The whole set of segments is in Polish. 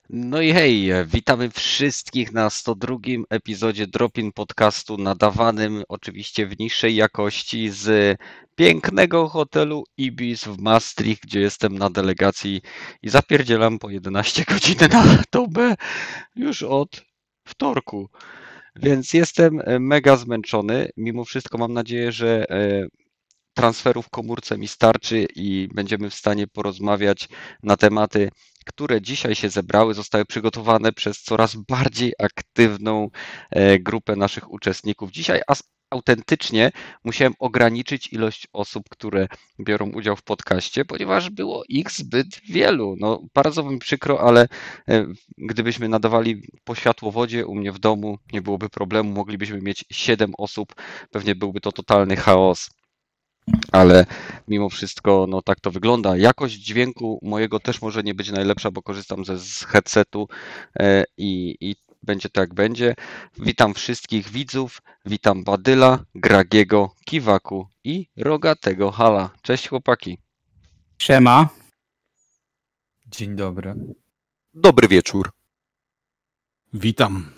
No i hej, witamy wszystkich na 102 epizodzie Drop-in podcastu nadawanym oczywiście w niższej jakości z pięknego hotelu Ibis w Maastricht, gdzie jestem na delegacji i zapierdzielam po 11 godzin na dobę już od wtorku. Więc jestem mega zmęczony. Mimo wszystko mam nadzieję, że transferu w komórce mi starczy i będziemy w stanie porozmawiać na tematy, które dzisiaj się zebrały, zostały przygotowane przez coraz bardziej aktywną grupę naszych uczestników. Dzisiaj autentycznie musiałem ograniczyć ilość osób, które biorą udział w podcaście, ponieważ było ich zbyt wielu. No, bardzo mi przykro, ale gdybyśmy nadawali po światłowodzie u mnie w domu, nie byłoby problemu, moglibyśmy mieć 7 osób, pewnie byłby to totalny chaos, ale mimo wszystko no tak to wygląda. Jakość dźwięku mojego też może nie być najlepsza, bo korzystam z headsetu i będzie tak jak będzie. Witam wszystkich widzów, witam Badyla, Gragiego, Kiwaku i Rogatego Hala. Cześć chłopaki. Siema. Dzień dobry. Dobry wieczór. Witam.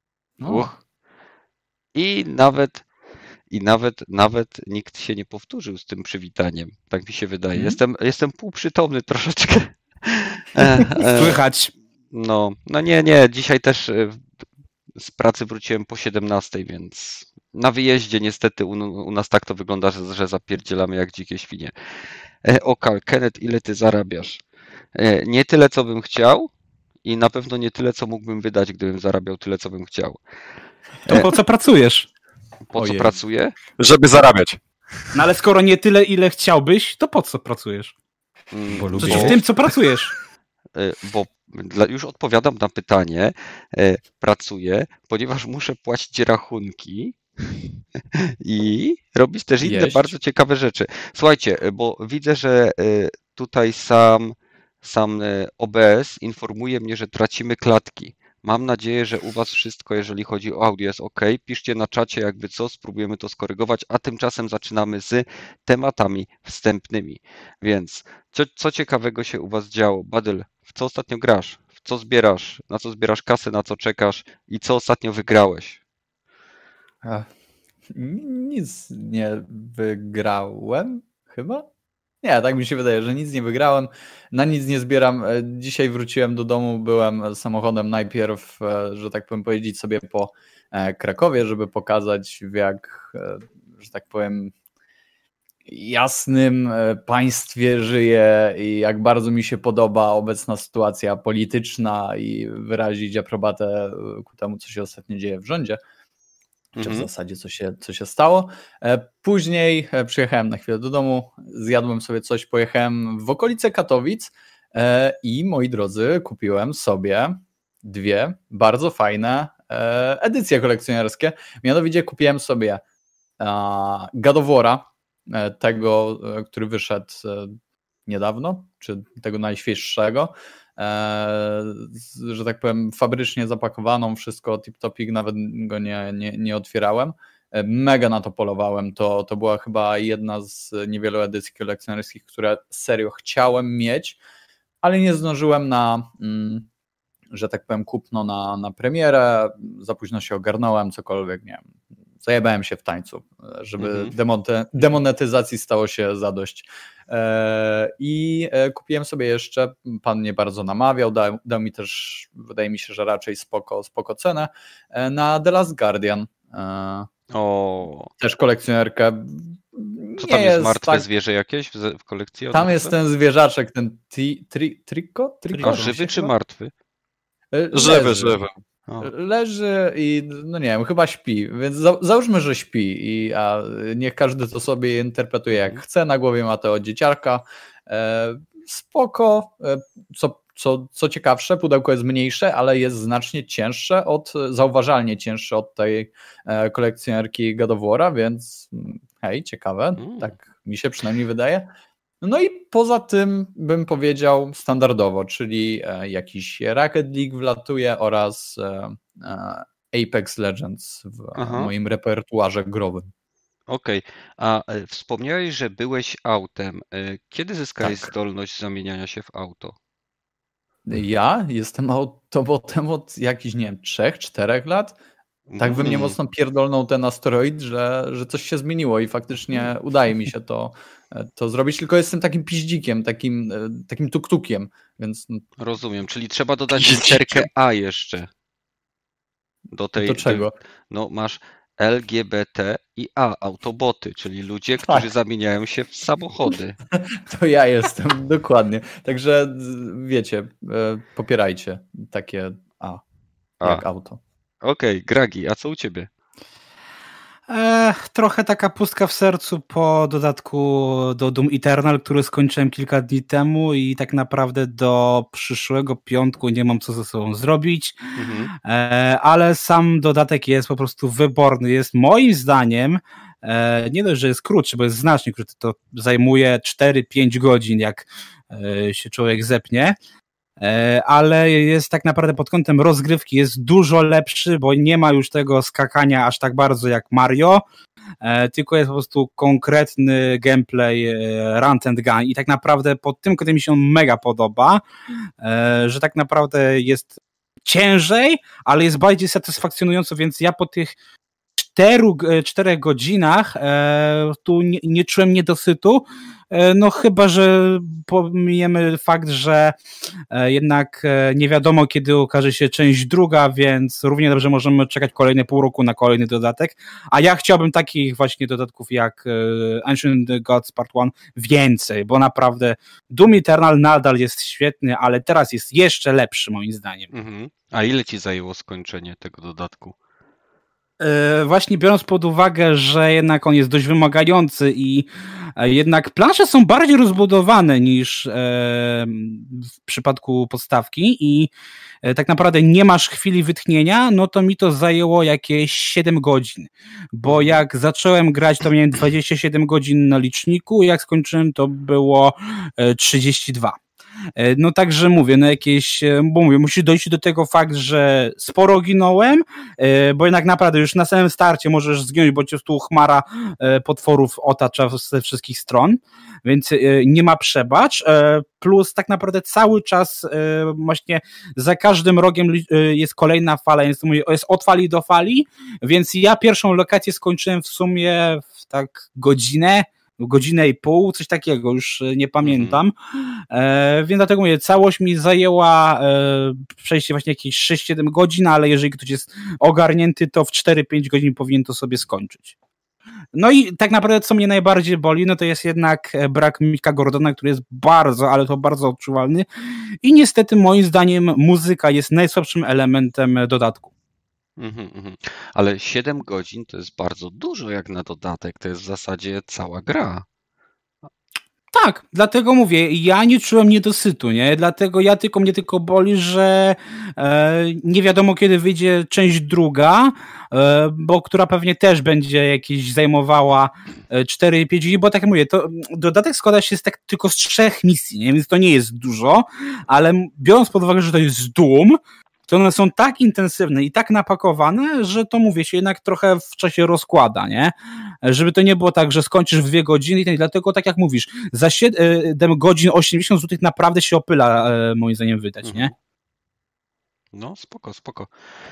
I nawet nikt się nie powtórzył z tym przywitaniem. Tak mi się wydaje. Jestem półprzytomny troszeczkę. Słychać. No nie. Dzisiaj też z pracy wróciłem po 17, więc na wyjeździe niestety u nas tak to wygląda, że zapierdzielamy jak dzikie świnie. Okal, Kenneth, ile ty zarabiasz? Nie tyle, co bym chciał i na pewno nie tyle, co mógłbym wydać, gdybym zarabiał tyle, co bym chciał. To po co pracujesz? Po co pracuję? Żeby zarabiać. No ale skoro nie tyle, ile chciałbyś, to po co pracujesz? Bo lubię. Przecież w tym, co pracujesz. Bo już odpowiadam na pytanie. Pracuję, ponieważ muszę płacić rachunki i robić też inne bardzo ciekawe rzeczy. Słuchajcie, bo widzę, że tutaj sam OBS informuje mnie, że tracimy klatki. Mam nadzieję, że u Was wszystko, jeżeli chodzi o audio, jest ok. Piszcie na czacie, jakby co, spróbujemy to skorygować, a tymczasem zaczynamy z tematami wstępnymi. Więc co ciekawego się u Was działo? Badyl, w co ostatnio grasz? W co zbierasz? Na co zbierasz kasę? Na co czekasz? I co ostatnio wygrałeś? Nic nie wygrałem, chyba? Nie, tak mi się wydaje, że nic nie wygrałem, na nic nie zbieram. Dzisiaj wróciłem do domu, byłem samochodem najpierw, że tak powiem, pojeździć sobie po Krakowie, żeby pokazać w jak, że tak powiem, jasnym państwie żyję i jak bardzo mi się podoba obecna sytuacja polityczna i wyrazić aprobatę ku temu, co się ostatnio dzieje w rządzie. Czy w zasadzie co się stało. Później przyjechałem na chwilę do domu, zjadłem sobie coś, pojechałem w okolice Katowic i moi drodzy, kupiłem sobie 2 bardzo fajne edycje kolekcjonerskie. Mianowicie kupiłem sobie God of War'a, tego, który wyszedł niedawno, czy tego najświeższego, że tak powiem fabrycznie zapakowaną, wszystko tip-topik, nawet go nie otwierałem. Mega na to polowałem, to była chyba jedna z niewielu edycji kolekcjonerskich, które serio chciałem mieć, ale nie zdążyłem na, że tak powiem, kupno na premierę, za późno się ogarnąłem, cokolwiek, nie wiem, zajebałem się w tańcu, żeby demonetyzacji stało się zadość. I kupiłem sobie jeszcze, pan mnie bardzo namawiał, dał mi też, wydaje mi się, że raczej spoko cenę, na The Last Guardian. Też kolekcjonerkę. Co tam jest martwe zwierzę jakieś w kolekcji? Tam jest ten zwierzaczek, ten Trico? A żywy czy martwy? Żywy. Leży i no nie wiem, chyba śpi, więc załóżmy, że śpi, a niech każdy to sobie interpretuje jak chce, na głowie ma to dzieciarka. Spoko, co ciekawsze, pudełko jest mniejsze, ale jest znacznie cięższe, zauważalnie cięższe od tej kolekcjonerki God of War'a, więc hej, ciekawe, tak mi się przynajmniej wydaje. No i poza tym bym powiedział standardowo, czyli jakiś Rocket League wlatuje oraz Apex Legends w moim repertuarze growym. Okej, a wspomniałeś, że byłeś autem. Kiedy zyskałeś zdolność zamieniania się w auto? Ja jestem autobotem od jakichś, nie wiem, 3-4 lat. Tak we mnie mocno pierdolnął ten asteroid, że coś się zmieniło i faktycznie udaje mi się to zrobić, tylko jestem takim piździkiem, takim tuktukiem, więc... Rozumiem, czyli trzeba dodać literkę A jeszcze. Do czego? No masz LGBT i A, autoboty, czyli ludzie, którzy zamieniają się w samochody. To ja jestem, dokładnie. Także wiecie, popierajcie takie A, jak auto. Okej, Gragi, a co u ciebie? Trochę taka pustka w sercu po dodatku do Doom Eternal, który skończyłem kilka dni temu i tak naprawdę do przyszłego piątku nie mam co ze sobą zrobić, ale sam dodatek jest po prostu wyborny. Jest moim zdaniem, nie dość, że jest krótszy, bo jest znacznie krótszy, to zajmuje 4-5 godzin, jak się człowiek zepnie, ale jest tak naprawdę pod kątem rozgrywki jest dużo lepszy, bo nie ma już tego skakania aż tak bardzo jak Mario, tylko jest po prostu konkretny gameplay run and gun i tak naprawdę pod tym kątem mi się on mega podoba, że tak naprawdę jest ciężej, ale jest bardziej satysfakcjonująco, więc ja po tych 4 godzinach tu nie czułem niedosytu, no chyba, że pomijemy fakt, że jednak nie wiadomo, kiedy okaże się część druga, więc równie dobrze możemy czekać kolejne pół roku na kolejny dodatek, a ja chciałbym takich właśnie dodatków jak Ancient Gods Part 1 więcej, bo naprawdę Doom Eternal nadal jest świetny, ale teraz jest jeszcze lepszy moim zdaniem. A ile ci zajęło skończenie tego dodatku? Właśnie biorąc pod uwagę, że jednak on jest dość wymagający i jednak plansze są bardziej rozbudowane niż w przypadku podstawki i tak naprawdę nie masz chwili wytchnienia, no to mi to zajęło jakieś 7 godzin, bo jak zacząłem grać, to miałem 27 godzin na liczniku, jak skończyłem, to było 32. No także mówię, no jakieś, bo mówię, musi dojść do tego fakt, że sporo ginąłem, bo jednak naprawdę już na samym starcie możesz zginąć, bo cię tu chmara potworów otacza ze wszystkich stron, więc nie ma przebacz, plus tak naprawdę cały czas właśnie za każdym rogiem jest kolejna fala, więc mówię, jest od fali do fali, więc ja pierwszą lokację skończyłem w sumie w tak godzinę i pół, coś takiego, już nie pamiętam. Więc dlatego mówię, całość mi zajęła przejście właśnie jakieś 6-7 godzin, ale jeżeli ktoś jest ogarnięty, to w 4-5 godzin powinien to sobie skończyć. No i tak naprawdę co mnie najbardziej boli, no to jest jednak brak Micka Gordona, który jest bardzo, ale to bardzo odczuwalny i niestety moim zdaniem muzyka jest najsłabszym elementem dodatku. Ale 7 godzin to jest bardzo dużo jak na dodatek, to jest w zasadzie cała gra. Tak, dlatego mówię, ja nie czułem niedosytu, nie? Dlatego mnie tylko boli, że nie wiadomo kiedy wyjdzie część druga, bo która pewnie też będzie jakieś zajmowała 4-5 dni, bo tak jak mówię, to dodatek składa się tylko z 3 misji, nie? Więc to nie jest dużo, ale biorąc pod uwagę, że to jest Doom, to one są tak intensywne i tak napakowane, że to mówię się jednak trochę w czasie rozkłada, nie? Żeby to nie było tak, że skończysz w 2 godziny i dlatego tak jak mówisz, za 7 godzin 80 zł naprawdę się opyla moim zdaniem wydać, nie? No spoko.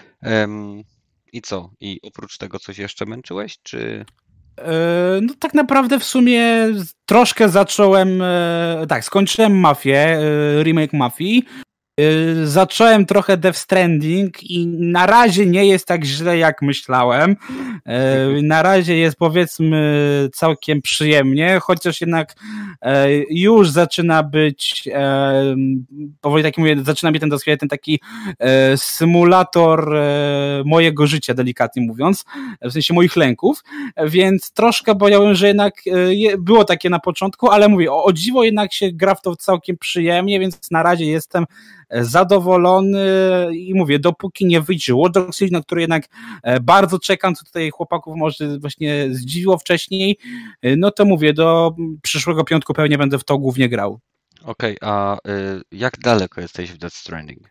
I co? I oprócz tego coś jeszcze męczyłeś, czy... No tak naprawdę w sumie troszkę zacząłem, skończyłem Mafię, remake Mafii, zacząłem trochę Death Stranding i na razie nie jest tak źle jak myślałem. Na razie jest powiedzmy całkiem przyjemnie, chociaż jednak już zaczyna być powoli tak mówię, zaczyna mnie ten taki symulator mojego życia, delikatnie mówiąc, w sensie moich lęków, więc troszkę bojąłem, że jednak było takie na początku, ale mówię, o dziwo jednak się gra w to całkiem przyjemnie, więc na razie jestem zadowolony i mówię, dopóki nie wyjdzie Watch Dogs, na który jednak bardzo czekam, co tutaj chłopaków może właśnie zdziwiło wcześniej, no to mówię, do przyszłego piątku pewnie będę w to głównie grał. Okej, a jak daleko jesteś w Death Stranding?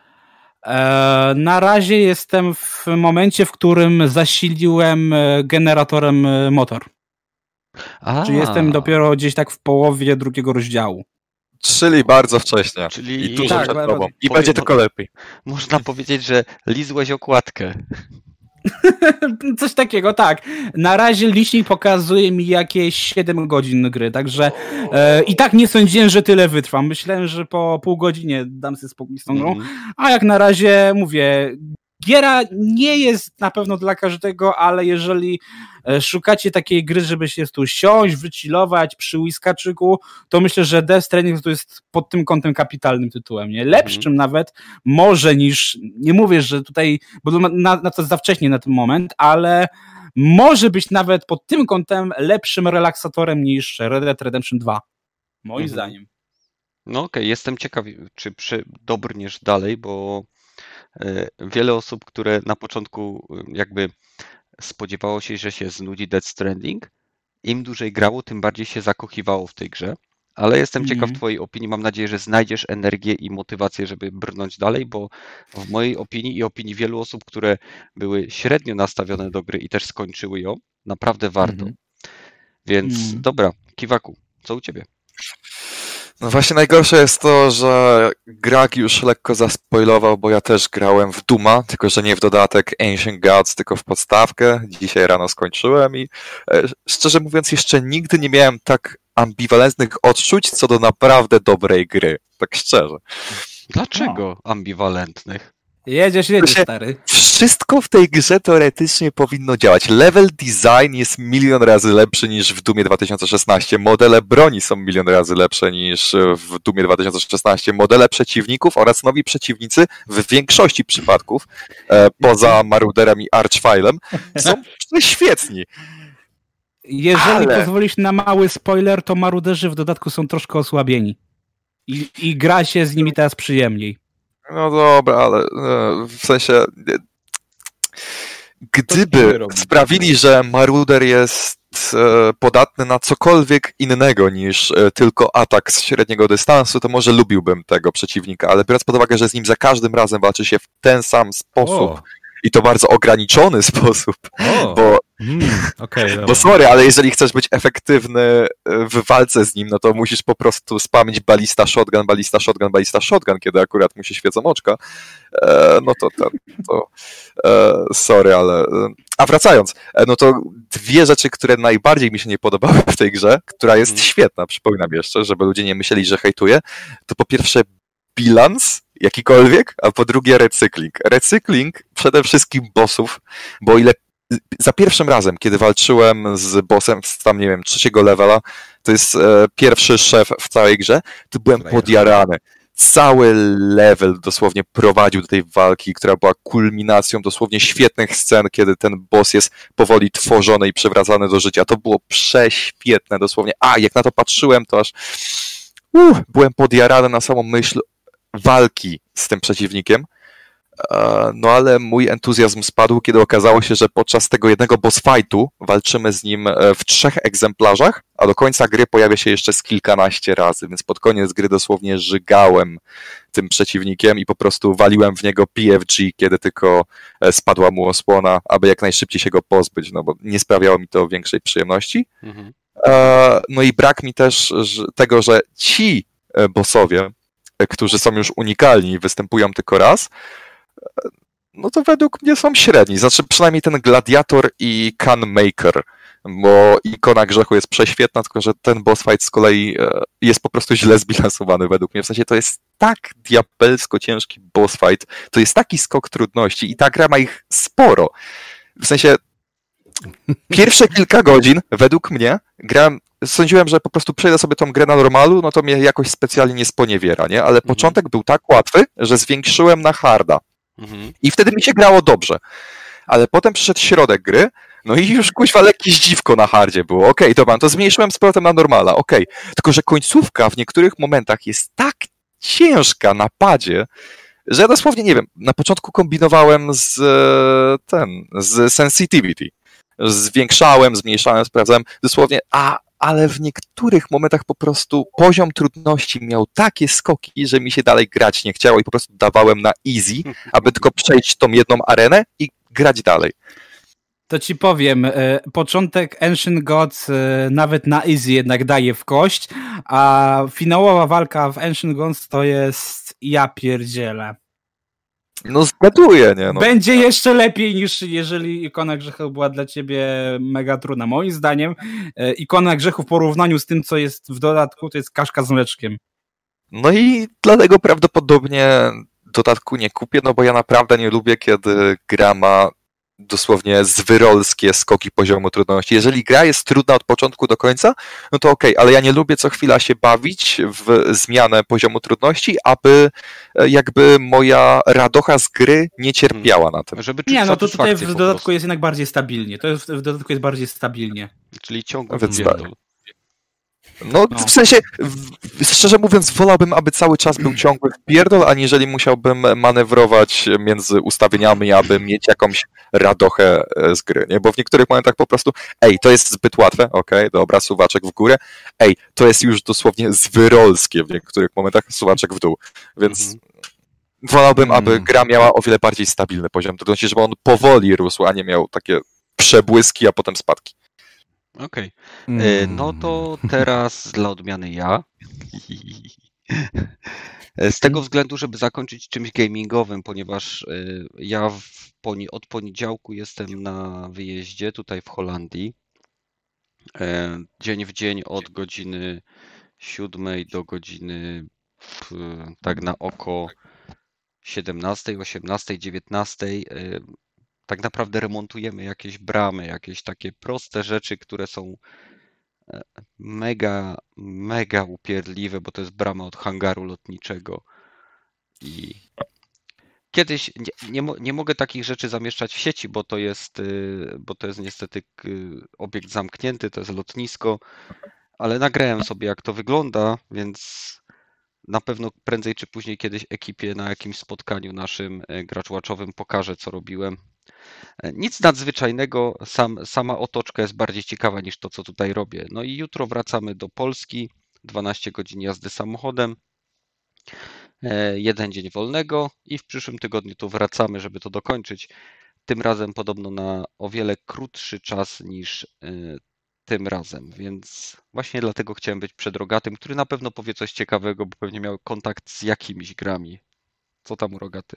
Na razie jestem w momencie, w którym zasiliłem generatorem motor. Czyli jestem dopiero gdzieś tak w połowie drugiego rozdziału. Czyli bardzo wcześnie. Czyli I tuż przed tobą. I powiem- będzie tylko lepiej. Można powiedzieć, że lizłeś okładkę. Coś takiego, tak. Na razie licznik pokazuje mi jakieś 7 godzin gry, także i tak nie sądziłem, że tyle wytrwam. Myślałem, że po pół godzinie dam sobie spokój z tą grą, a jak na razie mówię, giera nie jest na pewno dla każdego, ale jeżeli szukacie takiej gry, żeby się tu siąść, wychillować przy whiskaczyku, to myślę, że Death Stranding to jest pod tym kątem kapitalnym tytułem, nie? Lepszym nawet, może niż, nie mówię, że tutaj, bo na to za wcześnie na ten moment, ale może być nawet pod tym kątem lepszym relaksatorem niż Red Dead Redemption 2. Moim zdaniem. No okej, jestem ciekaw, czy dobrniesz dalej, bo wiele osób, które na początku jakby spodziewało się, że się znudzi Death Stranding, im dłużej grało, tym bardziej się zakochiwało w tej grze. Ale jestem ciekaw twojej opinii. Mam nadzieję, że znajdziesz energię i motywację, żeby brnąć dalej, bo w mojej opinii i opinii wielu osób, które były średnio nastawione do gry i też skończyły ją, naprawdę warto. Więc dobra, Kiwaku, co u ciebie? No właśnie najgorsze jest to, że Greg już lekko zaspoilował, bo ja też grałem w Duma, tylko że nie w dodatek Ancient Gods, tylko w podstawkę. Dzisiaj rano skończyłem i szczerze mówiąc jeszcze nigdy nie miałem tak ambiwalentnych odczuć co do naprawdę dobrej gry. Tak szczerze. Dlaczego ambiwalentnych? Jedziesz, stary. Wszystko w tej grze teoretycznie powinno działać. Level design jest 1 000 000 razy lepszy niż w Dumie 2016. Modele broni są 1 000 000 razy lepsze niż w Dumie 2016. Modele przeciwników oraz nowi przeciwnicy w większości przypadków, poza Maruderem i Archfilem, są świetni. Jeżeli pozwolisz na mały spoiler, to maruderzy w dodatku są troszkę osłabieni. I gra się z nimi teraz przyjemniej. No dobra, ale w sensie gdyby sprawili, że Maruder jest podatny na cokolwiek innego niż tylko atak z średniego dystansu, to może lubiłbym tego przeciwnika, ale biorąc pod uwagę, że z nim za każdym razem walczy się w ten sam sposób i to bardzo ograniczony sposób, bo sorry, ale jeżeli chcesz być efektywny w walce z nim, no to musisz po prostu spamić balista shotgun, balista shotgun, balista shotgun, kiedy akurat mu się świecą oczka, no to sorry, ale... A wracając, no to dwie rzeczy, które najbardziej mi się nie podobały w tej grze, która jest świetna, przypominam jeszcze, żeby ludzie nie myśleli, że hejtuję, to po pierwsze bilans jakikolwiek, a po drugie recykling. Recykling przede wszystkim bossów, bo o ile za pierwszym razem, kiedy walczyłem z bossem z tam, nie wiem, 3. levela, to jest pierwszy szef w całej grze, to byłem podjarany. Cały level dosłownie prowadził do tej walki, która była kulminacją dosłownie świetnych scen, kiedy ten boss jest powoli tworzony i przywracany do życia. To było prześwietne dosłownie. A, jak na to patrzyłem, to aż byłem podjarany na samą myśl walki z tym przeciwnikiem. No ale mój entuzjazm spadł, kiedy okazało się, że podczas tego jednego boss fightu walczymy z nim w 3 egzemplarzach, a do końca gry pojawia się jeszcze z kilkanaście razy, więc pod koniec gry dosłownie żygałem tym przeciwnikiem i po prostu waliłem w niego PFG, kiedy tylko spadła mu osłona, aby jak najszybciej się go pozbyć, no bo nie sprawiało mi to większej przyjemności. No i brak mi też tego, że ci bossowie, którzy są już unikalni i występują tylko raz, no to według mnie są średni. Znaczy przynajmniej ten Gladiator i Canmaker, bo ikona grzechu jest prześwietna, tylko że ten boss fight z kolei jest po prostu źle zbilansowany według mnie. W sensie to jest tak diabelsko ciężki boss fight, to jest taki skok trudności i ta gra ma ich sporo. W sensie pierwsze kilka godzin według mnie sądziłem, że po prostu przejdę sobie tą grę na normalu, no to mnie jakoś specjalnie nie sponiewiera, nie? Ale początek był tak łatwy, że zwiększyłem na harda. I wtedy mi się grało dobrze. Ale potem przyszedł środek gry, no i już kuźwa lekkie zdziwko na hardzie było. Okej, dobra, to zmniejszyłem z powrotem na normala, okej. Tylko że końcówka w niektórych momentach jest tak ciężka na padzie, że ja dosłownie, nie wiem, na początku kombinowałem z sensitivity. Zwiększałem, zmniejszałem, sprawdzałem, dosłownie, ale w niektórych momentach po prostu poziom trudności miał takie skoki, że mi się dalej grać nie chciało i po prostu dawałem na easy, aby tylko przejść tą jedną arenę i grać dalej. To ci powiem, początek Ancient Gods nawet na easy jednak daje w kość, a finałowa walka w Ancient Gods to jest ja pierdzielę. No zgaduję, nie? No. Będzie jeszcze lepiej niż jeżeli Ikona Grzechu była dla ciebie mega trudna. Moim zdaniem Ikona Grzechu w porównaniu z tym, co jest w dodatku, to jest kaszka z mleczkiem. No i dlatego prawdopodobnie dodatku nie kupię, no bo ja naprawdę nie lubię, kiedy gra ma dosłownie zwyrolskie skoki poziomu trudności. Jeżeli gra jest trudna od początku do końca, no to okej, ale ja nie lubię co chwila się bawić w zmianę poziomu trudności, aby jakby moja radocha z gry nie cierpiała na tym. Żeby czuć Nie, no to tutaj satysfakcję w po dodatku prostu. jest jednak bardziej stabilnie. To jest, w dodatku jest bardziej stabilnie. Czyli ciągle Więc pierdol. No, w sensie, szczerze mówiąc, wolałbym, aby cały czas był ciągły wpierdol, aniżeli musiałbym manewrować między ustawieniami, aby mieć jakąś radochę z gry, nie? Bo w niektórych momentach po prostu, to jest zbyt łatwe, okej, dobra, suwaczek w górę, to jest już dosłownie zwyrolskie w niektórych momentach, suwaczek w dół, więc wolałbym, aby gra miała o wiele bardziej stabilny poziom trudności, żeby on powoli rósł, a nie miał takie przebłyski, a potem spadki. Okej. No to teraz dla odmiany ja. Z tego względu, żeby zakończyć czymś gamingowym, ponieważ ja od poniedziałku jestem na wyjeździe tutaj w Holandii. Dzień w dzień od godziny 7 do godziny tak na oko 17, 18, 19. Tak naprawdę remontujemy jakieś bramy, jakieś takie proste rzeczy, które są mega upierdliwe, bo to jest brama od hangaru lotniczego. I kiedyś nie mogę takich rzeczy zamieszczać w sieci, bo to jest niestety obiekt zamknięty, to jest lotnisko, ale nagrałem sobie, jak to wygląda, więc na pewno prędzej czy później kiedyś ekipie na jakimś spotkaniu naszym gracz-watchowym pokażę, co robiłem. Nic nadzwyczajnego, sama otoczka jest bardziej ciekawa niż to, co tutaj robię. No i jutro wracamy do Polski, 12 godzin jazdy samochodem, jeden dzień wolnego i w przyszłym tygodniu tu wracamy, żeby to dokończyć. Tym razem podobno na o wiele krótszy czas niż tym razem, więc właśnie dlatego chciałem być przed Rogatym, który na pewno powie coś ciekawego, bo pewnie miał kontakt z jakimiś grami. Co tam u Rogaty?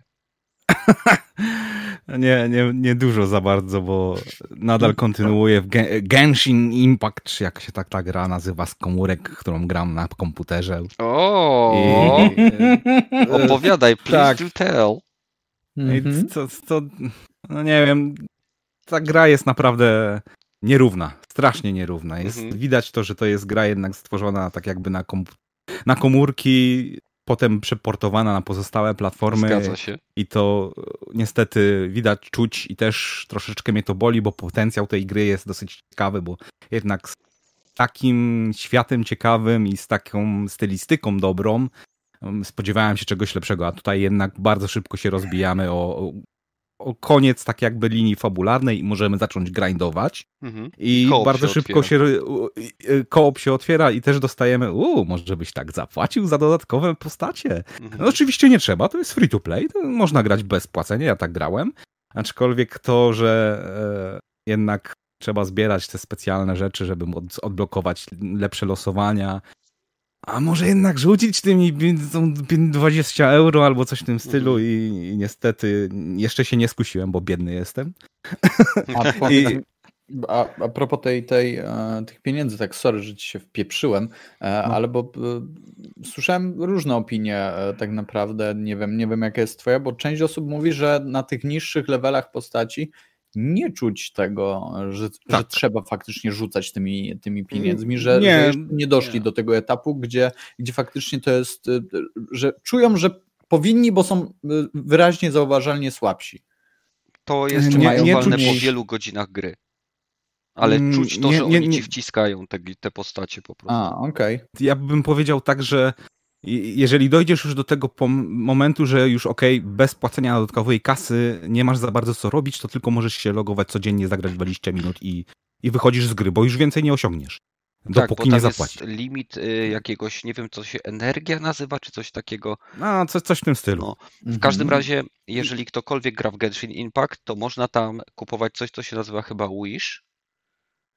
Nie dużo za bardzo, bo nadal kontynuuję w Genshin Impact, czy jak się ta gra nazywa, z komórek, którą gram na komputerze. Opowiadaj, please do tell. No nie wiem, ta gra jest naprawdę nierówna, strasznie nierówna. Widać to, że to jest gra jednak stworzona tak jakby na komórki, potem przeportowana na pozostałe platformy. Zgadza się. I to niestety widać, czuć i też troszeczkę mnie to boli, bo potencjał tej gry jest dosyć ciekawy, bo jednak z takim światem ciekawym i z taką stylistyką dobrą spodziewałem się czegoś lepszego, a tutaj jednak bardzo szybko się rozbijamy o koniec tak jakby linii fabularnej i możemy zacząć grindować. I bardzo szybko koop się otwiera i też dostajemy, może byś tak zapłacił za dodatkowe postacie. No oczywiście nie trzeba, to jest free to play, to można grać bez płacenia, ja tak grałem. Aczkolwiek to, że jednak trzeba zbierać te specjalne rzeczy, żeby odblokować lepsze losowania, a może jednak rzucić tymi 20 euro albo coś w tym stylu i niestety jeszcze się nie skusiłem, bo biedny jestem. A propos tych pieniędzy, tak sorry, że ci się wpieprzyłem, ale bo słyszałem różne opinie tak naprawdę, nie wiem jaka jest twoja, bo część osób mówi, że na tych niższych levelach postaci nie czuć tego, że trzeba faktycznie rzucać tymi pieniędzmi, że jeszcze nie doszli do tego etapu, gdzie faktycznie to jest, że czują, że powinni, bo są wyraźnie zauważalnie słabsi. To jest nieuchwalne po wielu godzinach gry. Ale czuć to, że oni ci wciskają te postacie po prostu. Okej. Ja bym powiedział tak, że jeżeli dojdziesz już do tego momentu, że już bez płacenia dodatkowej kasy nie masz za bardzo co robić, to tylko możesz się logować codziennie, zagrać 20 minut i wychodzisz z gry, bo już więcej nie osiągniesz. Dopóki nie zapłacisz. Jest limit jakiegoś, nie wiem, co się energia nazywa, czy coś takiego. Coś w tym stylu. No. W każdym razie, jeżeli ktokolwiek gra w Genshin Impact, to można tam kupować coś, co się nazywa chyba Wish.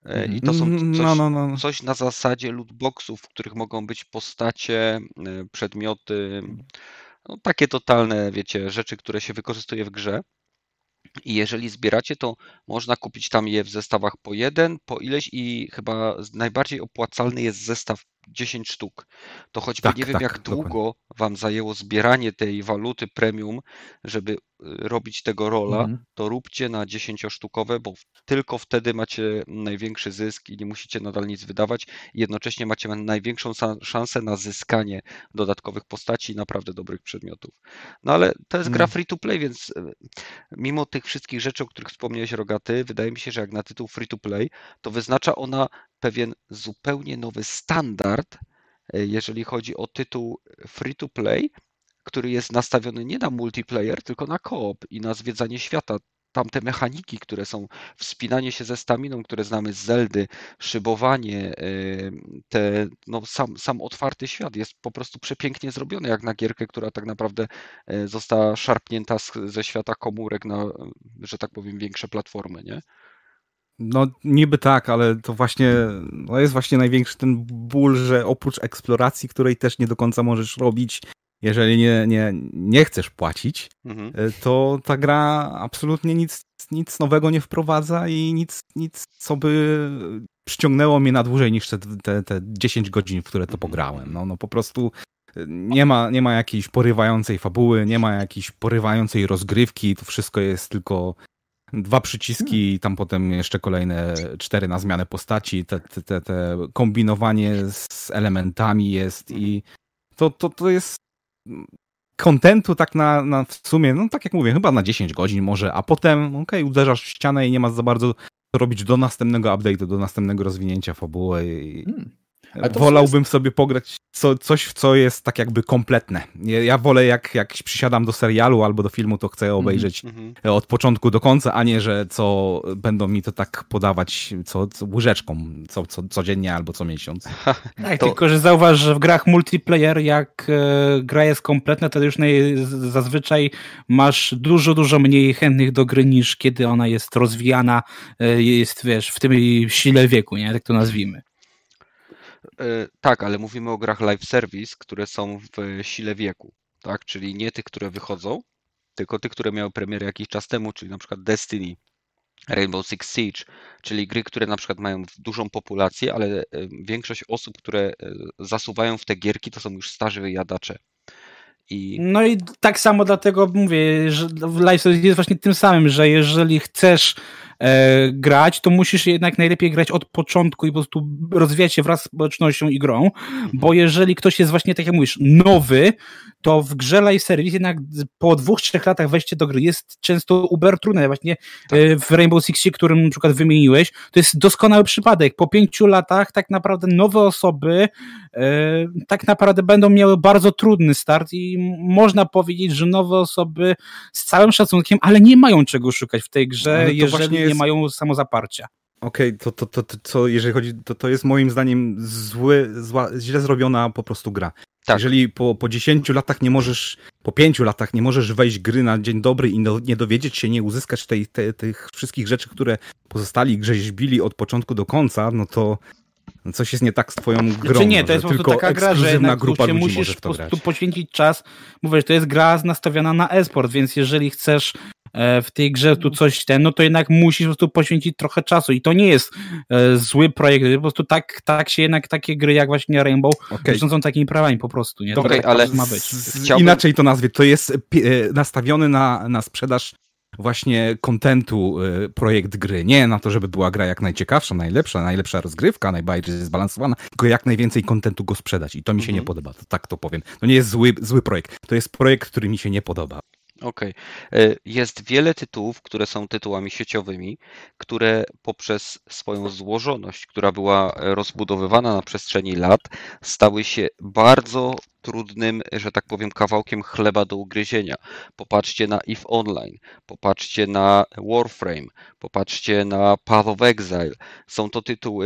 I to są No. coś na zasadzie lootboxów, w których mogą być postacie, przedmioty, no, takie totalne, wiecie, rzeczy, które się wykorzystuje w grze. I jeżeli zbieracie, to można kupić tam je w zestawach po jeden, po ileś i chyba najbardziej opłacalny jest zestaw 10 sztuk. To choćby nie wiem, jak długo wam zajęło zbieranie tej waluty premium, żeby robić tego rola, to róbcie na 10-sztukowe, bo tylko wtedy macie największy zysk i nie musicie nadal nic wydawać. I jednocześnie macie największą szansę na zyskanie dodatkowych postaci i naprawdę dobrych przedmiotów. No ale to jest gra free to play, więc mimo tych wszystkich rzeczy, o których wspomniałeś, Rogaty, wydaje mi się, że jak na tytuł free to play, to wyznacza ona pewien zupełnie nowy standard, jeżeli chodzi o tytuł free to play, który jest nastawiony nie na multiplayer, tylko na co-op i na zwiedzanie świata. Tamte mechaniki, które są wspinanie się ze staminą, które znamy z Zeldy, szybowanie, sam otwarty świat jest po prostu przepięknie zrobiony, jak na gierkę, która tak naprawdę została szarpnięta ze świata komórek na, że tak powiem, większe platformy, nie? No niby tak, ale to właśnie jest właśnie największy ten ból, że oprócz eksploracji, której też nie do końca możesz robić, jeżeli nie chcesz płacić, to ta gra absolutnie nic nowego nie wprowadza i nic, co by przyciągnęło mnie na dłużej niż te 10 godzin, w które to pograłem. No po prostu nie ma jakiejś porywającej fabuły, nie ma jakiejś porywającej rozgrywki, to wszystko jest tylko 2 przyciski i tam potem jeszcze kolejne 4 na zmianę postaci, te kombinowanie z elementami jest i to jest kontentu tak na w sumie, no tak jak mówię, chyba na 10 godzin może, a potem uderzasz w ścianę i nie ma za bardzo co robić do następnego update'u, do następnego rozwinięcia fabuły. Wolałbym sobie pograć coś, w co jest tak jakby kompletne. Ja wolę jak przysiadam do serialu albo do filmu, to chcę obejrzeć od początku do końca, a nie, że co będą mi to tak podawać co łyżeczką codziennie albo co miesiąc. Tak, tylko że zauważ, że w grach multiplayer jak gra jest kompletna, to już zazwyczaj masz dużo mniej chętnych do gry niż kiedy ona jest rozwijana, jest w tym sile wieku, nie? Tak to nazwijmy. Tak, ale mówimy o grach live service, które są w sile wieku, tak? Czyli nie tych, które wychodzą, tylko tych, które miały premierę jakiś czas temu, czyli na przykład Destiny, Rainbow Six Siege, czyli gry, które na przykład mają dużą populację, ale większość osób, które zasuwają w te gierki, to są już starzy wyjadacze. No i tak samo dlatego mówię, że w live service jest właśnie tym samym, że jeżeli chcesz grać, to musisz jednak najlepiej grać od początku i po prostu rozwijać się wraz z społecznością i grą, bo jeżeli ktoś jest właśnie, tak jak mówisz, nowy, to w grze live service jednak po 2-3 latach wejście do gry jest często uber trudne. Właśnie w Rainbow Sixie, którym na przykład wymieniłeś, to jest doskonały przypadek. Po 5 latach tak naprawdę nowe osoby tak naprawdę będą miały bardzo trudny start i można powiedzieć, że nowe osoby z całym szacunkiem, ale nie mają czego szukać w tej grze, jeżeli nie mają samozaparcia. Okej, to jeżeli chodzi, to jest moim zdaniem źle zrobiona po prostu gra. Tak. Jeżeli po 10 latach nie możesz, po 5 latach nie możesz wejść gry na dzień dobry i nie dowiedzieć się, nie uzyskać tych wszystkich rzeczy, które pozostali grzeźbili od początku do końca, no to coś jest nie tak z twoją grą. Znaczy nie, to jest po prostu taka gra, że grupa ludzi musisz może w to po prostu poświęcić czas. Mówię, że to jest gra nastawiona na e-sport, więc jeżeli chcesz w tej grze tu coś no to jednak musisz po prostu poświęcić trochę czasu i to nie jest zły projekt, po prostu tak się jednak takie gry jak właśnie Rainbow są takimi prawami po prostu, nie? Ale ma być. Inaczej to nazwie, to jest nastawiony na sprzedaż właśnie kontentu projekt gry, nie na to, żeby była gra jak najciekawsza, najlepsza rozgrywka, najbardziej zbalansowana, tylko jak najwięcej kontentu go sprzedać i to mi się nie podoba, to tak to powiem. To nie jest zły projekt, to jest projekt, który mi się nie podoba. Okej. Jest wiele tytułów, które są tytułami sieciowymi, które poprzez swoją złożoność, która była rozbudowywana na przestrzeni lat, stały się bardzo trudnym, że tak powiem, kawałkiem chleba do ugryzienia. Popatrzcie na EVE Online, popatrzcie na Warframe, popatrzcie na Path of Exile. Są to tytuły,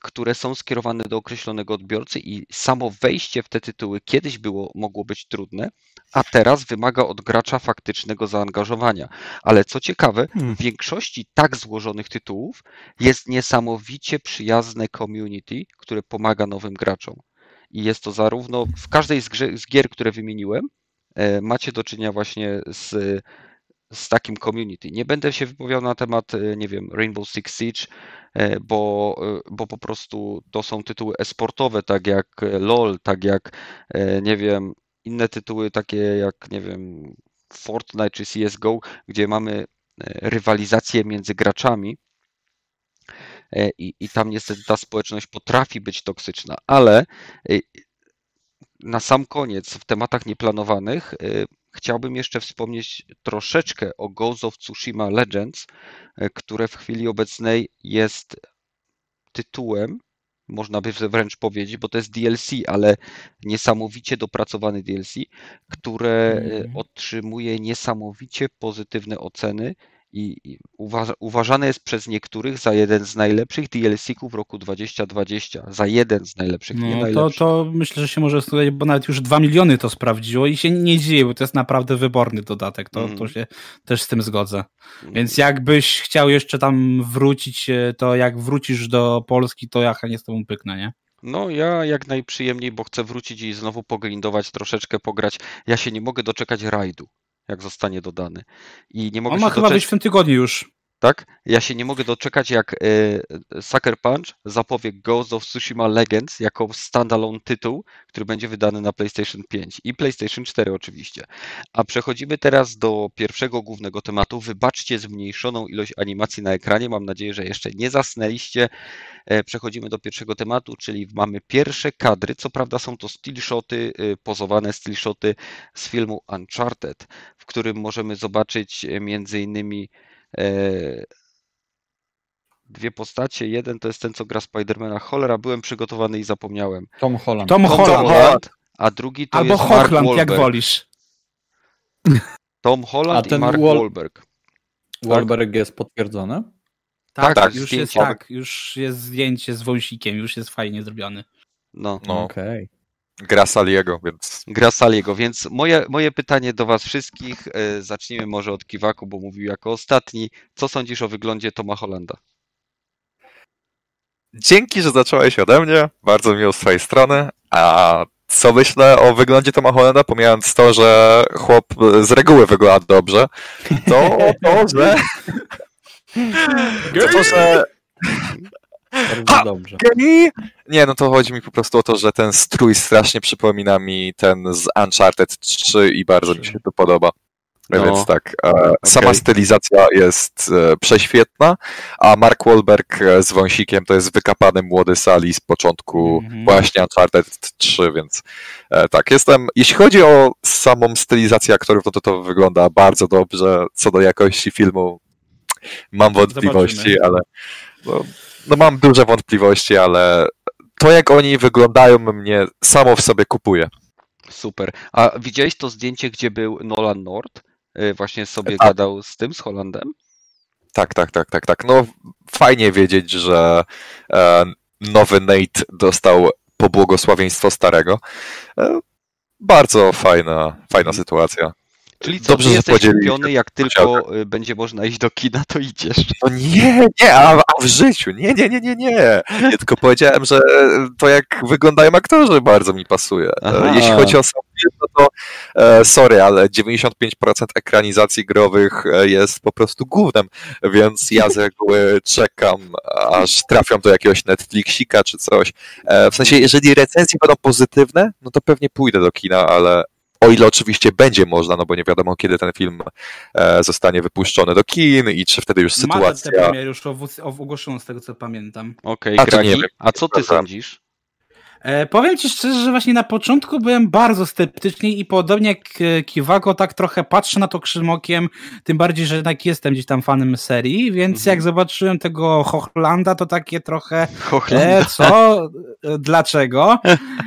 które są skierowane do określonego odbiorcy i samo wejście w te tytuły kiedyś mogło być trudne, a teraz wymaga od gracza faktycznego zaangażowania. Ale co ciekawe, w większości tak złożonych tytułów jest niesamowicie przyjazne community, które pomaga nowym graczom. I jest to zarówno w każdej z gier, które wymieniłem, macie do czynienia właśnie z takim community. Nie będę się wypowiadał na temat, nie wiem, Rainbow Six Siege, bo po prostu to są tytuły e-sportowe, tak jak LoL, tak jak, nie wiem, inne tytuły takie jak, nie wiem, Fortnite czy CSGO, gdzie mamy rywalizację między graczami i tam niestety ta społeczność potrafi być toksyczna, ale na sam koniec w tematach nieplanowanych chciałbym jeszcze wspomnieć troszeczkę o Ghost of Tsushima Legends, które w chwili obecnej jest tytułem, można by wręcz powiedzieć, bo to jest DLC, ale niesamowicie dopracowany DLC, które otrzymuje niesamowicie pozytywne oceny i uważane jest przez niektórych za jeden z najlepszych DLC-ków roku 2020. Za jeden z najlepszych, nie najlepszy. To myślę, że się może studać, bo nawet już 2 miliony to sprawdziło i się nie dzieje, bo to jest naprawdę wyborny dodatek. To się też z tym zgodzę. Więc jakbyś chciał jeszcze tam wrócić, to jak wrócisz do Polski, to ja chętnie z tobą pyknę, nie? No ja jak najprzyjemniej, bo chcę wrócić i znowu pogrindować, troszeczkę pograć. Ja się nie mogę doczekać rajdu, jak zostanie dodany. I nie mogę On ma chyba być w tym tygodniu już. Tak? Ja się nie mogę doczekać, jak Sucker Punch zapowie Ghost of Tsushima Legends jako standalone tytuł, który będzie wydany na PlayStation 5 i PlayStation 4 oczywiście. A przechodzimy teraz do pierwszego głównego tematu. Wybaczcie zmniejszoną ilość animacji na ekranie. Mam nadzieję, że jeszcze nie zasnęliście. Przechodzimy do pierwszego tematu, czyli mamy pierwsze kadry. Co prawda są to stillshoty, pozowane stillshoty z filmu Uncharted, w którym możemy zobaczyć między innymi dwie postacie. Jeden to jest ten, co gra Spidermana. Cholera, byłem przygotowany i zapomniałem. Tom Holland. Tom Holland. A drugi to Albo jest Mark Hochland, Wahlberg. jak wolisz. Tom Holland i Mark Wahlberg. Wahlberg jest potwierdzony? Tak, już jest zdjęcie z wąsikiem, już jest fajnie zrobiony. No. Okej. Gra Saliego, więc... Gra Saliego, więc moje pytanie do was wszystkich, zacznijmy może od Kiwaku, bo mówił jako ostatni. Co sądzisz o wyglądzie Toma Hollanda? Dzięki, że zacząłeś ode mnie. Bardzo miło z twojej strony. A co myślę o wyglądzie Toma Hollanda, pomijając to, że chłop z reguły wygląda dobrze, to że... Bardzo dobrze. Nie, no to chodzi mi po prostu o to, że ten strój strasznie przypomina mi ten z Uncharted 3 i bardzo mi się to podoba. Więc tak, sama stylizacja jest prześwietna, a Mark Wahlberg z wąsikiem to jest wykapany młody Sally z początku właśnie Uncharted 3, więc tak, jeśli chodzi o samą stylizację aktorów, to wygląda bardzo dobrze. Co do jakości filmu mam wątpliwości, ale no mam duże wątpliwości, ale to jak oni wyglądają mnie samo w sobie kupuje. Super. A widziałeś to zdjęcie, gdzie był Nolan North? Właśnie sobie gadał z Hollandem? Tak. No fajnie wiedzieć, że nowy Nate dostał pobłogosławieństwo starego. Bardzo fajna sytuacja. Czyli co, dobrze, jesteś kupiony, jak tylko będzie można iść do kina, to idziesz. No nie, a w życiu, nie. Ja tylko powiedziałem, że to jak wyglądają aktorzy bardzo mi pasuje. Aha. Jeśli chodzi o sam film, no to sorry, ale 95% ekranizacji growych jest po prostu gównem, więc ja z reguły czekam, aż trafią do jakiegoś Netflixika czy coś. W sensie, jeżeli recenzje będą pozytywne, no to pewnie pójdę do kina, ale o ile oczywiście będzie można, no bo nie wiadomo, kiedy ten film zostanie wypuszczony do kin i czy wtedy już sytuacja... Ma premierę już ogłoszoną z tego, co pamiętam. Okej, Gragi, a co ty sądzisz? Powiem ci szczerze, że właśnie na początku byłem bardzo sceptyczny i podobnie jak Kiwako, tak trochę patrzę na to krzywym okiem, tym bardziej, że jednak jestem gdzieś tam fanem serii, więc jak zobaczyłem tego Hochlanda, to takie trochę co? Dlaczego?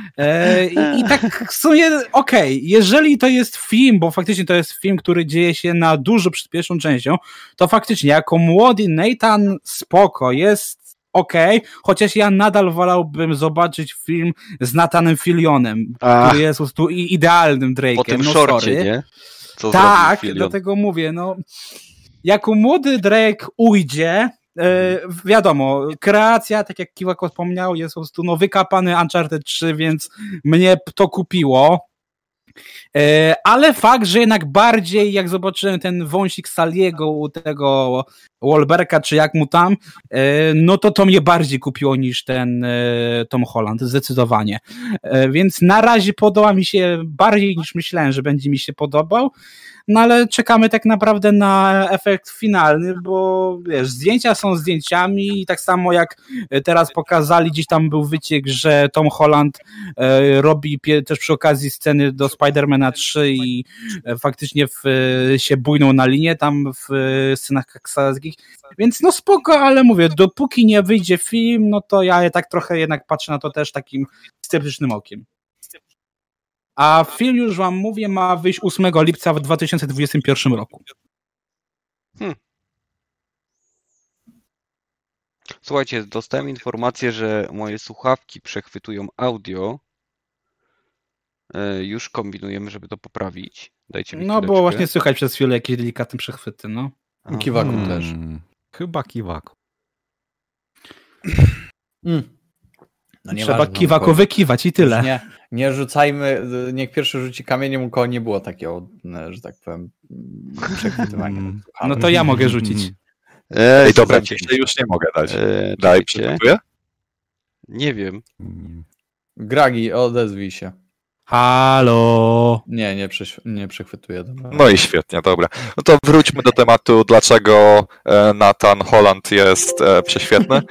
I tak w sumie jeżeli to jest film, bo faktycznie to jest film, który dzieje się na dużo przed pierwszą częścią, to faktycznie jako młody Nathan spoko, jest okej, chociaż ja nadal wolałbym zobaczyć film z Nathanem Fillionem, który jest po prostu idealnym Drake'em. Po tym no, szorcie, sorry. nie? Co Tak, zrobił Fillion? dlatego mówię, no jako młody Drake ujdzie, wiadomo, kreacja, tak jak Kiwako wspomniał, jest po prostu wykapany Uncharted 3, więc mnie to kupiło. Ale fakt, że jednak bardziej jak zobaczyłem ten wąsik Saliego u tego Wahlberga, czy jak mu tam, no to mnie bardziej kupiło niż ten Tom Holland, zdecydowanie. Więc na razie podoba mi się bardziej niż myślałem, że będzie mi się podobał, no ale czekamy tak naprawdę na efekt finalny, bo wiesz, zdjęcia są zdjęciami i tak samo jak teraz pokazali, gdzieś tam był wyciek, że Tom Holland robi też przy okazji sceny do Spidermana 3 i faktycznie się bujną na linię tam w scenach kaksalskich, więc no spoko, ale mówię, dopóki nie wyjdzie film, no to ja tak trochę jednak patrzę na to też takim sceptycznym okiem. A film, już wam mówię, ma wyjść 8 lipca w 2021 roku. Słuchajcie, dostałem informację, że moje słuchawki przechwytują audio. Już kombinujemy, żeby to poprawić. Dajcie mi No chwileczkę. bo właśnie słychać przez chwilę jakieś delikatne przechwyty, no. Kiwaku też. Chyba Kiwaku. No Trzeba Kiwaku wykiwać i tyle. Nie rzucajmy, niech pierwszy rzuci kamieniem, u kogo nie było takiego, że tak powiem, przechwytywania. No to ja mogę rzucić. Ej, dobra, słuchajcie, już nie mogę dać. Daj, czekajcie. przygotuję? Nie wiem. Gragi, odezwij się. Halo. Nie przechwytuję. Dobra. No i świetnie, dobra. No to wróćmy do tematu, dlaczego Nathan Holland jest prześwietny.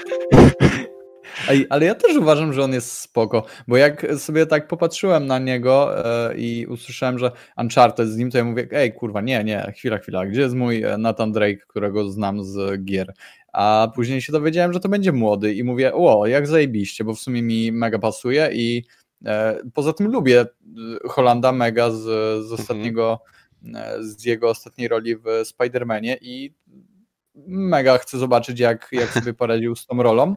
Ale ja też uważam, że on jest spoko, bo jak sobie tak popatrzyłem na niego i usłyszałem, że Uncharted z nim, to ja mówię, ej kurwa, nie, chwila, gdzie jest mój Nathan Drake, którego znam z gier? A później się dowiedziałem, że to będzie młody i mówię, jak zajebiście, bo w sumie mi mega pasuje i poza tym lubię Hollanda mega z ostatniego, z jego ostatniej roli w Spider-Manie i mega chcę zobaczyć, jak sobie poradził z tą rolą.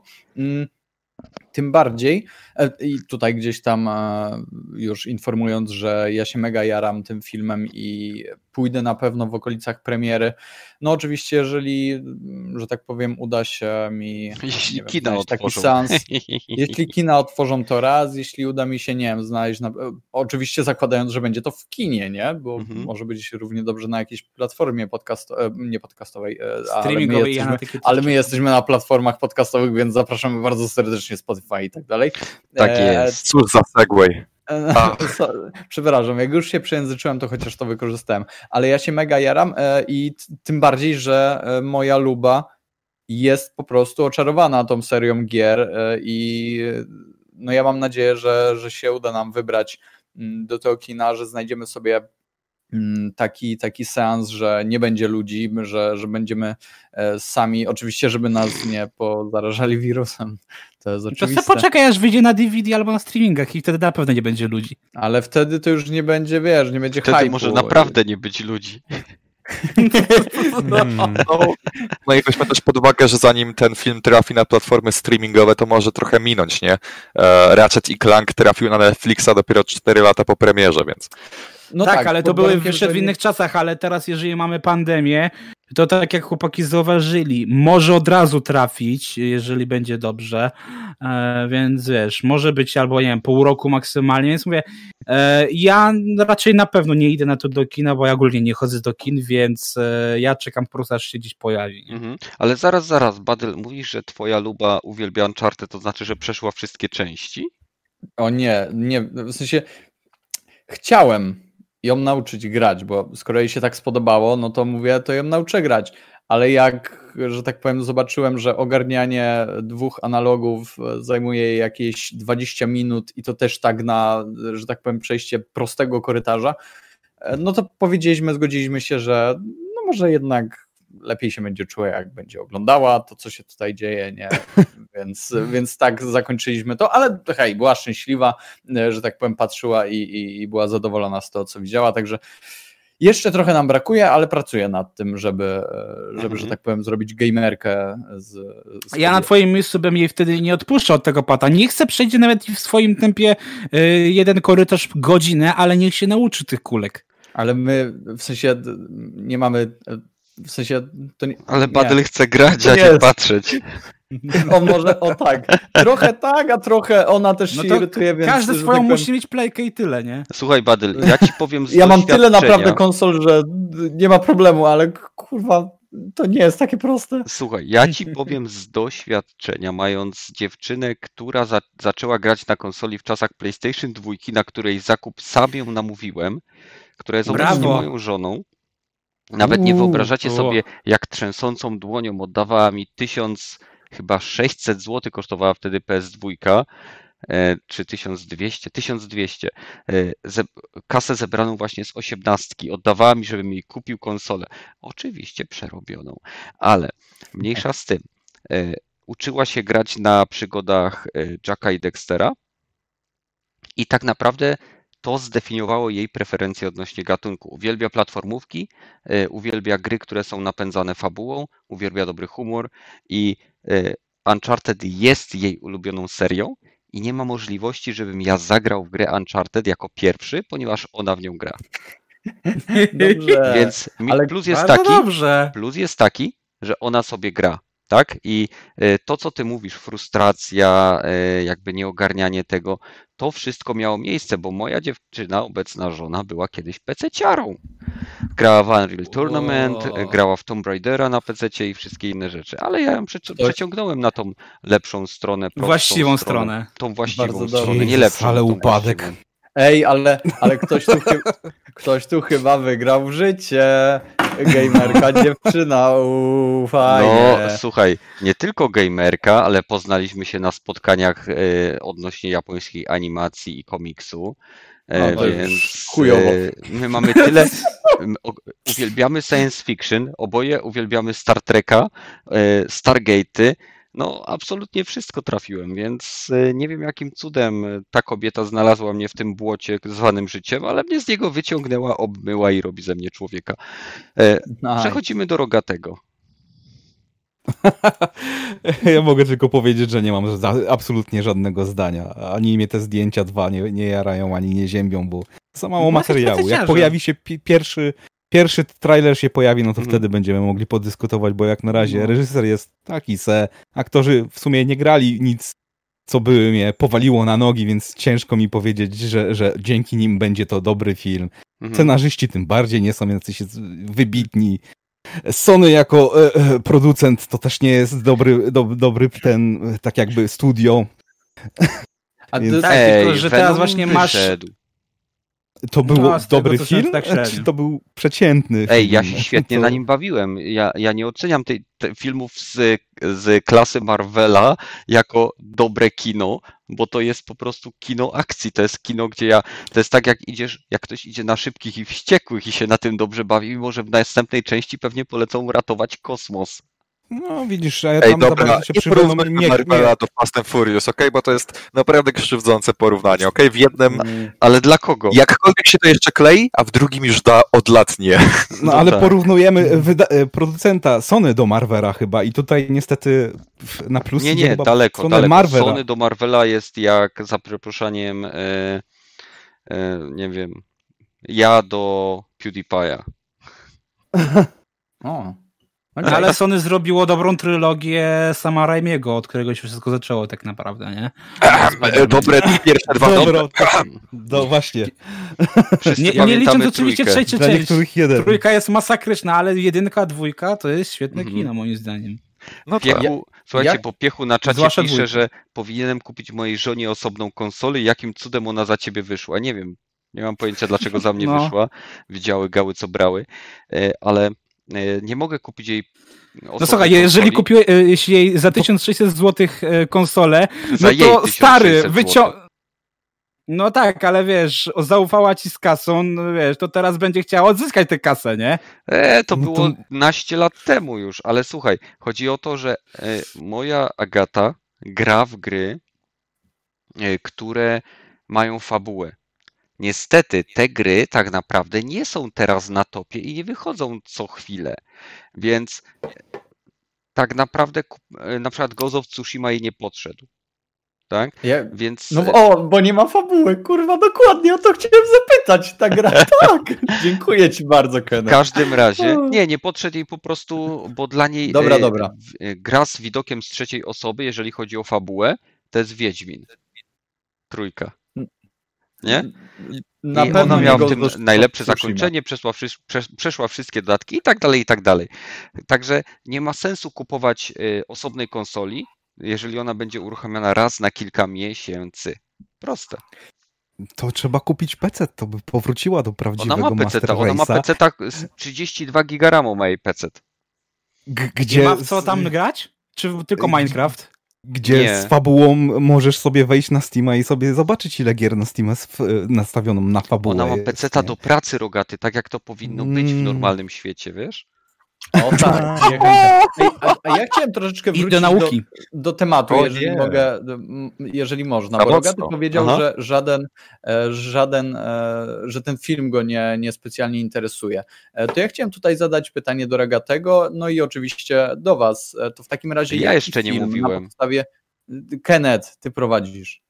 Tym bardziej, i tutaj gdzieś tam już informując, że ja się mega jaram tym filmem i pójdę na pewno w okolicach premiery. No oczywiście, jeżeli, że tak powiem, uda się mi Kina taki otworzą. seans, jeśli kina otworzą to raz, jeśli uda mi się, nie wiem, znaleźć, oczywiście zakładając, że będzie to w kinie, nie? Bo może być równie dobrze na jakiejś platformie nie podcastowej, ale my jesteśmy na platformach podcastowych, więc zapraszamy bardzo serdecznie, Spotify i tak dalej. Tak jest. Cóż za segway. Przepraszam, jak już się przejęzyczyłem, to chociaż to wykorzystałem, ale ja się mega jaram i tym bardziej, że moja luba jest po prostu oczarowana tą serią gier i no ja mam nadzieję, że się uda nam wybrać do tego kina, że znajdziemy sobie taki seans, że nie będzie ludzi, że będziemy sami, oczywiście, żeby nas nie pozarażali wirusem, to jest oczywiste. To poczekaj, aż wyjdzie na DVD albo na streamingach i wtedy na pewno nie będzie ludzi. Ale wtedy to już nie będzie, nie będzie Wtedy hype'u. może naprawdę nie być ludzi. No i weźmy też pod uwagę, że zanim ten film trafi na platformy streamingowe, to może trochę minąć, nie? Ratchet i Clank trafił na Netflixa dopiero 4 lata po premierze, więc... No tak, ale to wyszedł w innych czasach, ale teraz jeżeli mamy pandemię, to tak jak chłopaki zauważyli, może od razu trafić, jeżeli będzie dobrze, więc wiesz, może być albo nie wiem, pół roku maksymalnie, więc mówię, ja raczej na pewno nie idę na to do kina, bo ja ogólnie nie chodzę do kin, więc ja czekam po prostu, aż się gdzieś pojawi. Ale zaraz, Badyl, mówisz, że twoja luba uwielbia Uncharted, to znaczy, że przeszła wszystkie części? O nie, w sensie chciałem ją nauczyć grać, bo skoro jej się tak spodobało, no to mówię, to ją nauczę grać, ale jak, że tak powiem, zobaczyłem, że ogarnianie 2 analogów zajmuje jej jakieś 20 minut i to też tak na, że tak powiem, przejście prostego korytarza, no to zgodziliśmy się, że no może jednak lepiej się będzie czuła, jak będzie oglądała to, co się tutaj dzieje, nie? Więc tak zakończyliśmy to, ale hej, była szczęśliwa, że tak powiem, patrzyła i była zadowolona z tego, co widziała, także Jeszcze trochę nam brakuje, ale pracuję nad tym, żeby że tak powiem, zrobić gamerkę z Ja na twoim miejscu bym jej wtedy nie odpuszczał od tego pada. Niech se przejdzie nawet w swoim tempie jeden korytarz godzinę, ale niech się nauczy tych kulek. Ale my w sensie nie mamy, w sensie to nie, Ale nie. Badyl chce grać, To a nie nie jest. patrzeć. On może, tak, trochę tak, a trochę ona też No się to irytuje, więc... każdy że swoją tak powiem, musi mieć playkę i tyle, nie? Słuchaj, Badyl, ja ci powiem z ja mam tyle doświadczenia. naprawdę konsol, że nie ma problemu, ale kurwa, to nie jest takie proste. Słuchaj, ja ci powiem z doświadczenia, mając dziewczynę, która zaczęła grać na konsoli w czasach PlayStation 2, na której zakup sam ją namówiłem, która jest obecnie Brawo. moją żoną. Nawet nie wyobrażacie o. sobie, jak trzęsącą dłonią oddawała mi 1600 zł kosztowała wtedy PS2, czy 1200, kasę zebraną właśnie z 18, oddawała mi, żebym jej kupił konsolę. Oczywiście przerobioną, ale mniejsza z tym. Uczyła się grać na przygodach Jacka i Dextera i tak naprawdę to zdefiniowało jej preferencje odnośnie gatunku. Uwielbia platformówki, uwielbia gry, które są napędzane fabułą, uwielbia dobry humor i Uncharted jest jej ulubioną serią i nie ma możliwości, żebym ja zagrał w grę Uncharted jako pierwszy, ponieważ ona w nią gra. Dobrze. Więc ale plus jest Bardzo taki, dobrze. plus jest taki, że ona sobie gra. Tak? I to, co ty mówisz, frustracja, jakby nieogarnianie tego, to wszystko miało miejsce, bo moja dziewczyna, obecna żona, była kiedyś PC-ciarą. Grała w Unreal Tournament, grała w Tomb Raidera na PC-cie i wszystkie inne rzeczy, ale ja ją przeciągnąłem na tą lepszą stronę, prostszą Właściwą stronę. Tą właściwą Bardzo stronę, dobrze. nie lepszą. Ale tą upadek. właściwą. Ej, ale ktoś tu chyba wygrał w życie. Gamerka dziewczyna, fajnie. No, słuchaj, nie tylko gamerka, ale poznaliśmy się na spotkaniach odnośnie japońskiej animacji i komiksu. No, to Więc już chujowo. my mamy tyle. Uwielbiamy science fiction, oboje uwielbiamy Star Treka, Stargate'y. No, absolutnie wszystko trafiłem, więc nie wiem, jakim cudem ta kobieta znalazła mnie w tym błocie zwanym życiem, ale mnie z niego wyciągnęła, obmyła i robi ze mnie człowieka. Przechodzimy do Rogatego. Ja mogę tylko powiedzieć, że nie mam absolutnie żadnego zdania. Ani mnie te zdjęcia dwa nie jarają, ani nie ziębią, bo za mało No, materiału. Jak jesteś pojawi się pierwszy trailer się pojawi, no to wtedy będziemy mogli podyskutować, bo jak na razie reżyser jest taki aktorzy w sumie nie grali nic, co by mnie powaliło na nogi, więc ciężko mi powiedzieć, że dzięki nim będzie to dobry film. Scenarzyści tym bardziej nie są jacyś wybitni. Sony jako producent to też nie jest dobry ten, tak jakby studio. A Więc- Tak, tylko że teraz właśnie masz... wyszedł. To był No, z tego, dobry co film, słyszę, tak średnio. czy to był przeciętny Ej, film? ja się świetnie To- na nim bawiłem. Ja nie oceniam filmów z klasy Marvela jako dobre kino, bo to jest po prostu kino akcji. To jest kino, gdzie to jest tak, jak ktoś idzie na Szybkich i Wściekłych i się na tym dobrze bawi, mimo że w następnej części pewnie polecą ratować kosmos. No widzisz, a ja Ej, tam za dobra, bardzo się nie przyglądam, porównujmy Marvela do Fast and Furious, okej? Bo to jest naprawdę krzywdzące porównanie, okej? W jednym Ale dla kogo? jakkolwiek się to jeszcze klei, a w drugim już od lat nie. No ale tak. porównujemy producenta Sony do Marvela chyba i tutaj niestety na plus idzie Nie, chyba daleko. Sony Marvela. Sony do Marvela jest jak, za przeproszeniem, nie wiem, ja do PewDiePie'a. O. Ale Sony zrobiło dobrą trylogię sama Raimiego, od którego się wszystko zaczęło tak naprawdę, nie? Dobre pierwsze dwa Dobra, no właśnie. Wszyscy Nie pamiętamy licząc oczywiście trójkę. trzeciej Dla część. niektórych jeden. Trójka jest masakryczna, ale jedynka, dwójka to jest świetne Mhm. kino moim zdaniem. No to Piechu, słuchajcie, jak- bo Piechu na czacie Zwłaszcza pisze, dwójka. że powinienem kupić mojej żonie osobną konsolę i jakim cudem ona za ciebie wyszła. Nie wiem, nie mam pojęcia dlaczego za mnie No. wyszła. Widziały gały co brały, ale nie mogę kupić jej No osobnej słuchaj, jeżeli konsoli. jeśli jej za 1600 zł konsolę, Za no jej to 1600 stary, złotych. No tak, ale wiesz, zaufała ci z kasą, no wiesz, to teraz będzie chciała odzyskać tę kasę, nie? To No było to- naście lat temu już, ale słuchaj, chodzi o to, że moja Agata gra w gry, które mają fabułę. Niestety te gry tak naprawdę nie są teraz na topie i nie wychodzą co chwilę, więc tak naprawdę na przykład Ghost of Tsushima jej nie podszedł. Tak? Więc... bo nie ma fabuły, kurwa, dokładnie o to chciałem zapytać, ta gra, tak. Dziękuję ci bardzo, Kenneth. W każdym razie, nie podszedł jej po prostu, bo dla niej Dobra. Gra z widokiem z trzeciej osoby, jeżeli chodzi o fabułę, to jest Wiedźmin. 3. Nie? Na I pewno ona nie miała w Ghost tym of najlepsze Tsushima. zakończenie, przeszła wszystkie dodatki i tak dalej, i tak dalej. Także nie ma sensu kupować osobnej konsoli, jeżeli ona będzie uruchamiana raz na kilka miesięcy. Proste. To trzeba kupić PC, to by powróciła do prawdziwego Ona ma PC, ona ma PC tak 32 giga RAMu ma jej PC. Gdzie nie ma w co tam grać? Czy tylko Minecraft? Gdzie z fabułą możesz sobie wejść na Steama i sobie zobaczyć, ile gier na Steama nastawioną na fabułę. Ona ma PC-ta do pracy, Rogaty, tak jak to powinno być w normalnym świecie, wiesz? O tak. A ja chciałem troszeczkę wrócić do nauki. Do tematu, jeżeli mogę, jeżeli można. Bo Rogaty powiedział, że ten film go nie specjalnie interesuje. To ja chciałem tutaj zadać pytanie do Rogatego, no i oczywiście do was. To w takim razie ja jeszcze nie mówiłem. Na podstawie... Kenneth, ty prowadzisz.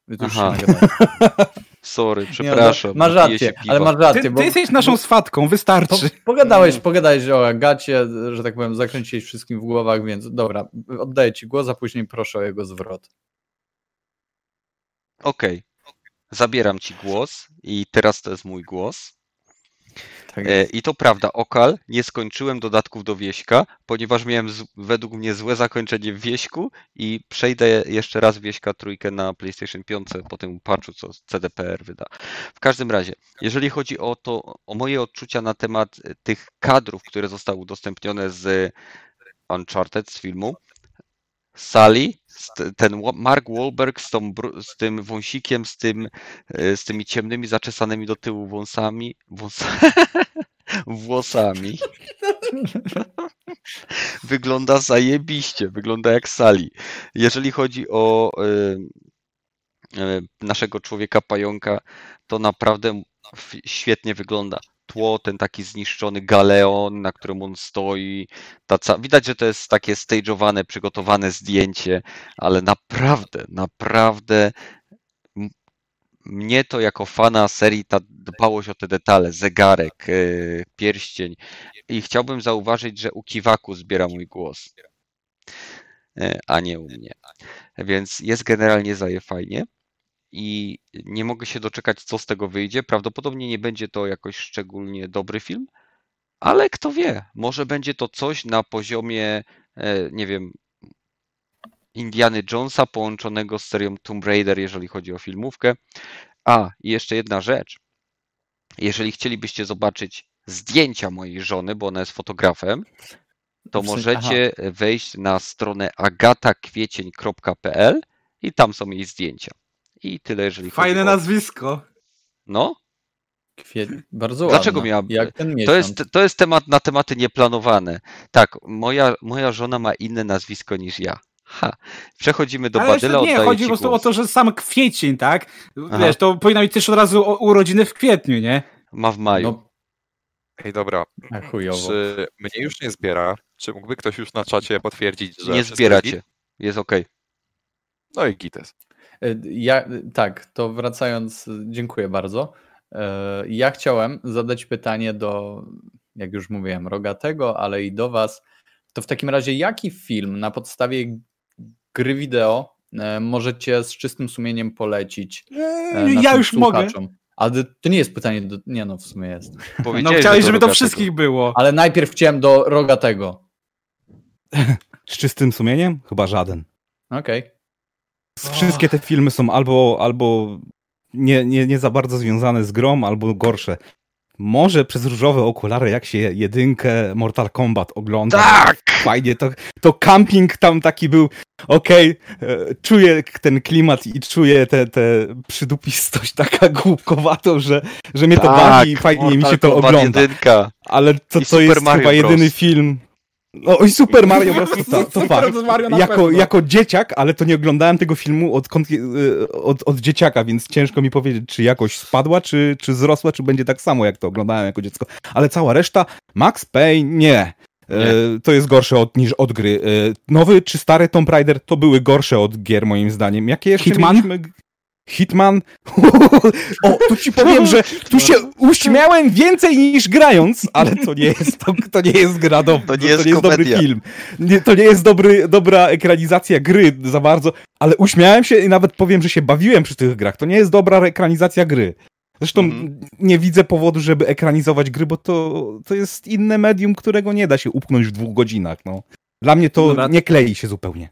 Sorry, przepraszam. Masz rację, ale masz rację. Ty jesteś naszą swatką, wystarczy. Pogadałeś o Agacie, że tak powiem, zakręciłeś wszystkim w głowach, więc dobra, oddaję ci głos, a później proszę o jego zwrot. Okej. Zabieram ci głos i teraz to jest mój głos. Tak jest. I to prawda, Okal, nie skończyłem dodatków do Wieśka, ponieważ miałem według mnie złe zakończenie w Wieśku i przejdę jeszcze raz Wieśka 3 na PlayStation 5 po tym patchu, co CDPR wyda. W każdym razie, jeżeli chodzi o moje odczucia na temat tych kadrów, które zostały udostępnione z Uncharted, z filmu, Sally, ten Mark Wahlberg z tym wąsikiem, z tymi ciemnymi, zaczesanymi do tyłu włosami. Wygląda zajebiście, wygląda jak Sally. Jeżeli chodzi o naszego człowieka pająka, to naprawdę świetnie wygląda. Tło, ten taki zniszczony galeon, na którym on stoi. Widać, że to jest takie stage'owane, przygotowane zdjęcie, ale naprawdę mnie to jako fana serii ta dbałość o te detale, zegarek, pierścień i chciałbym zauważyć, że u Kiwaku zbiera mój głos, a nie u mnie. Więc jest generalnie fajnie. I nie mogę się doczekać, co z tego wyjdzie. Prawdopodobnie nie będzie to jakoś szczególnie dobry film, ale kto wie, może będzie to coś na poziomie, nie wiem, Indiany Jonesa połączonego z serią Tomb Raider, jeżeli chodzi o filmówkę. I jeszcze jedna rzecz. Jeżeli chcielibyście zobaczyć zdjęcia mojej żony, bo ona jest fotografem, to możecie wejść na stronę agatakwiecień.pl i tam są jej zdjęcia. I tyle, jeżeli chodzi Fajne nazwisko. No. Bardzo ładne. Dlaczego miała... Jak ten miesiąc. To jest temat na tematy nieplanowane. Tak, moja żona ma inne nazwisko niż ja. Przechodzimy do Badyla. Nie, chodzi po prostu o to, że sam kwiecień, tak? Wiesz, to powinno być też od razu urodziny w kwietniu, nie? Ma w maju. Ej, dobra. Chujowo. Czy mnie już nie zbiera? Czy mógłby ktoś już na czacie potwierdzić, że... Nie zbieracie. Jest okej. No i gites. Tak, to wracając, dziękuję bardzo. Ja chciałem zadać pytanie do, jak już mówiłem, Rogatego, ale i do was. To w takim razie jaki film na podstawie gry wideo możecie z czystym sumieniem polecić ja już słuchaczom? Mogę. Ale to nie jest pytanie do... Nie no, w sumie jest. No chciałeś, żeby to wszystkich było. Ale najpierw chciałem do Rogatego. Z czystym sumieniem? Chyba żaden. Okej. Wszystkie te filmy są albo nie za bardzo związane z grą, albo gorsze. Może przez różowe okulary, jak się jedynkę Mortal Kombat ogląda. Tak! Fajnie, to camping tam taki był, czuję ten klimat i czuję tę przydupistość taka głupkowatą, że mnie to bawi i fajnie mi się to ogląda. Jedynka. Ale to jest chyba jedyny film, No i Super Mario Bros. To Super fakt. Mario na pewno. Jako dzieciak, ale to nie oglądałem tego filmu od dzieciaka, więc ciężko mi powiedzieć, czy jakoś spadła, czy wzrosła, czy będzie tak samo, jak to oglądałem jako dziecko. Ale cała reszta, Max Payne, nie. To jest gorsze niż od gry. Nowy czy stary Tomb Raider to były gorsze od gier, moim zdaniem. Jakie jeszcze mieliśmy? Hitman? O, tu ci powiem, że tu się uśmiałem więcej niż grając, ale to nie jest gra dobra. To nie jest dobry komedia. film. To nie jest dobra ekranizacja gry za bardzo, ale uśmiałem się i nawet powiem, że się bawiłem przy tych grach. To nie jest dobra ekranizacja gry. Zresztą nie widzę powodu, żeby ekranizować gry, bo to jest inne medium, którego nie da się upchnąć w 2 godzinach. No. Dla mnie to nie klei się zupełnie.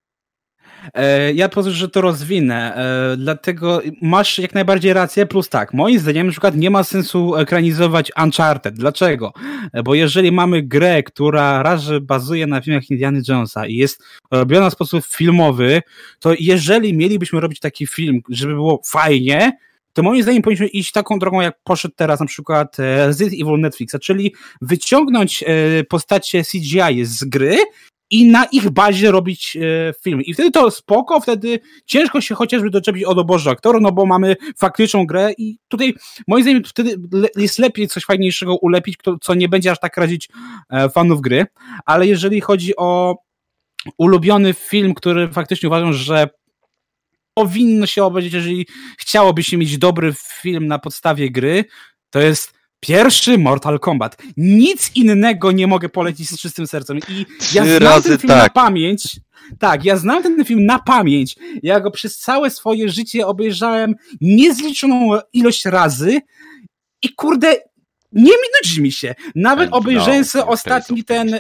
Ja pozwól, że to rozwinę, dlatego masz jak najbardziej rację, plus tak, moim zdaniem na przykład nie ma sensu ekranizować Uncharted. Dlaczego? Bo jeżeli mamy grę, która raz, że bazuje na filmach Indiana Jonesa i jest robiona w sposób filmowy, to jeżeli mielibyśmy robić taki film, żeby było fajnie, to moim zdaniem powinniśmy iść taką drogą, jak poszedł teraz na przykład Resident Evil Netflixa, czyli wyciągnąć postacie CGI z gry i na ich bazie robić film. I wtedy to spoko, wtedy ciężko się chociażby doczepić o doborze aktorów, no bo mamy faktyczną grę i tutaj moim zdaniem wtedy jest lepiej coś fajniejszego ulepić, co nie będzie aż tak razić fanów gry, ale jeżeli chodzi o ulubiony film, który faktycznie uważam, że powinno się obejrzeć, jeżeli chciałoby się mieć dobry film na podstawie gry, to jest pierwszy Mortal Kombat. Nic innego nie mogę polecić z czystym sercem. I ja znam ten film na pamięć. Tak, ja znam ten film na pamięć. Ja go przez całe swoje życie obejrzałem niezliczoną ilość razy i kurde, nie nudzi mi się. Nawet obejrzałem sobie ostatni ten...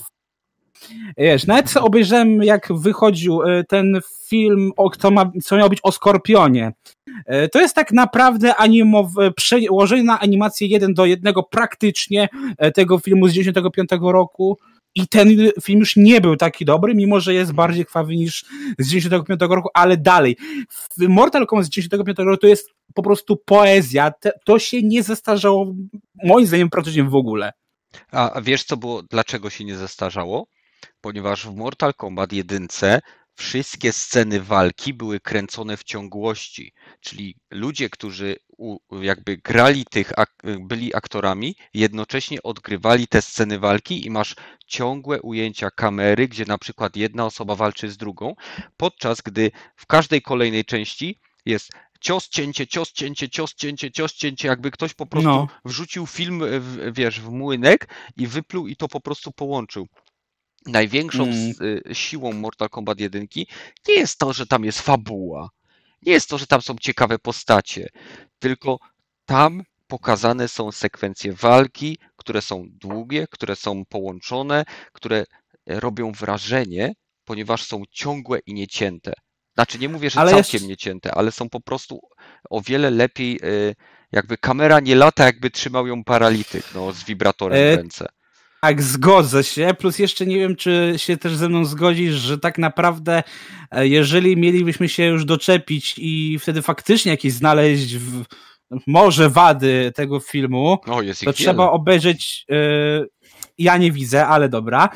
nawet sobie obejrzałem, jak wychodził ten film, co miał być o Skorpionie. To jest tak naprawdę przełożenie na animację 1:1 praktycznie tego filmu z 1995 roku i ten film już nie był taki dobry, mimo że jest bardziej krwawy niż z 1995 roku, ale dalej. W Mortal Kombat z 1995 roku to jest po prostu poezja. To się nie zestarzało, moim zdaniem, praktycznie w ogóle. A wiesz dlaczego się nie zestarzało? Ponieważ w Mortal Kombat 1 wszystkie sceny walki były kręcone w ciągłości, czyli ludzie, którzy jakby grali byli aktorami, jednocześnie odgrywali te sceny walki i masz ciągłe ujęcia kamery, gdzie na przykład jedna osoba walczy z drugą, podczas gdy w każdej kolejnej części jest cios, cięcie, cios, cięcie, cios, cięcie, cios, cięcie, jakby ktoś po prostu wrzucił film, w młynek i wypluł i to po prostu połączył. Największą siłą Mortal Kombat 1 nie jest to, że tam jest fabuła, nie jest to, że tam są ciekawe postacie, tylko tam pokazane są sekwencje walki, które są długie, które są połączone, które robią wrażenie, ponieważ są ciągłe i niecięte. Znaczy nie mówię, że całkiem niecięte, ale są po prostu o wiele lepiej, jakby kamera nie lata, jakby trzymał ją paralityk z wibratorem w ręce. Tak, zgodzę się, plus jeszcze nie wiem, czy się też ze mną zgodzisz, że tak naprawdę jeżeli mielibyśmy się już doczepić i wtedy faktycznie jakieś znaleźć może wady tego filmu, to trzeba obejrzeć, ja nie widzę, ale dobra,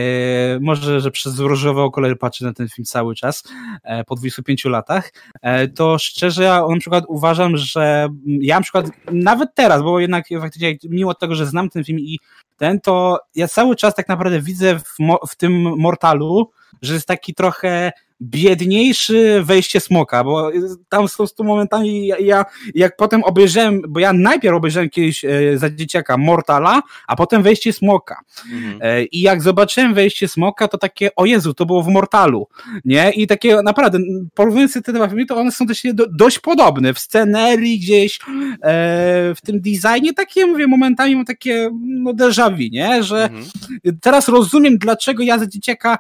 może, że przez różowe okulary patrzę na ten film cały czas, po 25 latach, to szczerze ja na przykład uważam, że ja na przykład nawet teraz, bo jednak faktycznie mimo tego, że znam ten film i to ja cały czas tak naprawdę widzę w tym Mortalu, że jest taki trochę biedniejszy wejście Smoka, bo tam są z tym momentami, ja jak potem obejrzałem, bo ja najpierw obejrzałem kiedyś za dzieciaka Mortala, a potem wejście Smoka. I jak zobaczyłem wejście Smoka, to takie, o Jezu, to było w Mortalu, nie? I takie naprawdę, porównując te dwa filmy, to one są dość podobne, w scenerii gdzieś, w tym designie, takie, mówię, momentami mam takie, déjà vu, nie? Że teraz rozumiem, dlaczego ja za dzieciaka,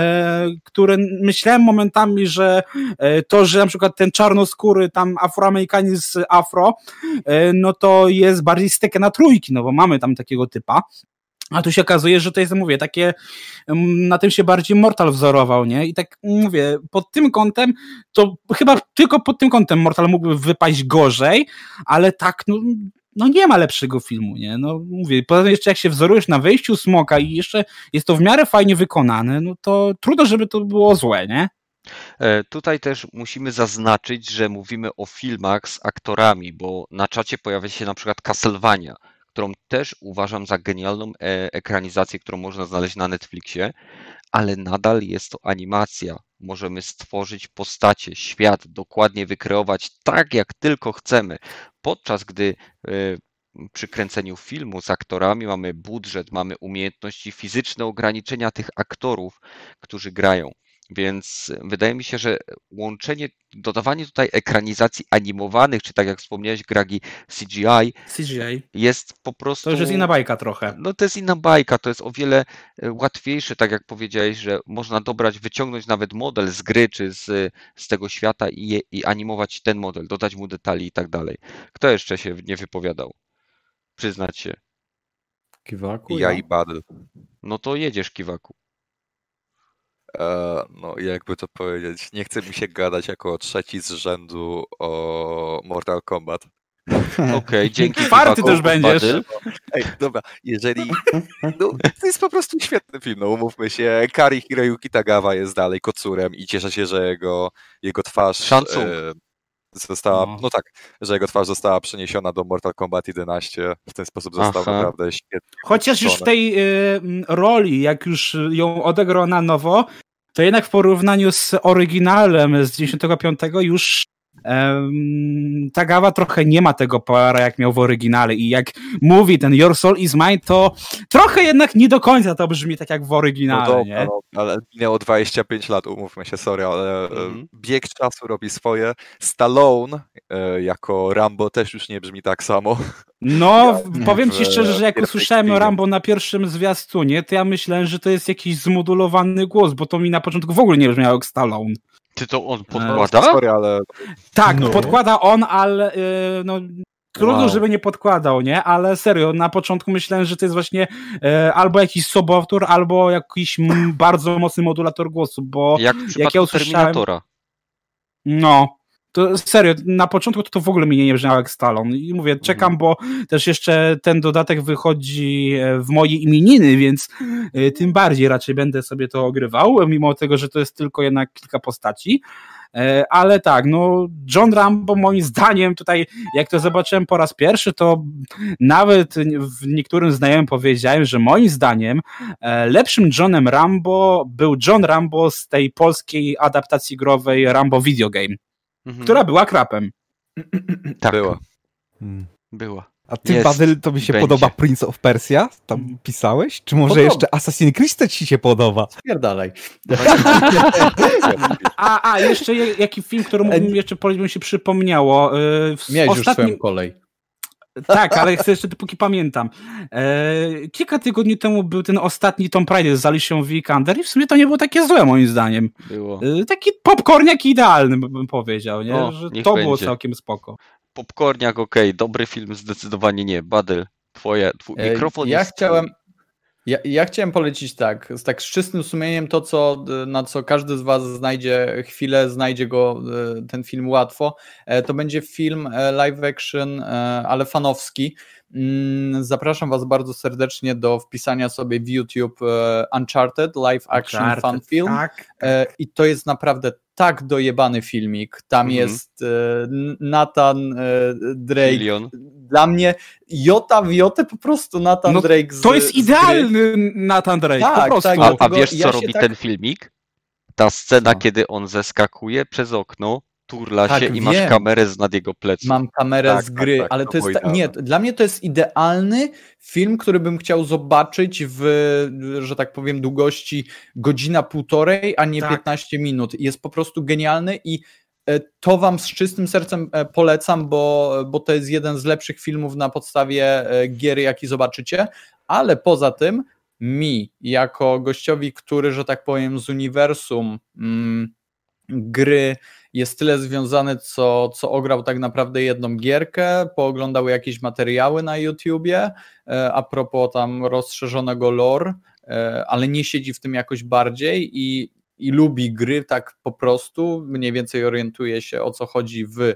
które myślałem momentami, że to, że na przykład ten czarnoskóry tam Afroamerykanin z Afro, no to jest bardziej stekę na trójki, no bo mamy tam takiego typa. A tu się okazuje, że to jest, mówię, takie, na tym się bardziej Mortal wzorował, nie? I tak mówię, pod tym kątem, to chyba tylko pod tym kątem Mortal mógłby wypaść gorzej, ale tak, no no nie ma lepszego filmu, nie? No mówię, poza tym jeszcze jak się wzorujesz na wejściu smoka i jeszcze jest to w miarę fajnie wykonane, no to trudno, żeby to było złe, nie? Tutaj też musimy zaznaczyć, że mówimy o filmach z aktorami, bo na czacie pojawia się na przykład Castlevania, którą też uważam za genialną ekranizację, którą można znaleźć na Netflixie, ale nadal jest to animacja. Możemy stworzyć postacie, świat, dokładnie wykreować tak, jak tylko chcemy. Podczas gdy przy kręceniu filmu z aktorami mamy budżet, mamy umiejętności fizyczne, ograniczenia tych aktorów, którzy grają. Więc wydaje mi się, że dodawanie tutaj ekranizacji animowanych, czy tak jak wspomniałeś, Gragi, CGI jest po prostu... To już jest inna bajka trochę. No to jest inna bajka, to jest o wiele łatwiejsze, tak jak powiedziałeś, że można wyciągnąć nawet model z gry, czy z tego świata i animować ten model, dodać mu detali i tak dalej. Kto jeszcze się nie wypowiadał? Przyznać się. Kiwaku? Ja i Badl. No to jedziesz, Kiwaku. No jakby to powiedzieć, nie chce mi się gadać jako trzeci z rzędu o Mortal Kombat. Okej, dzięki. Czwarty Kiwaku, też będziesz. Badyl. Ej, dobra, jeżeli... No, to jest po prostu świetny film, no umówmy się. Kari Hiroyuki Tagawa jest dalej kocurem i cieszę się, że jego twarz Szancun. została... No tak, że jego twarz została przeniesiona do Mortal Kombat 11. W ten sposób został naprawdę świetny. Chociaż już w tej roli, jak już ją odegrał na nowo, to jednak w porównaniu z oryginalem z 95 już Tagawa trochę nie ma tego powera, jak miał w oryginale i jak mówi ten Your Soul is Mine, to trochę jednak nie do końca to brzmi tak jak w oryginale, no nie? No, ale minęło 25 lat, umówmy się, sorry, ale bieg czasu robi swoje. Stallone jako Rambo też już nie brzmi tak samo. No, powiem ci szczerze, że jak usłyszałem Rambo na pierwszym zwiastunie, to ja myślałem, że to jest jakiś zmodulowany głos, bo to mi na początku w ogóle nie brzmiało jak Stallone. Czy to on podkłada? Sorry, ale... Tak, podkłada on, ale no trudno, żeby nie podkładał, nie? Ale serio, na początku myślałem, że to jest właśnie albo jakiś sobowtór, albo jakiś bardzo mocny modulator głosu, bo jak w przypadku jak ja usłyszałem... Terminatora. No, to serio, na początku to w ogóle mi nie brzmiało jak Stallone i mówię, czekam, bo też jeszcze ten dodatek wychodzi w moje imieniny, więc tym bardziej raczej będę sobie to ogrywał, mimo tego, że to jest tylko jednak kilka postaci. Ale tak, no John Rambo moim zdaniem tutaj, jak to zobaczyłem po raz pierwszy, to nawet w niektórym znajomym powiedziałem, że moim zdaniem lepszym Johnem Rambo był John Rambo z tej polskiej adaptacji growej Rambo Video Game, która była krapem. Tak, była. A ty, Jest, Badyl, to mi się podoba Prince of Persia? Tam pisałeś? Czy może jeszcze Assassin's Creed ci się podoba? Spierdalaj. Jeszcze jaki film, który jeszcze mi się przypomniało. Miałeś już swoją kolej. Tak, ale chcę jeszcze, dopóki pamiętam. Kilka tygodni temu był ten ostatni Tomb Raider z Alicia Vikander i w sumie to nie było takie złe moim zdaniem. Było. Taki popcorniak idealny, bym powiedział, nie? No, że to było całkiem spoko. Popcorniak, okej, dobry film zdecydowanie nie. Badyl, twój mikrofon jest... Ja chciałem polecić z czystym sumieniem to, na co każdy z was znajdzie chwilę, znajdzie go ten film łatwo. To będzie film live action, ale fanowski. Zapraszam was bardzo serdecznie do wpisania sobie w YouTube Uncharted Live Action Fan Film. Tak. I to jest naprawdę tak dojebany filmik. Tam jest Nathan Drake. Milion. Dla mnie jota w jotę po prostu Nathan Drake to jest idealny Nathan Drake, tak, po prostu. Tak, a wiesz, co robi ten filmik? Ta scena, kiedy on zeskakuje przez okno, turla się i masz kamerę z nad jego pleców. Mam kamerę z gry, ale to jest... Nie, dla mnie to jest idealny film, który bym chciał zobaczyć w, że tak powiem, długości godzina, półtorej, a nie 15 minut. Jest po prostu genialny i to wam z czystym sercem polecam, bo to jest jeden z lepszych filmów na podstawie gier, jaki zobaczycie, ale poza tym mi, jako gościowi, który, że tak powiem, z uniwersum gry jest tyle związany, co ograł tak naprawdę jedną gierkę, pooglądał jakieś materiały na YouTubie, a propos tam rozszerzonego lore, ale nie siedzi w tym jakoś bardziej i lubi gry tak po prostu, mniej więcej orientuje się, o co chodzi w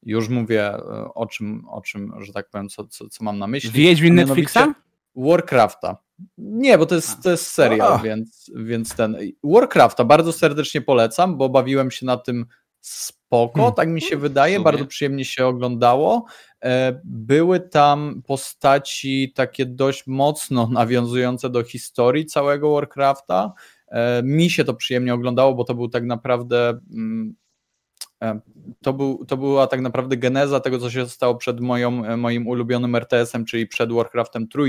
Już mówię o czym, że tak powiem, co mam na myśli. Wiedźmin Netflixa? Warcrafta. Nie, bo to jest serial, więc ten Warcrafta bardzo serdecznie polecam, bo bawiłem się na tym spoko, tak mi się wydaje, bardzo przyjemnie się oglądało. Były tam postaci takie dość mocno nawiązujące do historii całego Warcrafta. Mi się to przyjemnie oglądało, bo to był tak naprawdę to była tak naprawdę geneza tego, co się stało przed moim ulubionym RTS-em, czyli przed Warcraftem 3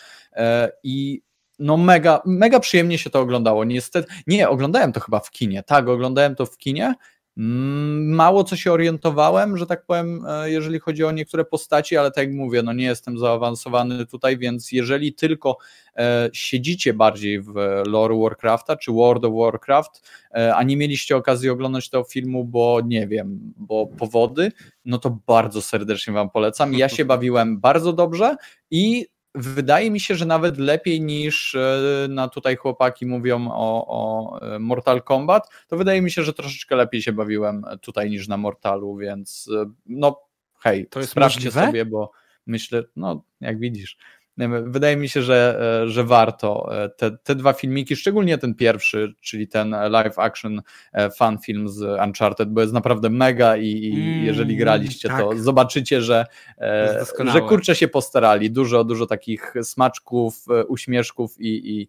i no mega przyjemnie się to oglądało. Niestety, nie, oglądałem to chyba w kinie, tak, oglądałem to w kinie. Mało co się orientowałem, że tak powiem, jeżeli chodzi o niektóre postaci, ale tak jak mówię, no nie jestem zaawansowany tutaj, więc jeżeli tylko siedzicie bardziej w lore Warcrafta czy World of Warcraft, a nie mieliście okazji oglądać tego filmu, bo nie wiem, bo powody, no to bardzo serdecznie wam polecam. Ja się bawiłem bardzo dobrze i wydaje mi się, że nawet lepiej niż tutaj chłopaki mówią o Mortal Kombat, to wydaje mi się, że troszeczkę lepiej się bawiłem tutaj niż na Mortalu, więc no hej, to jest sprawdźcie możliwe? sobie, bo myślę, no jak widzisz, wydaje mi się, że warto te dwa filmiki, szczególnie ten pierwszy, czyli ten live action fan film z Uncharted, bo jest naprawdę mega i jeżeli graliście, tak. to zobaczycie, że kurczę się postarali. Dużo takich smaczków, uśmieszków i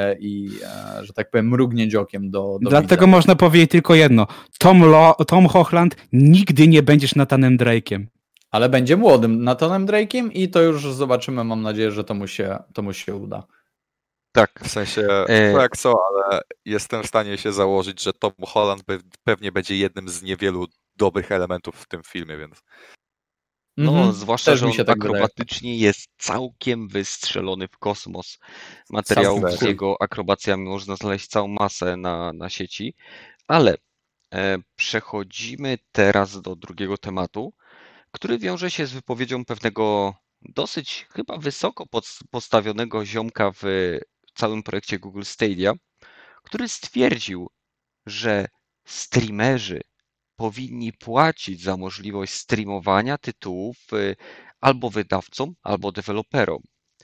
że tak powiem mrugnięć okiem do Dlatego widza. można powiedzieć tylko jedno. Tom Holland, nigdy nie będziesz Nathanem Drake'em. Ale będzie młodym Nathanem Drake'em i to już zobaczymy, mam nadzieję, że to mu się uda. Tak, w sensie, jak co, ale jestem w stanie się założyć, że Tom Holland pewnie będzie jednym z niewielu dobrych elementów w tym filmie, więc... No, zwłaszcza, Też że mi on się tak akrobatycznie jest całkiem wystrzelony w kosmos. Materiałów z jego akrobacjami można znaleźć całą masę na sieci, ale przechodzimy teraz do drugiego tematu, który wiąże się z wypowiedzią pewnego dosyć chyba wysoko postawionego ziomka w całym projekcie Google Stadia, który stwierdził, że streamerzy powinni płacić za możliwość streamowania tytułów albo wydawcom, albo deweloperom.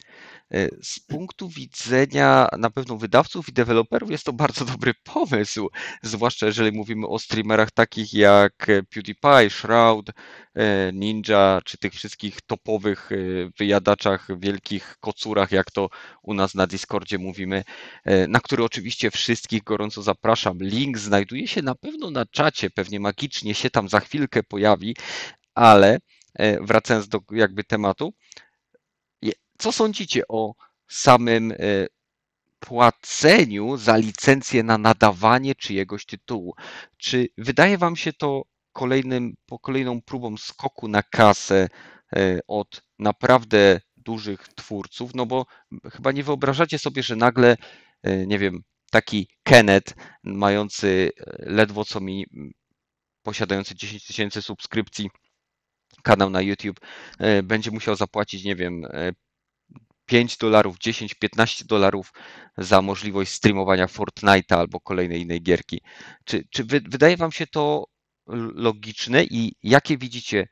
Z punktu widzenia na pewno wydawców i deweloperów jest to bardzo dobry pomysł, zwłaszcza jeżeli mówimy o streamerach takich jak PewDiePie, Shroud, Ninja, czy tych wszystkich topowych wyjadaczach, wielkich kocurach, jak to u nas na Discordzie mówimy, na który oczywiście wszystkich gorąco zapraszam. Link znajduje się na pewno na czacie, pewnie magicznie się tam za chwilkę pojawi, ale wracając do jakby tematu, co sądzicie o samym płaceniu za licencję na nadawanie czyjegoś tytułu? Czy wydaje wam się to kolejną próbą skoku na kasę od naprawdę dużych twórców? No bo chyba nie wyobrażacie sobie, że nagle, nie wiem, taki Kenneth, mający ledwo co posiadający 10 000 subskrypcji, kanał na YouTube, będzie musiał zapłacić, nie wiem, $5, 10, $15 za możliwość streamowania Fortnite'a albo kolejnej innej gierki. Czy wydaje wam się to logiczne i jakie widzicie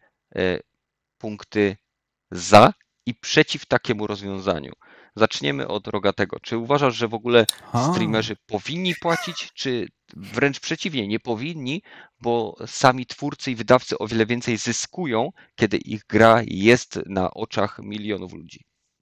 punkty za i przeciw takiemu rozwiązaniu? Zaczniemy od Rogatego. Czy uważasz, że w ogóle streamerzy powinni płacić, czy wręcz przeciwnie, nie powinni, bo sami twórcy i wydawcy o wiele więcej zyskują, kiedy ich gra jest na oczach milionów ludzi?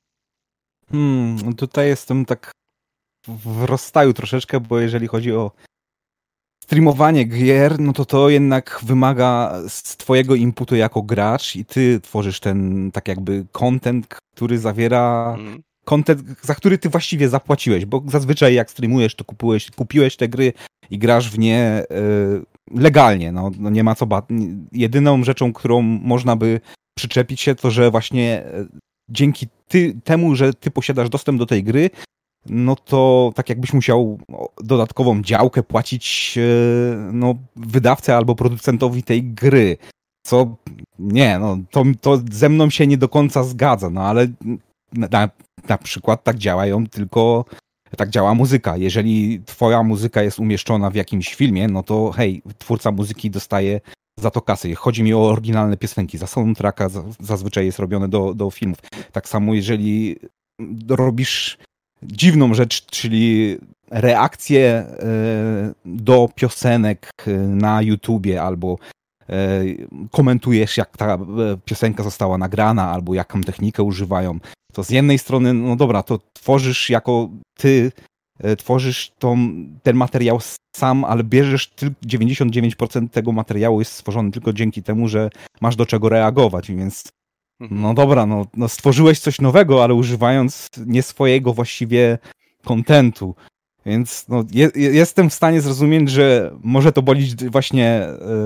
Tutaj jestem tak w rozstaju troszeczkę, bo jeżeli chodzi o streamowanie gier, no to jednak wymaga z twojego inputu jako gracz i ty tworzysz ten tak jakby content, który zawiera content, za który ty właściwie zapłaciłeś, bo zazwyczaj jak streamujesz, to kupiłeś te gry i grasz w nie legalnie, no nie ma co jedyną rzeczą, którą można by przyczepić się, to że właśnie dzięki temu, że ty posiadasz dostęp do tej gry, no to tak jakbyś musiał dodatkową działkę płacić wydawcy albo producentowi tej gry. Co nie, no to ze mną się nie do końca zgadza, no ale na przykład tak działa muzyka. Jeżeli twoja muzyka jest umieszczona w jakimś filmie, no to hej, twórca muzyki dostaje za to kasy. Chodzi mi o oryginalne piosenki. Za soundtracka zazwyczaj jest robione do filmów. Tak samo jeżeli robisz dziwną rzecz, czyli reakcje do piosenek na YouTubie albo komentujesz, jak ta piosenka została nagrana albo jaką technikę używają, to z jednej strony, no dobra, to tworzysz jako ty, tworzysz ten materiał sam, ale bierzesz tylko 99% tego materiału jest stworzony tylko dzięki temu, że masz do czego reagować, więc no dobra, no stworzyłeś coś nowego, ale używając nie swojego właściwie kontentu. Więc no, jestem w stanie zrozumieć, że może to bolić właśnie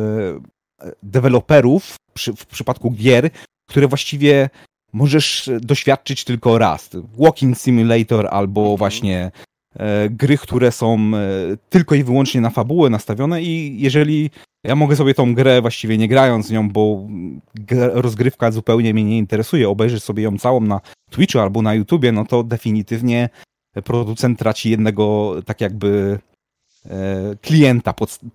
deweloperów w przypadku gier, które właściwie możesz doświadczyć tylko raz. Walking Simulator albo właśnie gry, które są tylko i wyłącznie na fabułę nastawione i jeżeli ja mogę sobie tą grę właściwie nie grając nią, bo rozgrywka zupełnie mnie nie interesuje, obejrzeć sobie ją całą na Twitchu albo na YouTubie, no to definitywnie producent traci jednego tak jakby klienta.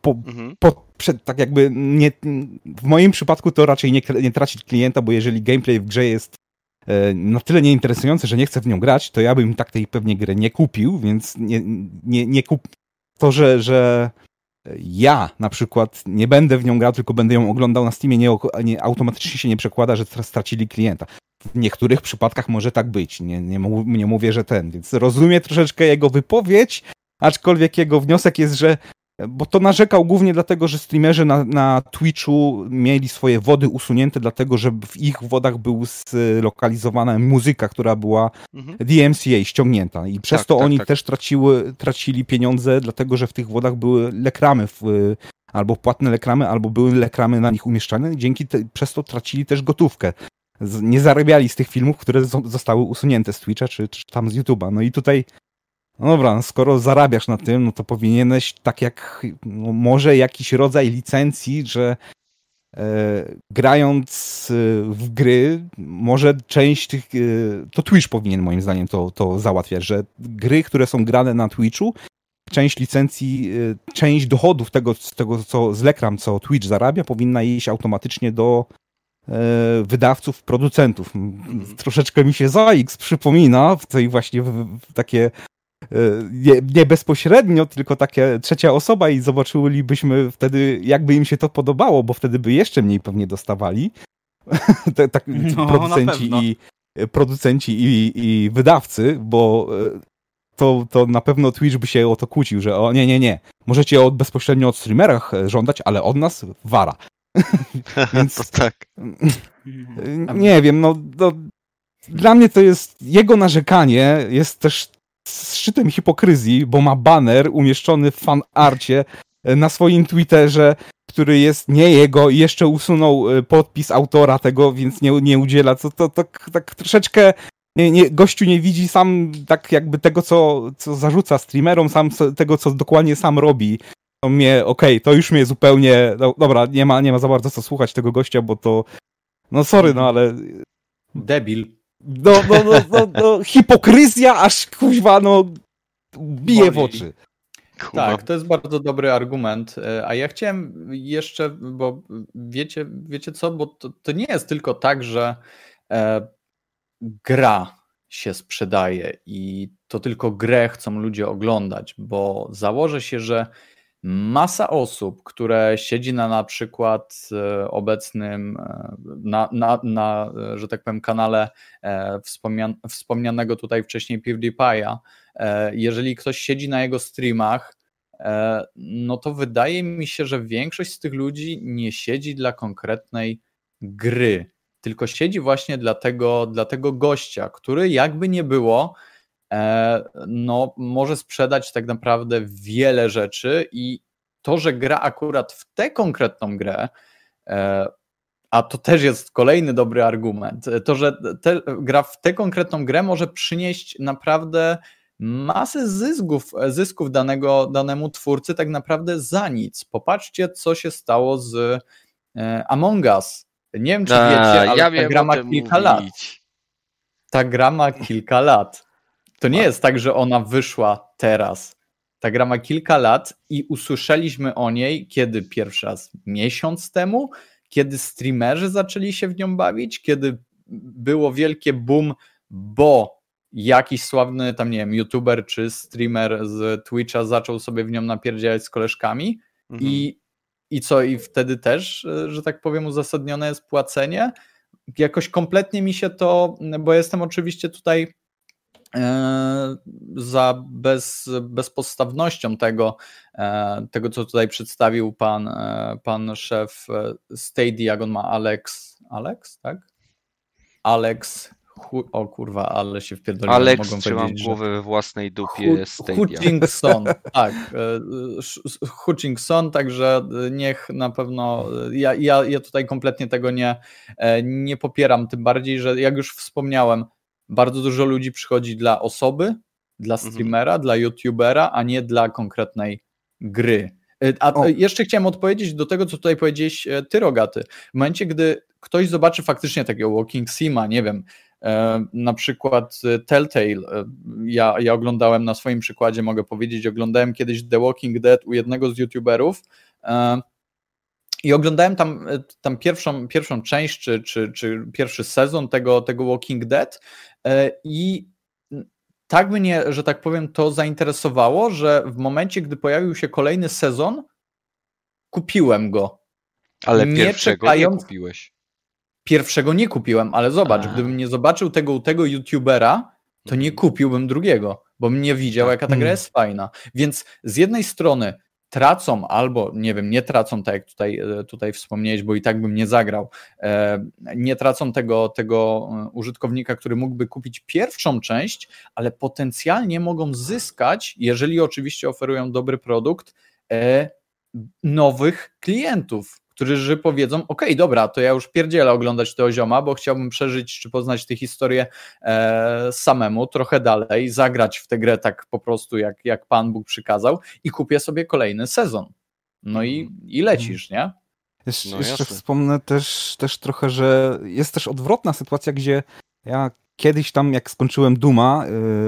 Tak jakby w moim przypadku to raczej nie tracić klienta, bo jeżeli gameplay w grze jest na tyle nieinteresujący, że nie chcę w nią grać, to ja bym tak tej pewnie grę nie kupił, więc nie kup to, że ja na przykład nie będę w nią grał, tylko będę ją oglądał na Steamie, automatycznie się nie przekłada, że stracili klienta. W niektórych przypadkach może tak być. Nie mówię, że więc rozumiem troszeczkę jego wypowiedź, aczkolwiek jego wniosek jest, że bo to narzekał głównie dlatego, że streamerzy na Twitchu mieli swoje wody usunięte, dlatego że w ich wodach był zlokalizowana muzyka, która była DMCA ściągnięta i przez to oni też tracili pieniądze, dlatego że w tych wodach były lekramy, albo płatne lekramy, albo były lekramy na nich umieszczane, przez to tracili też gotówkę. Nie zarabiali z tych filmów, które zostały usunięte z Twitcha czy tam z YouTube'a. No i tutaj no dobra, skoro zarabiasz na tym, no to powinieneś tak jak może jakiś rodzaj licencji, że grając w gry, może część tych, to Twitch powinien moim zdaniem to załatwiać, że gry, które są grane na Twitchu, część licencji, część dochodów tego co z lekram, co Twitch zarabia, powinna iść automatycznie do wydawców, producentów. Troszeczkę mi się ZAX przypomina w tej właśnie takie nie bezpośrednio, tylko takie trzecia osoba i zobaczylibyśmy wtedy, jakby im się to podobało, bo wtedy by jeszcze mniej pewnie dostawali. Producenci i wydawcy, bo to na pewno Twitch by się o to kłócił, że nie. Możecie bezpośrednio od streamerach żądać, ale od nas wara. Więc to tak. Nie wiem, dla mnie to jest jego narzekanie jest też szczytem hipokryzji, bo ma baner umieszczony w fanarcie na swoim Twitterze, który jest nie jego i jeszcze usunął podpis autora tego, więc nie udziela. To tak troszeczkę gościu nie widzi sam tak jakby tego, co zarzuca streamerom, sam tego, co dokładnie sam robi. To już mnie zupełnie, dobra, nie ma za bardzo co słuchać tego gościa, bo to, sorry, ale... Debil. Hipokryzja aż kuźwa, bije w oczy. Tak, to jest bardzo dobry argument, a ja chciałem jeszcze, bo wiecie co, bo to nie jest tylko tak, że gra się sprzedaje i to tylko grę chcą ludzie oglądać, bo założę się, że masa osób, które siedzi na przykład obecnym, że tak powiem, kanale wspomnianego tutaj wcześniej PewDiePie'a, jeżeli ktoś siedzi na jego streamach, no to wydaje mi się, że większość z tych ludzi nie siedzi dla konkretnej gry, tylko siedzi właśnie dla tego gościa, który jakby nie było, może sprzedać tak naprawdę wiele rzeczy i to, że gra akurat w tę konkretną grę, a to też jest kolejny dobry argument, to, że gra w tę konkretną grę może przynieść naprawdę masę zysków danemu twórcy tak naprawdę za nic. Popatrzcie, co się stało z Among Us. Nie wiem, czy wiecie, ale ta gra ma kilka lat. Ta gra ma kilka lat. To nie jest tak, że ona wyszła teraz. Ta gra ma kilka lat i usłyszeliśmy o niej kiedy pierwszy raz? Miesiąc temu? Kiedy streamerzy zaczęli się w nią bawić? Kiedy było wielkie boom, bo jakiś sławny tam, nie wiem, youtuber czy streamer z Twitcha zaczął sobie w nią napierdzielać z koleżkami i co? I wtedy też, że tak powiem, uzasadnione jest płacenie? Jakoś kompletnie mi się to, bo jestem oczywiście tutaj za bezpodstawnością tego, co tutaj przedstawił pan szef Stadia, jak on ma Alex, tak? O kurwa, ale się wpierdoliłem. Alex, mogą trzymam powiedzieć, głowę we własnej dupie Stadia. Hutchinson, tak. Hutchinson, także niech na pewno, ja tutaj kompletnie tego nie popieram, tym bardziej, że jak już wspomniałem, bardzo dużo ludzi przychodzi dla osoby, dla streamera, dla youtubera, a nie dla konkretnej gry. Jeszcze chciałem odpowiedzieć do tego, co tutaj powiedziałeś ty, Rogaty. W momencie, gdy ktoś zobaczy faktycznie takiego walking sima, nie wiem, na przykład Telltale, ja oglądałem na swoim przykładzie, mogę powiedzieć, oglądałem kiedyś The Walking Dead u jednego z youtuberów i oglądałem tam pierwszą część, czy pierwszy sezon tego Walking Dead i tak mnie, że tak powiem, to zainteresowało, że w momencie, gdy pojawił się kolejny sezon, kupiłem go. Ale pierwszego nie kupiłeś. Pierwszego nie kupiłem, ale zobacz, gdybym nie zobaczył tego youtubera, to nie kupiłbym drugiego, bo bym nie widział, jaka ta gra jest fajna. Więc z jednej strony tracą albo, nie wiem, nie tracą, tak jak tutaj wspomniałeś, bo i tak bym nie zagrał, nie tracą tego użytkownika, który mógłby kupić pierwszą część, ale potencjalnie mogą zyskać, jeżeli oczywiście oferują dobry produkt, nowych klientów, którzy powiedzą, okej, dobra, to ja już pierdzielę oglądać tego zioma, bo chciałbym przeżyć czy poznać tę historię samemu, trochę dalej, zagrać w tę grę tak po prostu, jak Pan Bóg przykazał i kupię sobie kolejny sezon. No i lecisz, nie? Jeszcze wspomnę też trochę, że jest też odwrotna sytuacja, gdzie ja kiedyś tam, jak skończyłem Dooma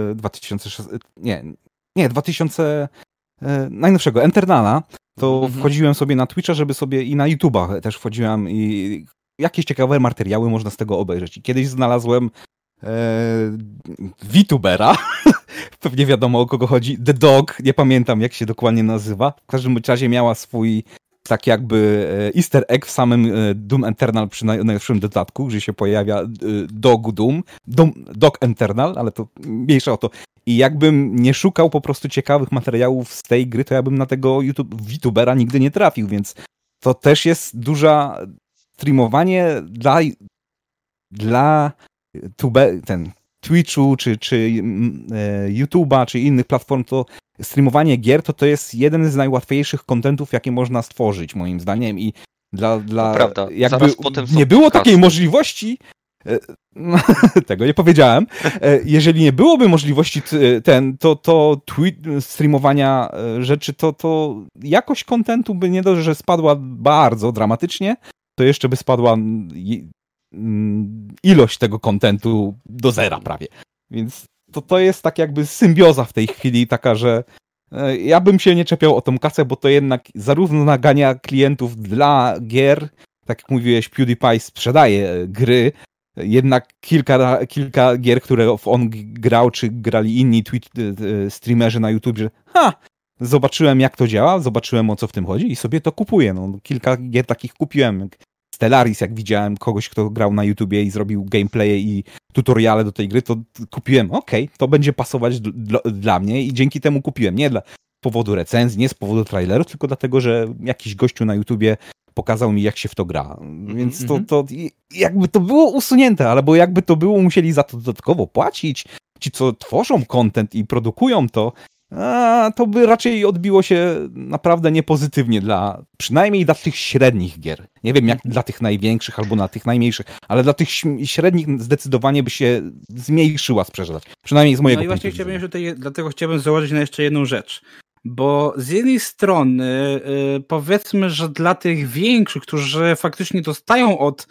2000 najnowszego, Eternala, to wchodziłem sobie na Twitcha, żeby sobie i na YouTube'a też wchodziłem i jakieś ciekawe materiały można z tego obejrzeć. I kiedyś znalazłem VTubera, pewnie wiadomo o kogo chodzi, The Dog, nie pamiętam jak się dokładnie nazywa, w każdym razie miała swój tak jakby easter egg w samym Doom Eternal przy najnowszym dodatku, gdzie się pojawia Dog Eternal, ale to mniejsza o to. I jakbym nie szukał po prostu ciekawych materiałów z tej gry, to ja bym na tego VTubera nigdy nie trafił, więc to też jest duża streamowanie dla Twitchu, czy YouTube'a, czy innych platform, to streamowanie gier to jest jeden z najłatwiejszych kontentów, jakie można stworzyć, moim zdaniem. I prawda. jakby nie było takiej możliwości, tego nie powiedziałem, jeżeli nie byłoby możliwości streamowania rzeczy, to jakość kontentu by nie dość, że spadła bardzo dramatycznie, to jeszcze by spadła ilość tego kontentu do zera prawie. Więc to jest tak jakby symbioza w tej chwili taka, że ja bym się nie czepiał o tą kasę, bo to jednak zarówno nagania klientów dla gier, tak jak mówiłeś, PewDiePie sprzedaje gry, jednak kilka gier, które on grał, czy grali inni streamerzy na YouTube, że zobaczyłem jak to działa, zobaczyłem o co w tym chodzi i sobie to kupuję. No, kilka gier takich kupiłem. Stellaris, jak widziałem kogoś, kto grał na YouTubie i zrobił gameplaye i tutoriale do tej gry, to kupiłem, to będzie pasować dla mnie i dzięki temu kupiłem. Nie z powodu recenzji, nie z powodu trailerów, tylko dlatego, że jakiś gościu na YouTubie pokazał mi, jak się w to gra. Więc to jakby to było usunięte, albo jakby to było, musieli za to dodatkowo płacić. Ci, co tworzą content i produkują to by raczej odbiło się naprawdę niepozytywnie przynajmniej dla tych średnich gier. Nie wiem jak dla tych największych albo na tych najmniejszych, ale dla tych średnich zdecydowanie by się zmniejszyła sprzedaż. Przynajmniej z mojego punktu widzenia. Dlatego chciałbym założyć na jeszcze jedną rzecz. Bo z jednej strony powiedzmy, że dla tych większych, którzy faktycznie dostają od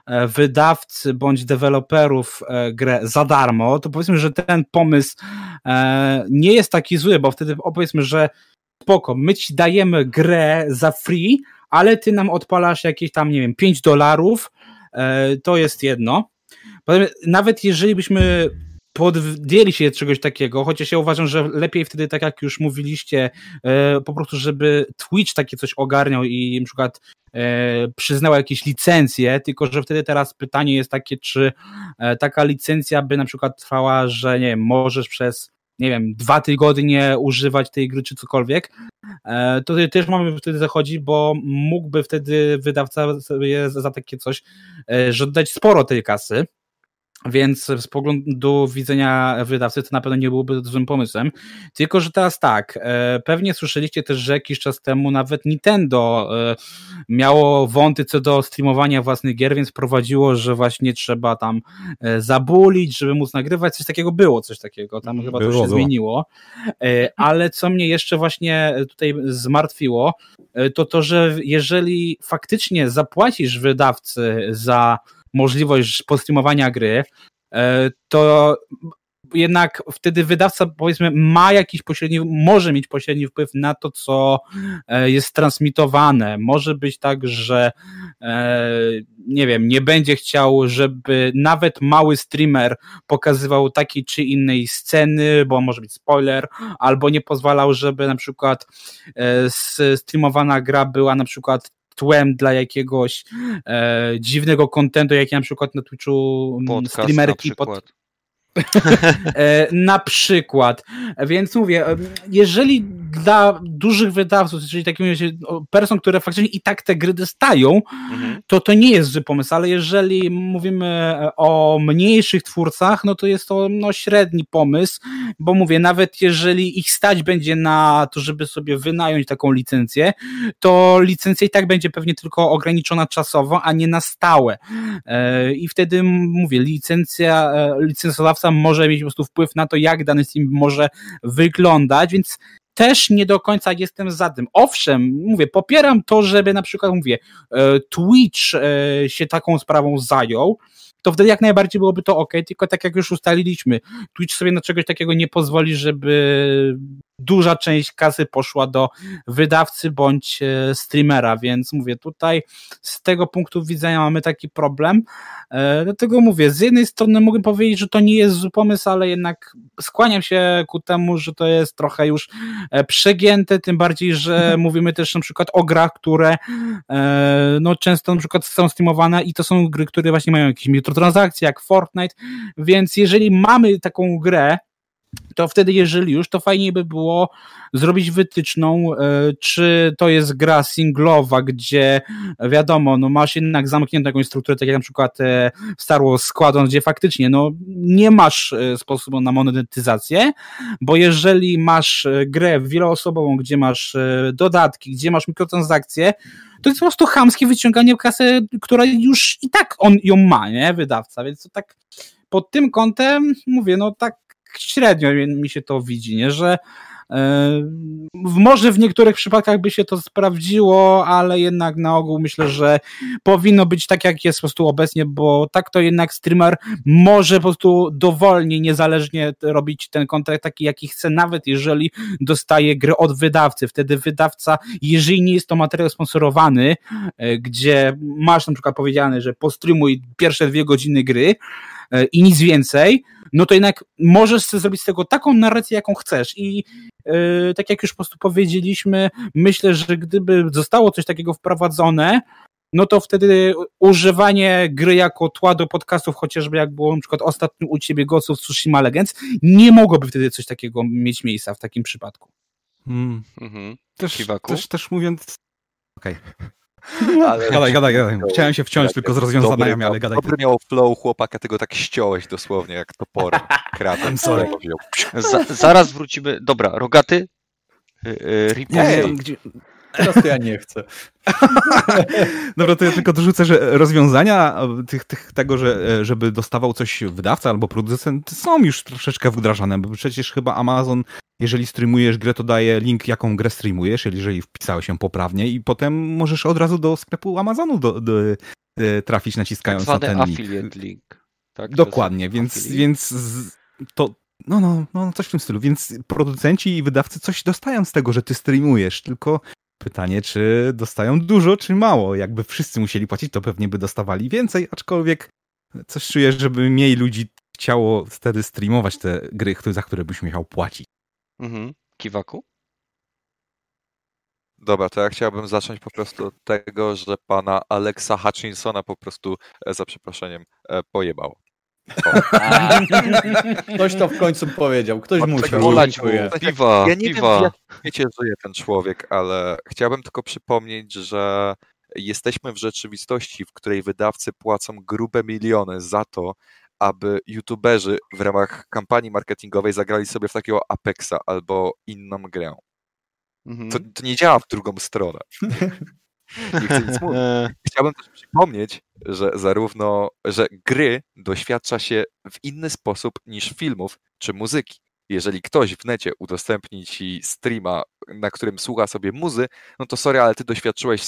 wydawcy bądź deweloperów grę za darmo, to powiedzmy, że ten pomysł nie jest taki zły, bo wtedy powiedzmy, że spoko, my ci dajemy grę za free, ale ty nam odpalasz jakieś tam, nie wiem, $5, to jest jedno. Nawet jeżeli byśmy podjęli się czegoś takiego, chociaż ja uważam, że lepiej wtedy, tak jak już mówiliście, po prostu, żeby Twitch takie coś ogarniał i na przykład przyznał jakieś licencje, tylko że wtedy teraz pytanie jest takie, czy taka licencja by na przykład trwała, że nie wiem, możesz przez 2 tygodnie używać tej gry czy cokolwiek, to też mamy wtedy zachodzi, bo mógłby wtedy wydawca sobie za takie coś, że oddać sporo tej kasy. Więc z poglądu widzenia wydawcy to na pewno nie byłoby złym pomysłem. Tylko że teraz tak, pewnie słyszeliście też, że jakiś czas temu nawet Nintendo miało wąty co do streamowania własnych gier, więc prowadziło, że właśnie trzeba tam zabulić, żeby móc nagrywać. Coś takiego było, tam chyba to się zmieniło. Ale co mnie jeszcze właśnie tutaj zmartwiło, to że jeżeli faktycznie zapłacisz wydawcy za możliwość postreamowania gry, to jednak wtedy wydawca, powiedzmy, może mieć pośredni wpływ na to, co jest transmitowane. Może być tak, że nie będzie chciał, żeby nawet mały streamer pokazywał takiej czy innej sceny, bo może być spoiler, albo nie pozwalał, żeby na przykład streamowana gra była na przykład tłem dla jakiegoś dziwnego kontentu, jak na przykład na Twitchu streamerki na przykład. Więc mówię, jeżeli dla dużych wydawców, czyli takim person, które faktycznie i tak te gry dostają, to nie jest zły pomysł, ale jeżeli mówimy o mniejszych twórcach, no to jest to średni pomysł, bo mówię, nawet jeżeli ich stać będzie na to, żeby sobie wynająć taką licencję, to licencja i tak będzie pewnie tylko ograniczona czasowo, a nie na stałe. I wtedy mówię, licencjodawca może mieć po prostu wpływ na to, jak dany stream może wyglądać, więc też nie do końca jestem za tym. Owszem, mówię, popieram to, żeby na przykład, Twitch się taką sprawą zajął, to wtedy jak najbardziej byłoby to ok, tylko tak jak już ustaliliśmy, Twitch sobie na czegoś takiego nie pozwoli, żeby duża część kasy poszła do wydawcy bądź streamera, więc mówię, tutaj z tego punktu widzenia mamy taki problem, dlatego mówię, z jednej strony mogę powiedzieć, że to nie jest zły pomysł, ale jednak skłaniam się ku temu, że to jest trochę już przegięte, tym bardziej, że mówimy też na przykład o grach, które często na przykład są streamowane i to są gry, które właśnie mają jakieś mikrotransakcje, jak Fortnite, więc jeżeli mamy taką grę, to wtedy, jeżeli już, to fajniej by było zrobić wytyczną, czy to jest gra singlowa, gdzie wiadomo, masz jednak zamkniętą jakąś strukturę, tak jak na przykład Star Wars Squadron, gdzie faktycznie nie masz sposobu na monetyzację, bo jeżeli masz grę wieloosobową, gdzie masz dodatki, gdzie masz mikrotransakcje, to jest po prostu chamskie wyciąganie kasy, która już i tak on ją ma, nie? Wydawca, więc to tak pod tym kątem mówię, tak średnio mi się to widzi, nie? Że może w niektórych przypadkach by się to sprawdziło, ale jednak na ogół myślę, że powinno być tak, jak jest po prostu obecnie, bo tak to jednak streamer może po prostu dowolnie, niezależnie robić ten kontrakt taki, jaki chce, nawet jeżeli dostaje grę od wydawcy. Wtedy wydawca, jeżeli nie jest to materiał sponsorowany, gdzie masz na przykład powiedziane, że postreamuj pierwsze 2 godziny gry i nic więcej, to jednak możesz sobie zrobić z tego taką narrację, jaką chcesz i tak jak już po prostu powiedzieliśmy, myślę, że gdyby zostało coś takiego wprowadzone, to wtedy używanie gry jako tła do podcastów, chociażby jak było na przykład ostatnio u ciebie Ghost of Tsushima Legends, nie mogłoby wtedy coś takiego mieć miejsca w takim przypadku. Też mówiąc... Okej. Gadaj. Chciałem się wciąć tylko z rozwiązaniami, ale gadaj. Dobry miał flow chłopaka, tego tak ściąłeś dosłownie, jak toporem. Kratem. Zaraz wrócimy. Dobra, Rogaty? Teraz to ja nie chcę. Dobra, to ja tylko dorzucę, że rozwiązania tego, żeby dostawał coś wydawca albo producent, są już troszeczkę wdrażane, bo przecież chyba Amazon, jeżeli streamujesz grę, to daje link, jaką grę streamujesz, jeżeli wpisałeś się poprawnie i potem możesz od razu do sklepu Amazonu trafić naciskając Tak na zwany ten link. affiliate link. Tak? Dokładnie, To jest affiliate? więc to no, coś w tym stylu. Więc producenci i wydawcy coś dostają z tego, że ty streamujesz, tylko pytanie, czy dostają dużo, czy mało. Jakby wszyscy musieli płacić, to pewnie by dostawali więcej, aczkolwiek coś czuję, żeby mniej ludzi chciało wtedy streamować te gry, za które byś musiał płacić. Kiwaku? Dobra, to ja chciałbym zacząć po prostu od tego, że pana Alexa Hutchinsona po prostu, za przeproszeniem, pojebał. Ktoś to w końcu powiedział, ktoś musiał. Olać Dziękuję. mu, piwa, Ja nie wiem, w piwa. jakim świecie żyje ten człowiek, ale chciałbym tylko przypomnieć, że jesteśmy w rzeczywistości, w której wydawcy płacą grube miliony za to, aby youtuberzy w ramach kampanii marketingowej zagrali sobie w takiego Apexa albo inną grę. To nie działa w drugą stronę. Nie chcę nic mówić. Chciałbym też przypomnieć, że że gry doświadcza się w inny sposób niż filmów czy muzyki. Jeżeli ktoś w necie udostępni ci streama, na którym słucha sobie muzy, no to sorry, ale ty doświadczyłeś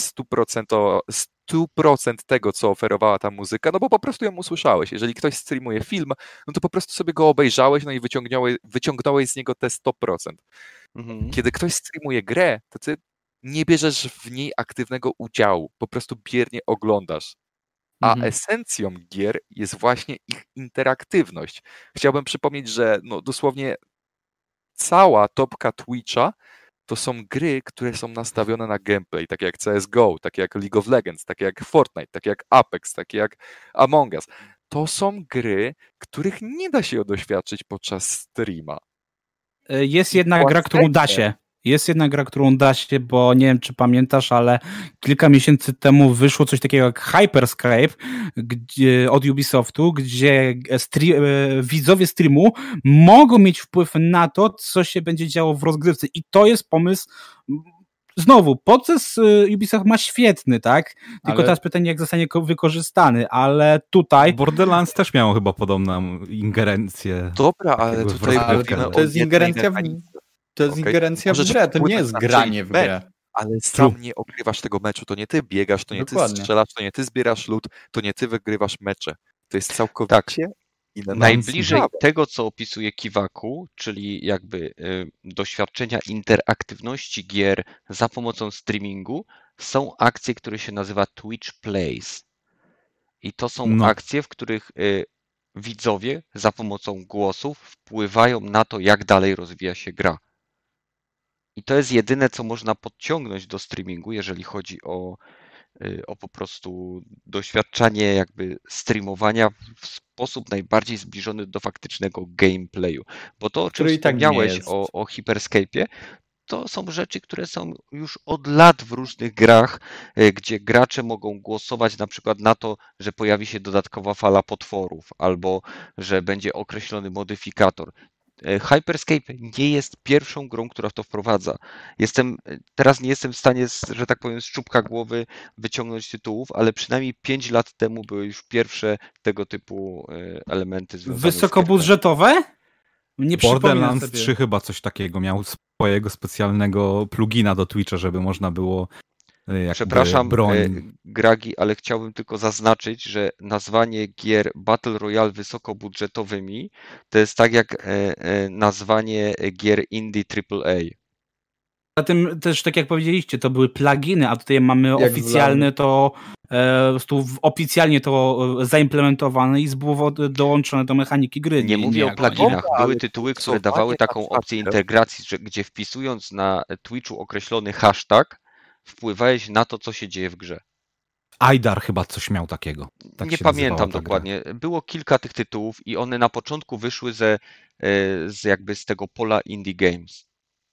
100% tego, co oferowała ta muzyka, no bo po prostu ją usłyszałeś. Jeżeli ktoś streamuje film, no to po prostu sobie go obejrzałeś, no i wyciągnąłeś z niego te 100%. Kiedy ktoś streamuje grę, to ty nie bierzesz w niej aktywnego udziału, po prostu biernie oglądasz. A esencją gier jest właśnie ich interaktywność. Chciałbym przypomnieć, że no dosłownie cała topka Twitcha to są gry, które są nastawione na gameplay, takie jak CSGO, takie jak League of Legends, takie jak Fortnite, takie jak Apex, takie jak Among Us. To są gry, których nie da się doświadczyć podczas streama. Jest jedna gra, którą da się. Jest jedna gra, którą da się, bo nie wiem, czy pamiętasz, ale kilka miesięcy temu wyszło coś takiego jak Hyperscape od Ubisoftu, gdzie widzowie streamu mogą mieć wpływ na to, co się będzie działo w rozgrywce. I to jest pomysł. Znowu, proces Ubisoft ma świetny, tak? Tylko teraz pytanie, jak zostanie wykorzystany, ale tutaj... Borderlands też miało chyba podobną ingerencję. Dobra, ale tutaj to jest ingerencja to jest ingerencja w grę, to nie jest granie w grę. Ale sam nie ogrywasz tego meczu, to nie ty biegasz, to nie ty strzelasz, to nie ty zbierasz loot, to nie ty wygrywasz mecze. To jest całkowicie inne. Najbliżej tego, co opisuje Kiwaku, czyli jakby doświadczenia interaktywności gier za pomocą streamingu, są akcje, które się nazywa Twitch Plays. I to są akcje, w których widzowie za pomocą głosów wpływają na to, jak dalej rozwija się gra. I to jest jedyne, co można podciągnąć do streamingu, jeżeli chodzi o po prostu doświadczanie jakby streamowania w sposób najbardziej zbliżony do faktycznego gameplayu. Bo to, o czym wspomniałeś o Hyperscape'ie, to są rzeczy, które są już od lat w różnych grach, gdzie gracze mogą głosować na przykład na to, że pojawi się dodatkowa fala potworów, albo że będzie określony modyfikator. Hyperscape nie jest pierwszą grą, która to wprowadza. Teraz nie jestem w stanie, że tak powiem, z czubka głowy wyciągnąć tytułów, ale przynajmniej 5 lat temu były już pierwsze tego typu elementy związane Wysokobudżetowe? Nie Borderlands 3 chyba coś takiego miał, swojego specjalnego plugina do Twitcha, żeby można było Przepraszam, Gragi, ale chciałbym tylko zaznaczyć, że nazwanie gier Battle Royale wysokobudżetowymi to jest tak jak nazwanie gier indie AAA. Zatem też, tak jak powiedzieliście, to były pluginy, a tutaj mamy oficjalne to oficjalnie to zaimplementowane i było dołączone do mechaniki gry. Nie mówię o pluginach. Były tytuły, które dawały taką opcję integracji, że gdzie wpisując na Twitchu określony hashtag, wpływałeś na to, co się dzieje w grze. Aidar chyba coś miał takiego. Tak nie pamiętam dokładnie. Było kilka tych tytułów i one na początku wyszły z tego pola Indie Games.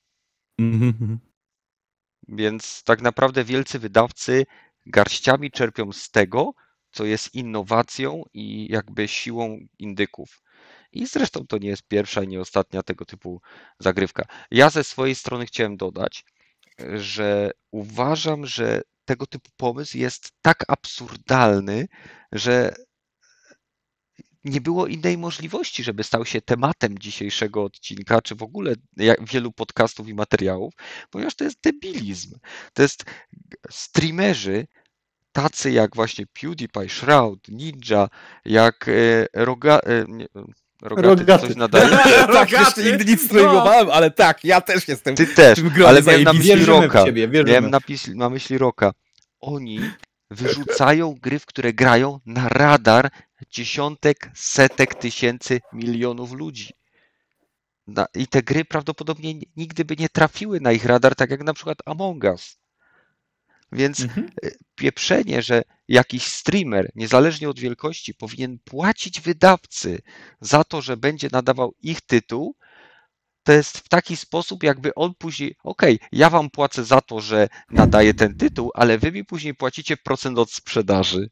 Więc tak naprawdę wielcy wydawcy garściami czerpią z tego, co jest innowacją i jakby siłą indyków. I zresztą to nie jest pierwsza i nie ostatnia tego typu zagrywka. Ja ze swojej strony chciałem dodać, że uważam, że tego typu pomysł jest tak absurdalny, że nie było innej możliwości, żeby stał się tematem dzisiejszego odcinka, czy w ogóle wielu podcastów i materiałów, ponieważ to jest debilizm. To jest streamerzy tacy jak właśnie PewDiePie, Shroud, Ninja, jak Rogaty coś nadaje. Tak, jeszcze nigdy nie streamowałem, ale tak, ja też jestem. Ty też, ale miałem na myśli Wierzymy w Rocka. ciebie, wierzymy. Miałem na myśli Rocka. Oni wyrzucają gry, w które grają na radar dziesiątek, setek tysięcy, milionów ludzi. I te gry prawdopodobnie nigdy by nie trafiły na ich radar, tak jak na przykład Among Us. Więc pieprzenie, że jakiś streamer, niezależnie od wielkości, powinien płacić wydawcy za to, że będzie nadawał ich tytuł, to jest w taki sposób, jakby on później, ja wam płacę za to, że nadaję ten tytuł, ale wy mi później płacicie procent od sprzedaży.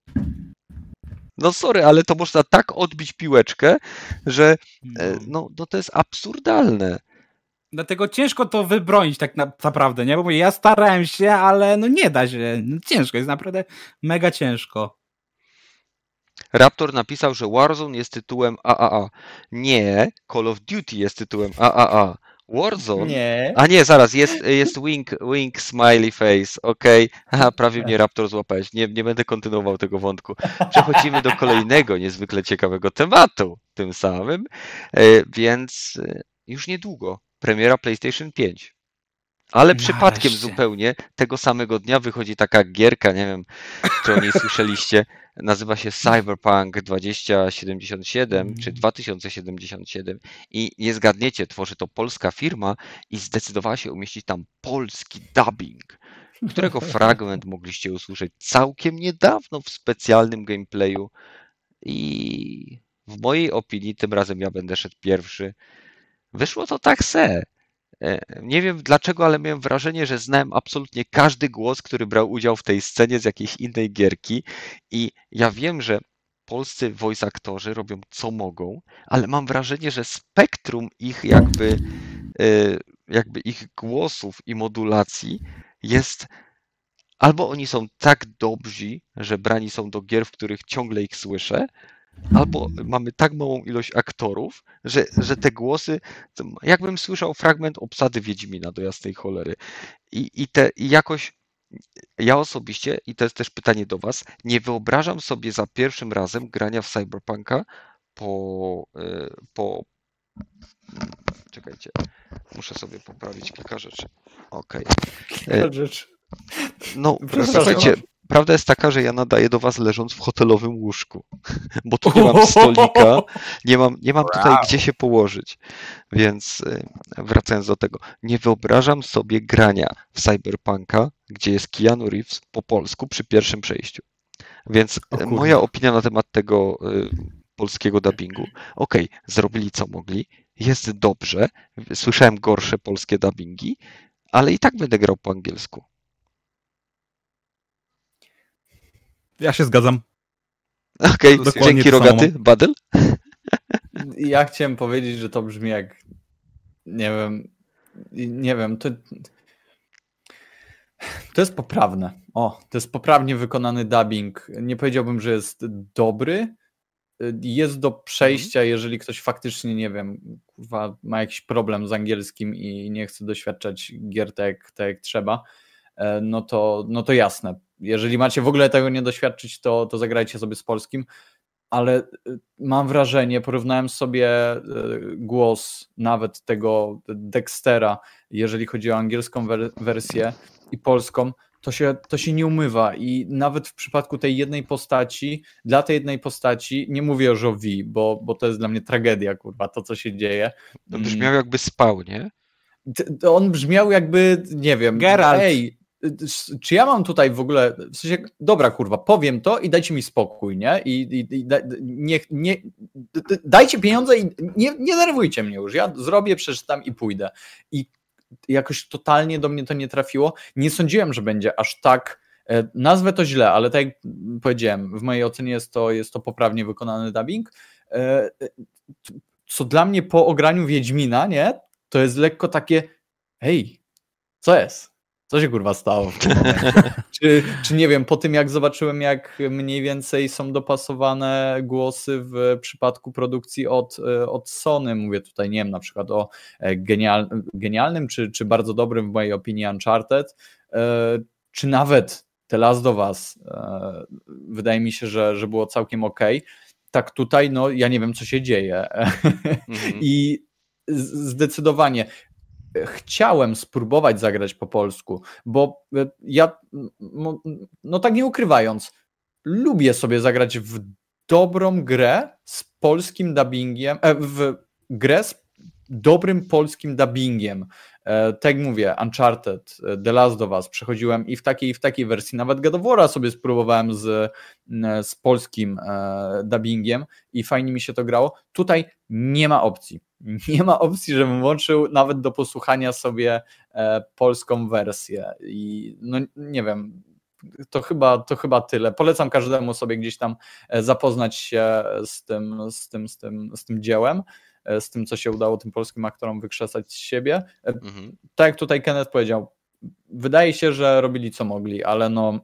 No sorry, ale to można tak odbić piłeczkę, że no to jest absurdalne. Dlatego ciężko to wybronić tak naprawdę, nie? Bo ja starałem się, ale no nie da się. No ciężko, jest naprawdę mega ciężko. Raptor napisał, że Warzone jest tytułem AAA. Nie, Call of Duty jest tytułem AAA. Warzone? Nie. A nie, zaraz, jest wink smiley face, okej. Aha, prawie mnie Raptor złapałeś. Nie będę kontynuował tego wątku. Przechodzimy do kolejnego niezwykle ciekawego tematu tym samym, więc już niedługo premiera PlayStation 5. Ale przypadkiem zupełnie tego samego dnia wychodzi taka gierka, nie wiem, czy o niej słyszeliście, nazywa się Cyberpunk 2077 czy 2077 i nie zgadniecie, tworzy to polska firma i zdecydowała się umieścić tam polski dubbing, którego fragment mogliście usłyszeć całkiem niedawno w specjalnym gameplayu i w mojej opinii, tym razem ja będę szedł pierwszy, wyszło to tak se. Nie wiem dlaczego, ale miałem wrażenie, że znałem absolutnie każdy głos, który brał udział w tej scenie z jakiejś innej gierki i ja wiem, że polscy voice aktorzy robią co mogą, ale mam wrażenie, że spektrum ich jakby ich głosów i modulacji jest albo oni są tak dobrzy, że brani są do gier, w których ciągle ich słyszę, albo mamy tak małą ilość aktorów, że te głosy, jakbym słyszał fragment obsady Wiedźmina do jasnej cholery. I jakoś ja osobiście, i to jest też pytanie do was, nie wyobrażam sobie za pierwszym razem grania w Cyberpunka czekajcie, muszę sobie poprawić kilka rzeczy. Okej. No, słuchajcie, prawda jest taka, że ja nadaję do was leżąc w hotelowym łóżku, bo tu nie mam stolika, nie mam tutaj gdzie się położyć, więc wracając do tego, nie wyobrażam sobie grania w Cyberpunka, gdzie jest Keanu Reeves po polsku przy pierwszym przejściu, więc moja opinia na temat tego polskiego dubbingu, zrobili co mogli, jest dobrze, słyszałem gorsze polskie dubbingi, ale i tak będę grał po angielsku. Ja się zgadzam. Okej, dzięki Rogaty. Badel? Ja chciałem powiedzieć, że to brzmi jak nie wiem, to jest poprawne. To jest poprawnie wykonany dubbing. Nie powiedziałbym, że jest dobry. Jest do przejścia, jeżeli ktoś faktycznie, nie wiem, ma jakiś problem z angielskim i nie chce doświadczać gier tak jak trzeba, no to jasne. Jeżeli macie w ogóle tego nie doświadczyć, to zagrajcie sobie z polskim, ale mam wrażenie, porównałem sobie głos nawet tego Dextera, jeżeli chodzi o angielską wersję i polską, to się nie umywa i nawet w przypadku tej jednej postaci, dla tej jednej postaci, nie mówię już o V, bo to jest dla mnie tragedia, kurwa, to co się dzieje. To brzmiał jakby spał, nie? On brzmiał jakby, nie wiem, Geralt. Czy ja mam tutaj w ogóle, w sensie, dobra kurwa, powiem to i dajcie mi spokój, nie? Dajcie pieniądze i nie nerwujcie mnie już, ja zrobię, przeczytam i pójdę. I jakoś totalnie do mnie to nie trafiło. Nie sądziłem, że będzie aż tak, nazwę to źle, ale tak jak powiedziałem, w mojej ocenie jest to poprawnie wykonany dubbing. Co dla mnie po ograniu Wiedźmina, nie? To jest lekko takie, hej, co jest? Co się kurwa stało w tym momencie? Czy nie wiem, po tym jak zobaczyłem, jak mniej więcej są dopasowane głosy w przypadku produkcji od Sony, mówię tutaj, nie wiem, na przykład o genialnym czy bardzo dobrym w mojej opinii Uncharted, czy nawet The Last of Us, wydaje mi się, że było całkiem okej. Tak tutaj, no ja nie wiem, co się dzieje. I zdecydowanie chciałem spróbować zagrać po polsku, bo ja, no tak nie ukrywając, lubię sobie zagrać w dobrą grę z polskim dubbingiem, w grę z dobrym polskim dubbingiem. Tak jak mówię, Uncharted, The Last of Us, przechodziłem i w takiej wersji, nawet God of War'a sobie spróbowałem z polskim dubbingiem i fajnie mi się to grało. Tutaj nie ma opcji. Nie ma opcji, żebym włączył nawet do posłuchania sobie polską wersję i no nie wiem, to chyba tyle. Polecam każdemu sobie gdzieś tam zapoznać się z tym dziełem, z tym, co się udało tym polskim aktorom wykrzesać z siebie. Tak jak tutaj Kenneth powiedział, wydaje się, że robili co mogli, ale no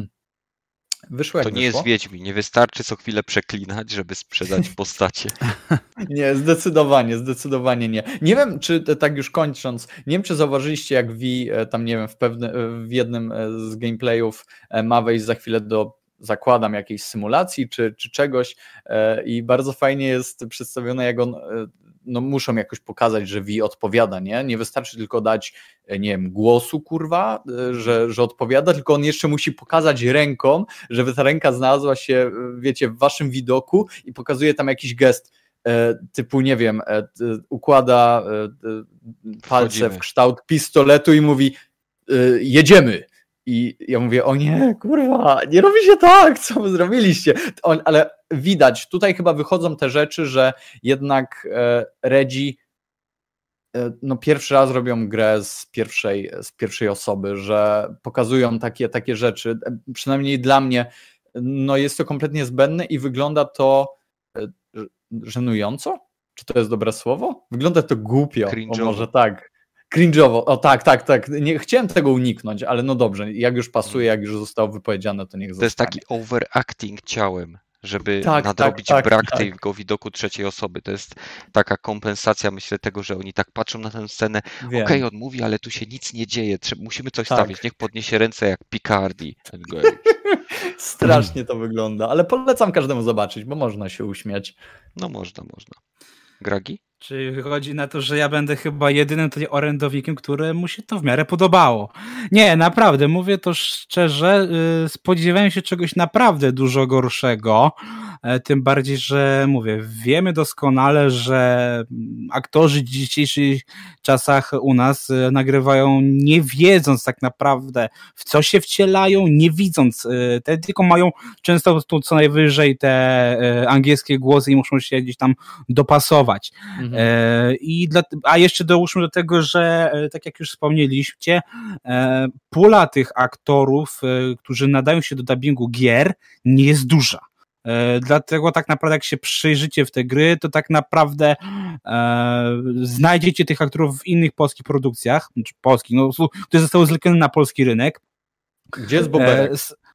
wyszło jak To nie jest Wiedźmin, nie wystarczy co chwilę przeklinać, żeby sprzedać postacie. Nie, zdecydowanie nie. Nie wiem, czy tak już kończąc, nie wiem, czy zauważyliście, jak Vi tam, nie wiem, w jednym z gameplayów ma wejść za chwilę do, zakładam, jakiejś symulacji czy czegoś i bardzo fajnie jest przedstawione, jak on, no muszą jakoś pokazać, że Vi odpowiada, nie? Nie wystarczy tylko dać, nie wiem, głosu, kurwa, że odpowiada, tylko on jeszcze musi pokazać ręką, żeby ta ręka znalazła się, wiecie, w waszym widoku i pokazuje tam jakiś gest, typu, nie wiem, układa palce w kształt pistoletu i mówi jedziemy. I ja mówię, o nie, kurwa, nie robi się tak, co wy zrobiliście. Ale widać, tutaj chyba wychodzą te rzeczy, że jednak Redzi no pierwszy raz robią grę z pierwszej osoby, że pokazują takie rzeczy, przynajmniej dla mnie, no jest to kompletnie zbędne i wygląda to żenująco? Czy to jest dobre słowo? Wygląda to głupio, o może tak. Cringe'owo, o tak. Nie, chciałem tego uniknąć, ale no dobrze, jak już pasuje, jak już zostało wypowiedziane, to niech zostanie. To jest taki overacting ciałem, żeby nadrobić brak tego widoku trzeciej osoby. To jest taka kompensacja, myślę, tego, że oni tak patrzą na tę scenę. Okej, on mówi, ale tu się nic nie dzieje, musimy coś stawić. Niech podniesie ręce jak Picardy. Strasznie to wygląda, ale polecam każdemu zobaczyć, bo można się uśmiać. No można. Gragi? Czy wychodzi na to, że ja będę chyba jedynym tutaj orędownikiem, któremu się to w miarę podobało. Nie, naprawdę, mówię to szczerze, spodziewałem się czegoś naprawdę dużo gorszego, tym bardziej, że mówię, wiemy doskonale, że aktorzy w dzisiejszych czasach u nas nagrywają nie wiedząc tak naprawdę, w co się wcielają, nie widząc, tylko mają często tu co najwyżej te angielskie głosy i muszą się gdzieś tam dopasować. A jeszcze dołóżmy do tego, że tak jak już wspomnieliście, pula tych aktorów, którzy nadają się do dubbingu gier, nie jest duża. Dlatego tak naprawdę jak się przyjrzycie w te gry, to tak naprawdę znajdziecie tych aktorów w innych polskich produkcjach, czy polskich, które zostały zlecone na polski rynek. Gdzie jest Boberek?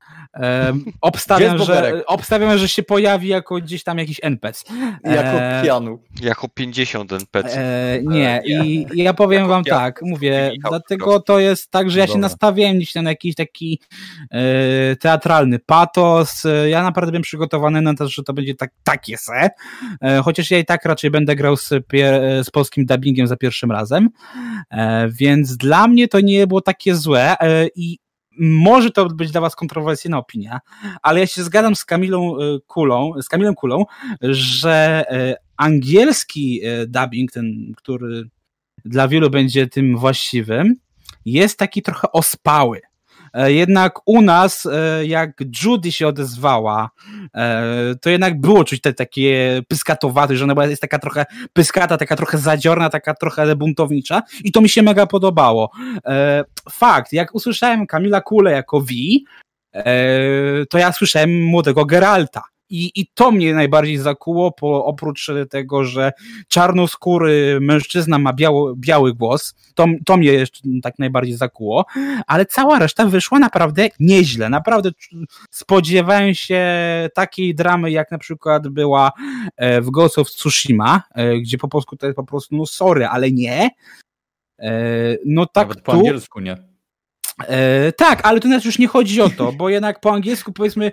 Obstawiam, że się pojawi jako gdzieś tam jakiś NPC. Jako pianu. Jako 50 NPC. Nie, i ja powiem wam tak, mówię, dlatego to jest tak, że ja się nastawiałem gdzieś na jakiś taki teatralny patos. Ja naprawdę byłem przygotowany na to, że to będzie takie se. Chociaż ja i tak raczej będę grał z polskim dubbingiem za pierwszym razem. Więc dla mnie to nie było takie złe i może to być dla was kontrowersyjna opinia, ale ja się zgadzam z Kamilem Kulą, że angielski dubbing, ten, który dla wielu będzie tym właściwym, jest taki trochę ospały. Jednak u nas, jak Judy się odezwała, to jednak było czuć takie pyskatowate, że ona jest taka trochę pyskata, taka trochę zadziorna, taka trochę buntownicza i to mi się mega podobało. Fakt, jak usłyszałem Kamila Kulę jako Vi, to ja słyszałem młodego Geralta. I to mnie najbardziej zakuło, oprócz tego, że czarnoskóry mężczyzna ma biały głos, to mnie jeszcze tak najbardziej zakuło, ale cała reszta wyszła naprawdę nieźle. Naprawdę spodziewałem się takiej dramy, jak na przykład była w Ghost of Tsushima, gdzie po polsku to jest po prostu, no sorry, ale nie. No tak. Nawet po angielsku nie. Tak, ale to nas już nie chodzi o to, bo jednak po angielsku powiedzmy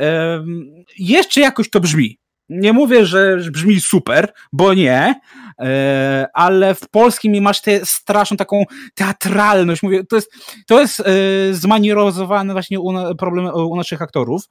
jeszcze jakoś to brzmi. Nie mówię, że brzmi super, bo nie, ale w polskim masz tę straszną taką teatralność. Mówię, to jest zmanierozowane właśnie problem u naszych aktorów.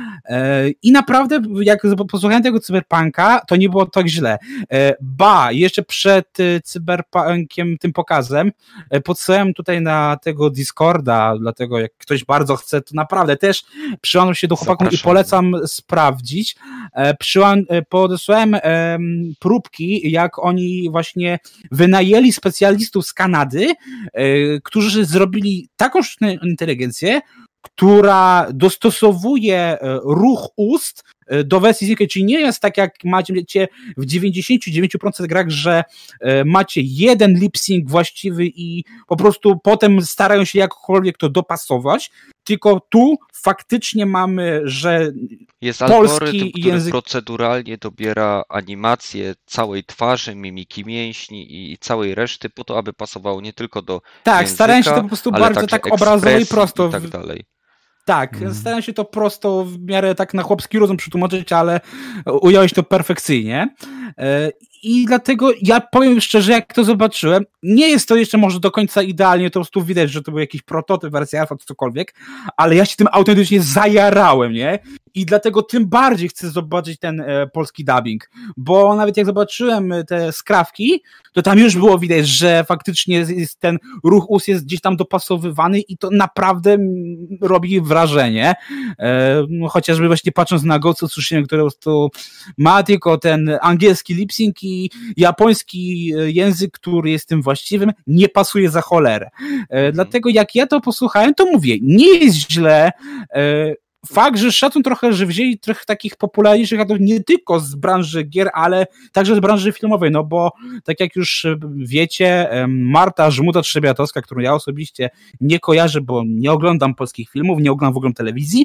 I naprawdę, jak posłuchałem tego Cyberpunka, to nie było tak źle. Jeszcze przed Cyberpunkiem, tym pokazem, podsyłałem tutaj na tego Discorda, dlatego jak ktoś bardzo chce, to naprawdę też przyłączam się do chłopaków i polecam sprawdzić. Podesłałem próbki, jak oni właśnie wynajęli specjalistów z Kanady, którzy zrobili taką sztuczną inteligencję, która dostosowuje ruch ust do wersji językowej, czyli nie jest tak, jak macie w 99% grach, że macie jeden lip-sync właściwy i po prostu potem starają się jakkolwiek to dopasować, tylko tu faktycznie mamy, że jest polski algorytm, który język proceduralnie dobiera animację całej twarzy, mimiki mięśni i całej reszty po to, aby pasowało nie tylko do tak, języka, starają się to po prostu ale bardzo także tak obrazowo i prosto i tak dalej. Tak, staram się to prosto w miarę tak na chłopski rozum przetłumaczyć, ale ująłeś to perfekcyjnie. I dlatego ja powiem szczerze, jak to zobaczyłem, nie jest to jeszcze może do końca idealnie, to po prostu widać, że to był jakiś prototyp, wersja alfa, cokolwiek, ale ja się tym autentycznie zajarałem, nie? I dlatego tym bardziej chcę zobaczyć ten polski dubbing, bo nawet jak zobaczyłem te skrawki, to tam już było widać, że faktycznie ten ruch ust jest gdzieś tam dopasowywany i to naprawdę robi wrażenie. Chociażby właśnie patrząc na Ghost of Tsushima, które po prostu ma tylko ten angielski lip-sync i japoński język, który jest tym właściwym, nie pasuje za cholerę. Dlatego jak ja to posłuchałem, to mówię, nie jest źle. Fakt, że szacun trochę, że wzięli trochę takich popularniejszych aktorów nie tylko z branży gier, ale także z branży filmowej, no bo tak jak już wiecie, Marta Żmuda-Trzebiatowska, którą ja osobiście nie kojarzę, bo nie oglądam polskich filmów, nie oglądam w ogóle telewizji,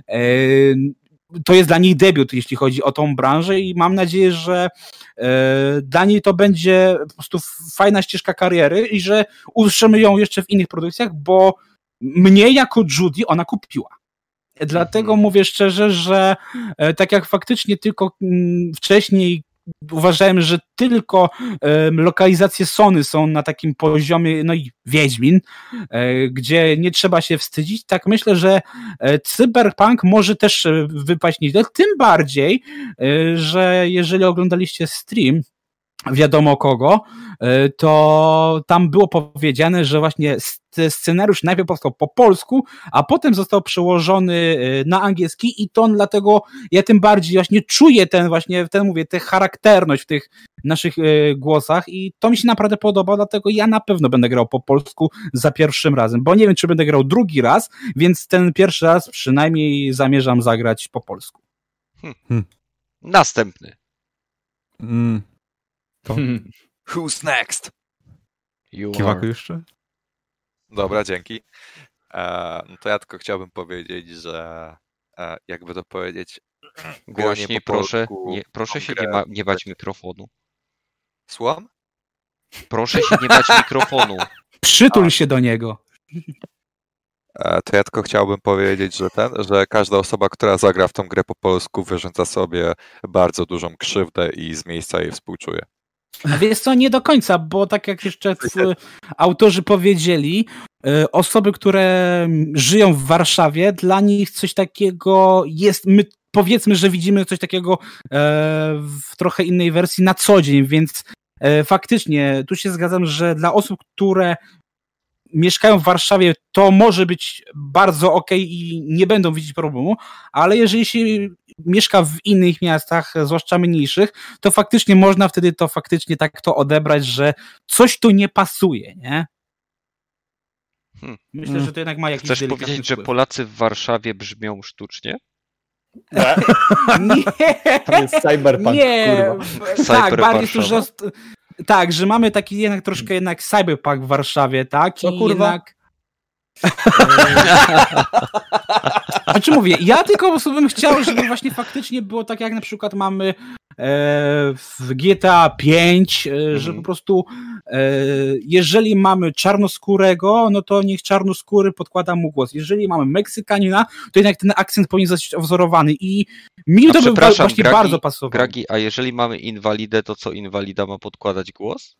to jest dla niej debiut, jeśli chodzi o tą branżę i mam nadzieję, że dla niej to będzie po prostu fajna ścieżka kariery i że usłyszymy ją jeszcze w innych produkcjach, bo mnie jako Judy ona kupiła. Dlatego mówię szczerze, że tak jak faktycznie tylko wcześniej uważałem, że tylko lokalizacje Sony są na takim poziomie, no i Wiedźmin, gdzie nie trzeba się wstydzić, tak myślę, że Cyberpunk może też wypaść nieźle, tym bardziej, że jeżeli oglądaliście stream wiadomo kogo, to tam było powiedziane, że właśnie scenariusz najpierw powstał po polsku, a potem został przełożony na angielski i to dlatego ja tym bardziej właśnie czuję tę charakterność w tych naszych głosach i to mi się naprawdę podoba, dlatego ja na pewno będę grał po polsku za pierwszym razem, bo nie wiem, czy będę grał drugi raz, więc ten pierwszy raz przynajmniej zamierzam zagrać po polsku. Następny. To Who's next? Kiwaku jeszcze? Dobra, dzięki. No to ja tylko chciałbym powiedzieć, że jakby to powiedzieć... Głośniej proszę, proszę się nie bać mikrofonu. Słucham? Proszę się nie bać mikrofonu. Przytul się do niego. To ja tylko chciałbym powiedzieć, że każda osoba, która zagra w tą grę po polsku, wyrządza sobie bardzo dużą krzywdę i z miejsca jej współczuje. A wiesz co, nie do końca, bo tak jak jeszcze autorzy powiedzieli, osoby, które żyją w Warszawie, dla nich coś takiego jest, my powiedzmy, że widzimy coś takiego w trochę innej wersji na co dzień, więc faktycznie tu się zgadzam, że dla osób, które mieszkają w Warszawie, to może być bardzo okej i nie będą widzieć problemu, ale jeżeli się mieszka w innych miastach, zwłaszcza mniejszych, to faktycznie można wtedy to faktycznie tak to odebrać, że coś tu nie pasuje, nie? Myślę, że to jednak ma jakiś Chcesz powiedzieć, że Polacy w Warszawie brzmią sztucznie? Nie! To jest cyberpunk, kurwa. Tak, bardziej to, że tak, że mamy taki jednak troszkę jednak cyberpunk w Warszawie, tak? Co, kurwa? Jednak... Znaczy mówię, ja tylko po prostu bym chciał, żeby właśnie faktycznie było tak, jak na przykład mamy w GTA 5, że po prostu jeżeli mamy czarnoskórego, no to niech czarnoskóry podkłada mu głos. Jeżeli mamy Meksykanina, to jednak ten akcent powinien zostać owzorowany i mi to by właśnie bardzo pasowało. Gragi, a jeżeli mamy inwalidę, to co inwalida ma podkładać głos?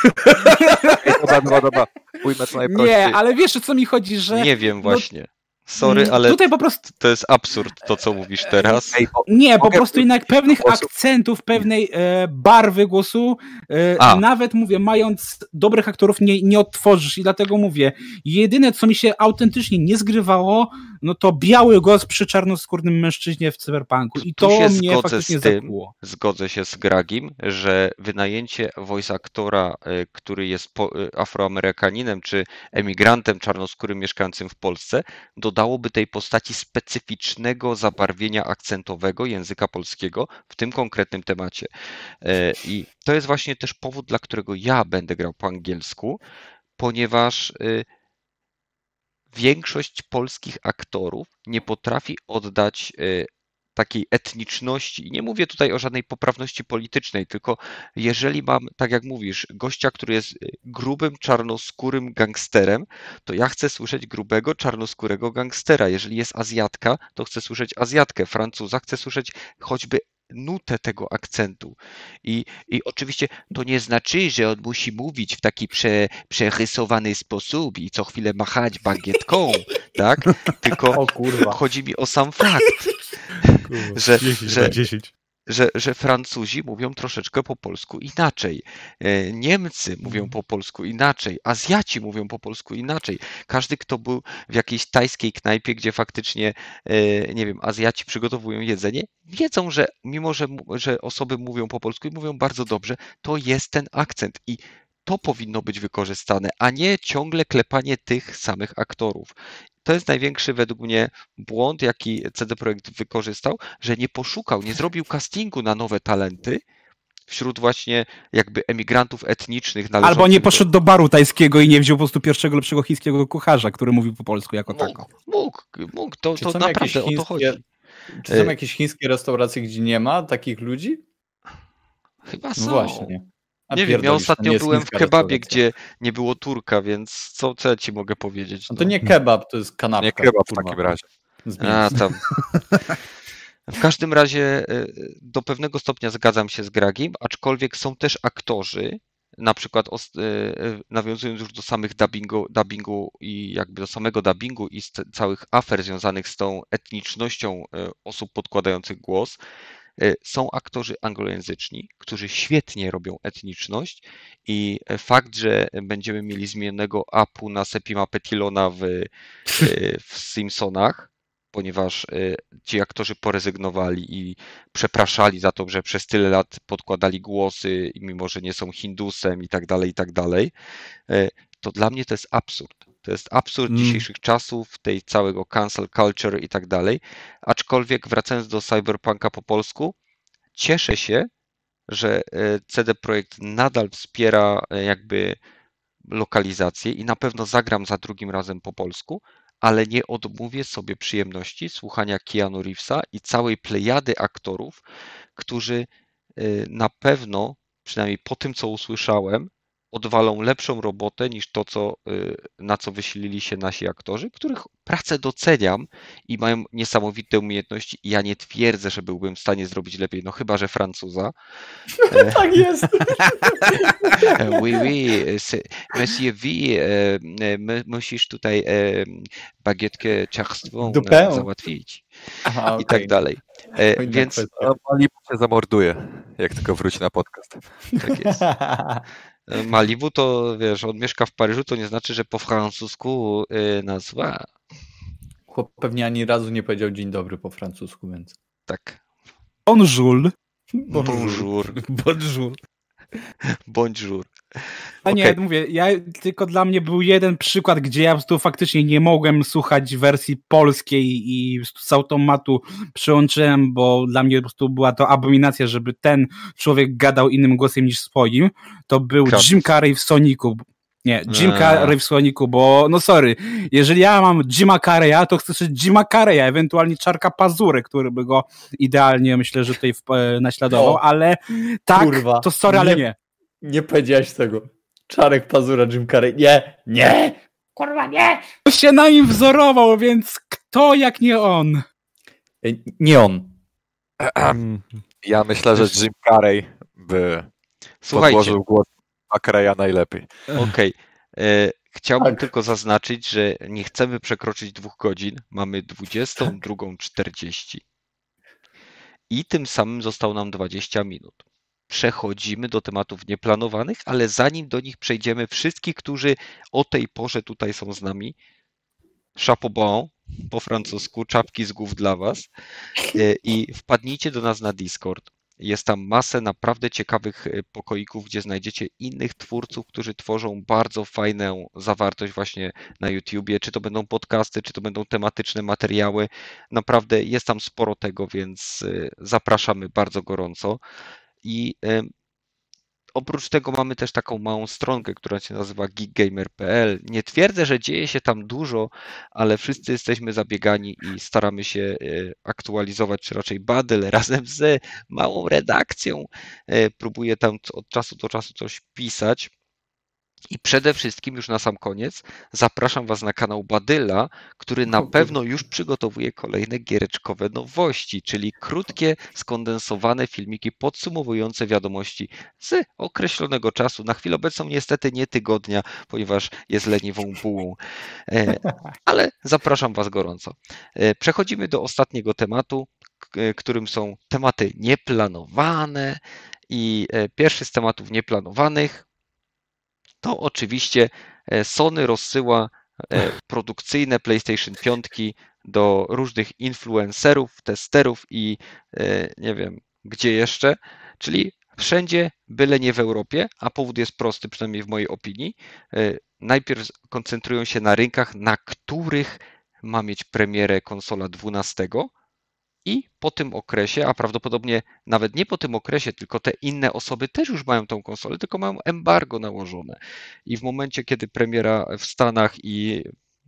Dobra. Ujmę to najprościej. Nie, ale wiesz, o co mi chodzi, że... Nie wiem właśnie. Sorry, ale tutaj po prostu... to jest absurd, to co mówisz teraz. Nie, po prostu jednak pewnych akcentów, pewnej barwy głosu, nawet mówię, mając dobrych aktorów nie odtworzysz i dlatego mówię, jedyne co mi się autentycznie nie zgrywało, no to biały głos przy czarnoskórnym mężczyźnie w cyberpunku i to mnie faktycznie zakłuło. Zgodzę się z Gragim, że wynajęcie voice aktora, który jest Afroamerykaninem czy emigrantem czarnoskórym mieszkającym w Polsce, dodałoby tej postaci specyficznego zabarwienia akcentowego języka polskiego w tym konkretnym temacie. I to jest właśnie też powód, dla którego ja będę grał po angielsku, ponieważ większość polskich aktorów nie potrafi oddać takiej etniczności. I nie mówię tutaj o żadnej poprawności politycznej, tylko jeżeli mam, tak jak mówisz, gościa, który jest grubym, czarnoskórym gangsterem, to ja chcę słyszeć grubego, czarnoskórego gangstera. Jeżeli jest Azjatka, to chcę słyszeć Azjatkę. Francuza chcę słyszeć choćby nutę tego akcentu. I oczywiście to nie znaczy, że on musi mówić w taki przerysowany sposób i co chwilę machać bagietką, tak? Tylko chodzi mi o sam fakt, że Francuzi mówią troszeczkę po polsku inaczej. Niemcy mówią po polsku inaczej. Azjaci mówią po polsku inaczej. Każdy, kto był w jakiejś tajskiej knajpie, gdzie faktycznie, nie wiem, Azjaci przygotowują jedzenie, wiedzą, że mimo, że osoby mówią po polsku i mówią bardzo dobrze, to jest ten akcent i to powinno być wykorzystane, a nie ciągle klepanie tych samych aktorów. To jest największy według mnie błąd, jaki CD Projekt wykorzystał, że nie poszukał, nie zrobił castingu na nowe talenty wśród właśnie jakby emigrantów etnicznych. Albo nie poszedł do baru tajskiego i nie wziął po prostu pierwszego lepszego chińskiego kucharza, który mówił po polsku jako tako. Mógł, to naprawdę o to chodzi. Czy są jakieś chińskie restauracje, gdzie nie ma takich ludzi? Chyba są. No właśnie. Nie wiem, ja ostatnio byłem w kebabie, gdzie nie było Turka, więc co ja ci mogę powiedzieć? No to nie kebab, to jest kanapka. Nie kebab w takim razie. W każdym razie do pewnego stopnia zgadzam się z Gragiem, aczkolwiek są też aktorzy, na przykład nawiązując już do samych dubbingu i jakby do samego dubbingu i z całych afer związanych z tą etnicznością osób podkładających głos, są aktorzy anglojęzyczni, którzy świetnie robią etniczność i fakt, że będziemy mieli zmienionego Apu na Sepima Petilona w Simpsonach, ponieważ ci aktorzy porezygnowali i przepraszali za to, że przez tyle lat podkładali głosy, mimo że nie są Hindusem i tak dalej, to dla mnie to jest absurd. To jest absurd dzisiejszych czasów, tej całego cancel culture i tak dalej. Aczkolwiek wracając do Cyberpunka po polsku, cieszę się, że CD Projekt nadal wspiera jakby lokalizację i na pewno zagram za drugim razem po polsku, ale nie odmówię sobie przyjemności słuchania Keanu Reevesa i całej plejady aktorów, którzy na pewno, przynajmniej po tym, co usłyszałem, odwalą lepszą robotę niż to, na co wysilili się nasi aktorzy, których pracę doceniam i mają niesamowite umiejętności i ja nie twierdzę, że byłbym w stanie zrobić lepiej, no chyba, że Francuza. Tak jest. Oui, monsieur V, musisz tutaj bagietkę czarstwą załatwić. Aha, i tak dalej. Więc Malibu się zamorduje, jak tylko wróci na podcast. Tak jest. Malibu to, wiesz, on mieszka w Paryżu, to nie znaczy, że po francusku nazwa. Chłop pewnie ani razu nie powiedział dzień dobry po francusku, więc. Tak. Bonjour. Bonjour. Bonjour. Bonjour. A nie, mówię, tylko dla mnie był jeden przykład, gdzie ja po prostu faktycznie nie mogłem słuchać wersji polskiej i z automatu przełączyłem, bo dla mnie po prostu była to abominacja, żeby ten człowiek gadał innym głosem niż swoim. To był Jim Carrey w Sonicu. Nie, Jim Carrey w Sonicu, bo no sorry, jeżeli ja mam Jima Carreya, to chcę słyszeć Jima Carreya, ewentualnie Czarka Pazurę, który by go idealnie, myślę, że tutaj naśladował, ale tak, kurwa, to sorry, ale nie. Nie powiedziałeś tego. Czarek Pazura, Jim Carrey. Nie! Kurwa, nie! To się na nim wzorował, więc kto jak nie on? Nie on. Ja myślę, że Jim Carrey by Słuchajcie, podłożył głos Carreya najlepiej. okej. Chciałbym Tak. tylko zaznaczyć, że nie chcemy przekroczyć 2 godzin. Mamy 22:40. I tym samym zostało nam 20 minut. Przechodzimy do tematów nieplanowanych, ale zanim do nich przejdziemy, wszystkich, którzy o tej porze tutaj są z nami, chapeau bas, po francusku, czapki z głów dla was i wpadnijcie do nas na Discord. Jest tam masę naprawdę ciekawych pokoików, gdzie znajdziecie innych twórców, którzy tworzą bardzo fajną zawartość właśnie na YouTubie, czy to będą podcasty, czy to będą tematyczne materiały. Naprawdę jest tam sporo tego, więc zapraszamy bardzo gorąco. I oprócz tego mamy też taką małą stronkę, która się nazywa geekgamer.pl. Nie twierdzę, że dzieje się tam dużo, ale wszyscy jesteśmy zabiegani i staramy się aktualizować, czy raczej Badel razem z małą redakcją próbuje tam od czasu do czasu coś pisać. I przede wszystkim, już na sam koniec, zapraszam Was na kanał Badyla, który na pewno już przygotowuje kolejne giereczkowe nowości, czyli krótkie, skondensowane filmiki podsumowujące wiadomości z określonego czasu. Na chwilę obecną niestety nie tygodnia, ponieważ jest leniwą bułą, ale zapraszam Was gorąco. Przechodzimy do ostatniego tematu, którym są tematy nieplanowane i pierwszy z tematów nieplanowanych to oczywiście Sony rozsyła produkcyjne PlayStation 5 do różnych influencerów, testerów i nie wiem gdzie jeszcze, czyli wszędzie, byle nie w Europie, a powód jest prosty, przynajmniej w mojej opinii. Najpierw koncentrują się na rynkach, na których ma mieć premierę konsola 12 i po tym okresie, a prawdopodobnie nawet nie po tym okresie, tylko te inne osoby też już mają tą konsolę, tylko mają embargo nałożone. I w momencie, kiedy premiera w Stanach i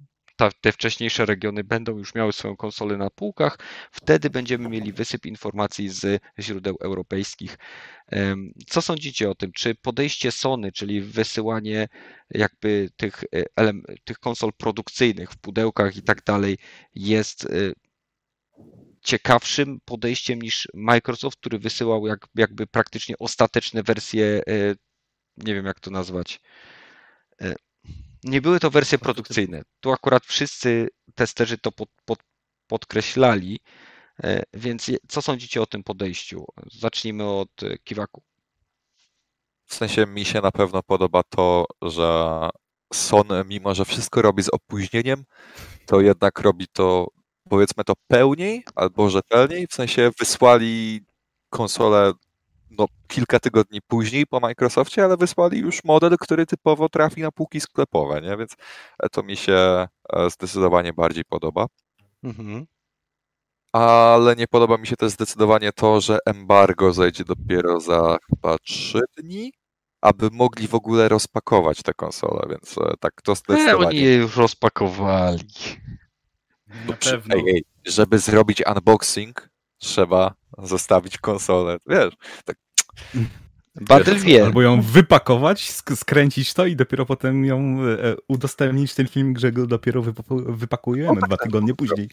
te wcześniejsze regiony będą już miały swoją konsolę na półkach, wtedy będziemy mieli wysyp informacji z źródeł europejskich. Co sądzicie o tym? Czy podejście Sony, czyli wysyłanie jakby tych konsol produkcyjnych w pudełkach i tak dalej, jest ciekawszym podejściem niż Microsoft, który wysyłał jakby praktycznie ostateczne wersje, nie wiem jak to nazwać. Nie były to wersje produkcyjne. Tu akurat wszyscy testerzy to podkreślali, więc co sądzicie o tym podejściu? Zacznijmy od Kiwaku. W sensie mi się na pewno podoba to, że Sony, mimo że wszystko robi z opóźnieniem, to jednak robi to, powiedzmy to pełniej albo rzetelniej, w sensie wysłali konsolę kilka tygodni później po Microsoftie, ale wysłali już model, który typowo trafi na półki sklepowe, nie? Więc to mi się zdecydowanie bardziej podoba. Mhm. Ale nie podoba mi się też zdecydowanie to, że embargo zejdzie dopiero za chyba 3 dni, aby mogli w ogóle rozpakować te konsole, więc tak to zdecydowanie. Oni je już rozpakowali. Na pewno. Ej, żeby zrobić unboxing, trzeba zostawić konsolę, wiesz, tak. Badyl wie. Albo ją wypakować, skręcić to i dopiero potem ją udostępnić ten film, że go dopiero wypakujemy 2 tygodnie później.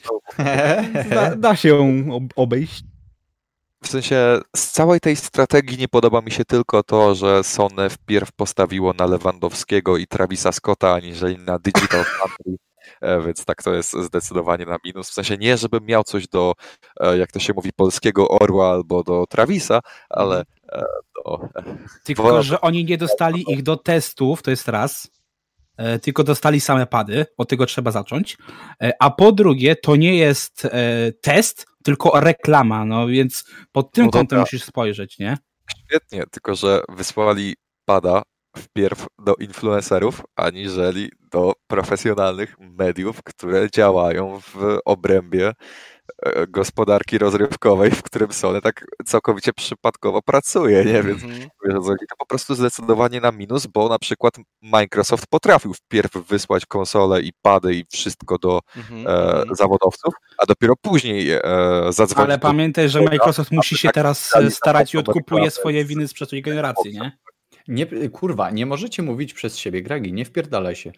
Da się ją obejść. W sensie z całej tej strategii nie podoba mi się tylko to, że Sony wpierw postawiło na Lewandowskiego i Travisa Scotta, aniżeli na Digital Foundry, więc tak to jest zdecydowanie na minus. W sensie nie, żebym miał coś do, jak to się mówi, polskiego orła albo do Travisa, ale Tylko, że oni nie dostali ich do testów, to jest raz, tylko dostali same pady, od tego trzeba zacząć, a po drugie, to nie jest test, tylko reklama, no więc pod tym kątem musisz spojrzeć, nie? Świetnie, tylko że wysłali pada wpierw do influencerów, aniżeli do profesjonalnych mediów, które działają w obrębie gospodarki rozrywkowej, w którym Sony tak całkowicie przypadkowo pracuje, nie? Więc to po prostu zdecydowanie na minus, bo na przykład Microsoft potrafił wpierw wysłać konsole i pady i wszystko do zawodowców, a dopiero później zadzwonić. Ale pamiętaj, że Microsoft musi się teraz starać i odkupuje swoje winy z przeszłej generacji, nie? Nie, kurwa, nie możecie mówić przez siebie, Gragi, nie wpierdalaj się.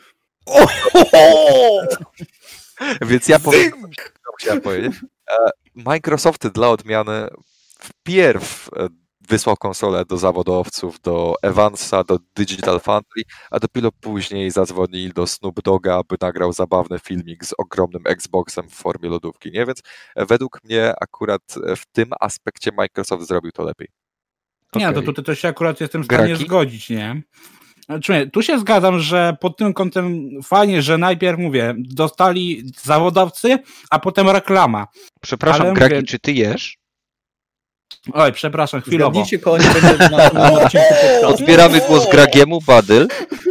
Więc ja powiem, co chciałem powiedzieć. Microsoft dla odmiany wpierw wysłał konsolę do zawodowców, do Evansa, do Digital Foundry, a dopiero później zadzwonili do Snoop Dogga, aby nagrał zabawny filmik z ogromnym Xboxem w formie lodówki, nie? Więc według mnie akurat w tym aspekcie Microsoft zrobił to lepiej. Nie, Okej. to się akurat jestem w stanie Graki? zgodzić, nie? Znaczy, tu się zgadzam, że pod tym kątem fajnie, że najpierw, mówię, dostali zawodowcy, a potem reklama. Przepraszam, Ale Graki, mówię- czy ty jesz? Oj, przepraszam, chwilowo. Zgadnijcie, koło nie będzie na następnym odcinku podcastu. Odbieramy głos Gragiemu, Badyl.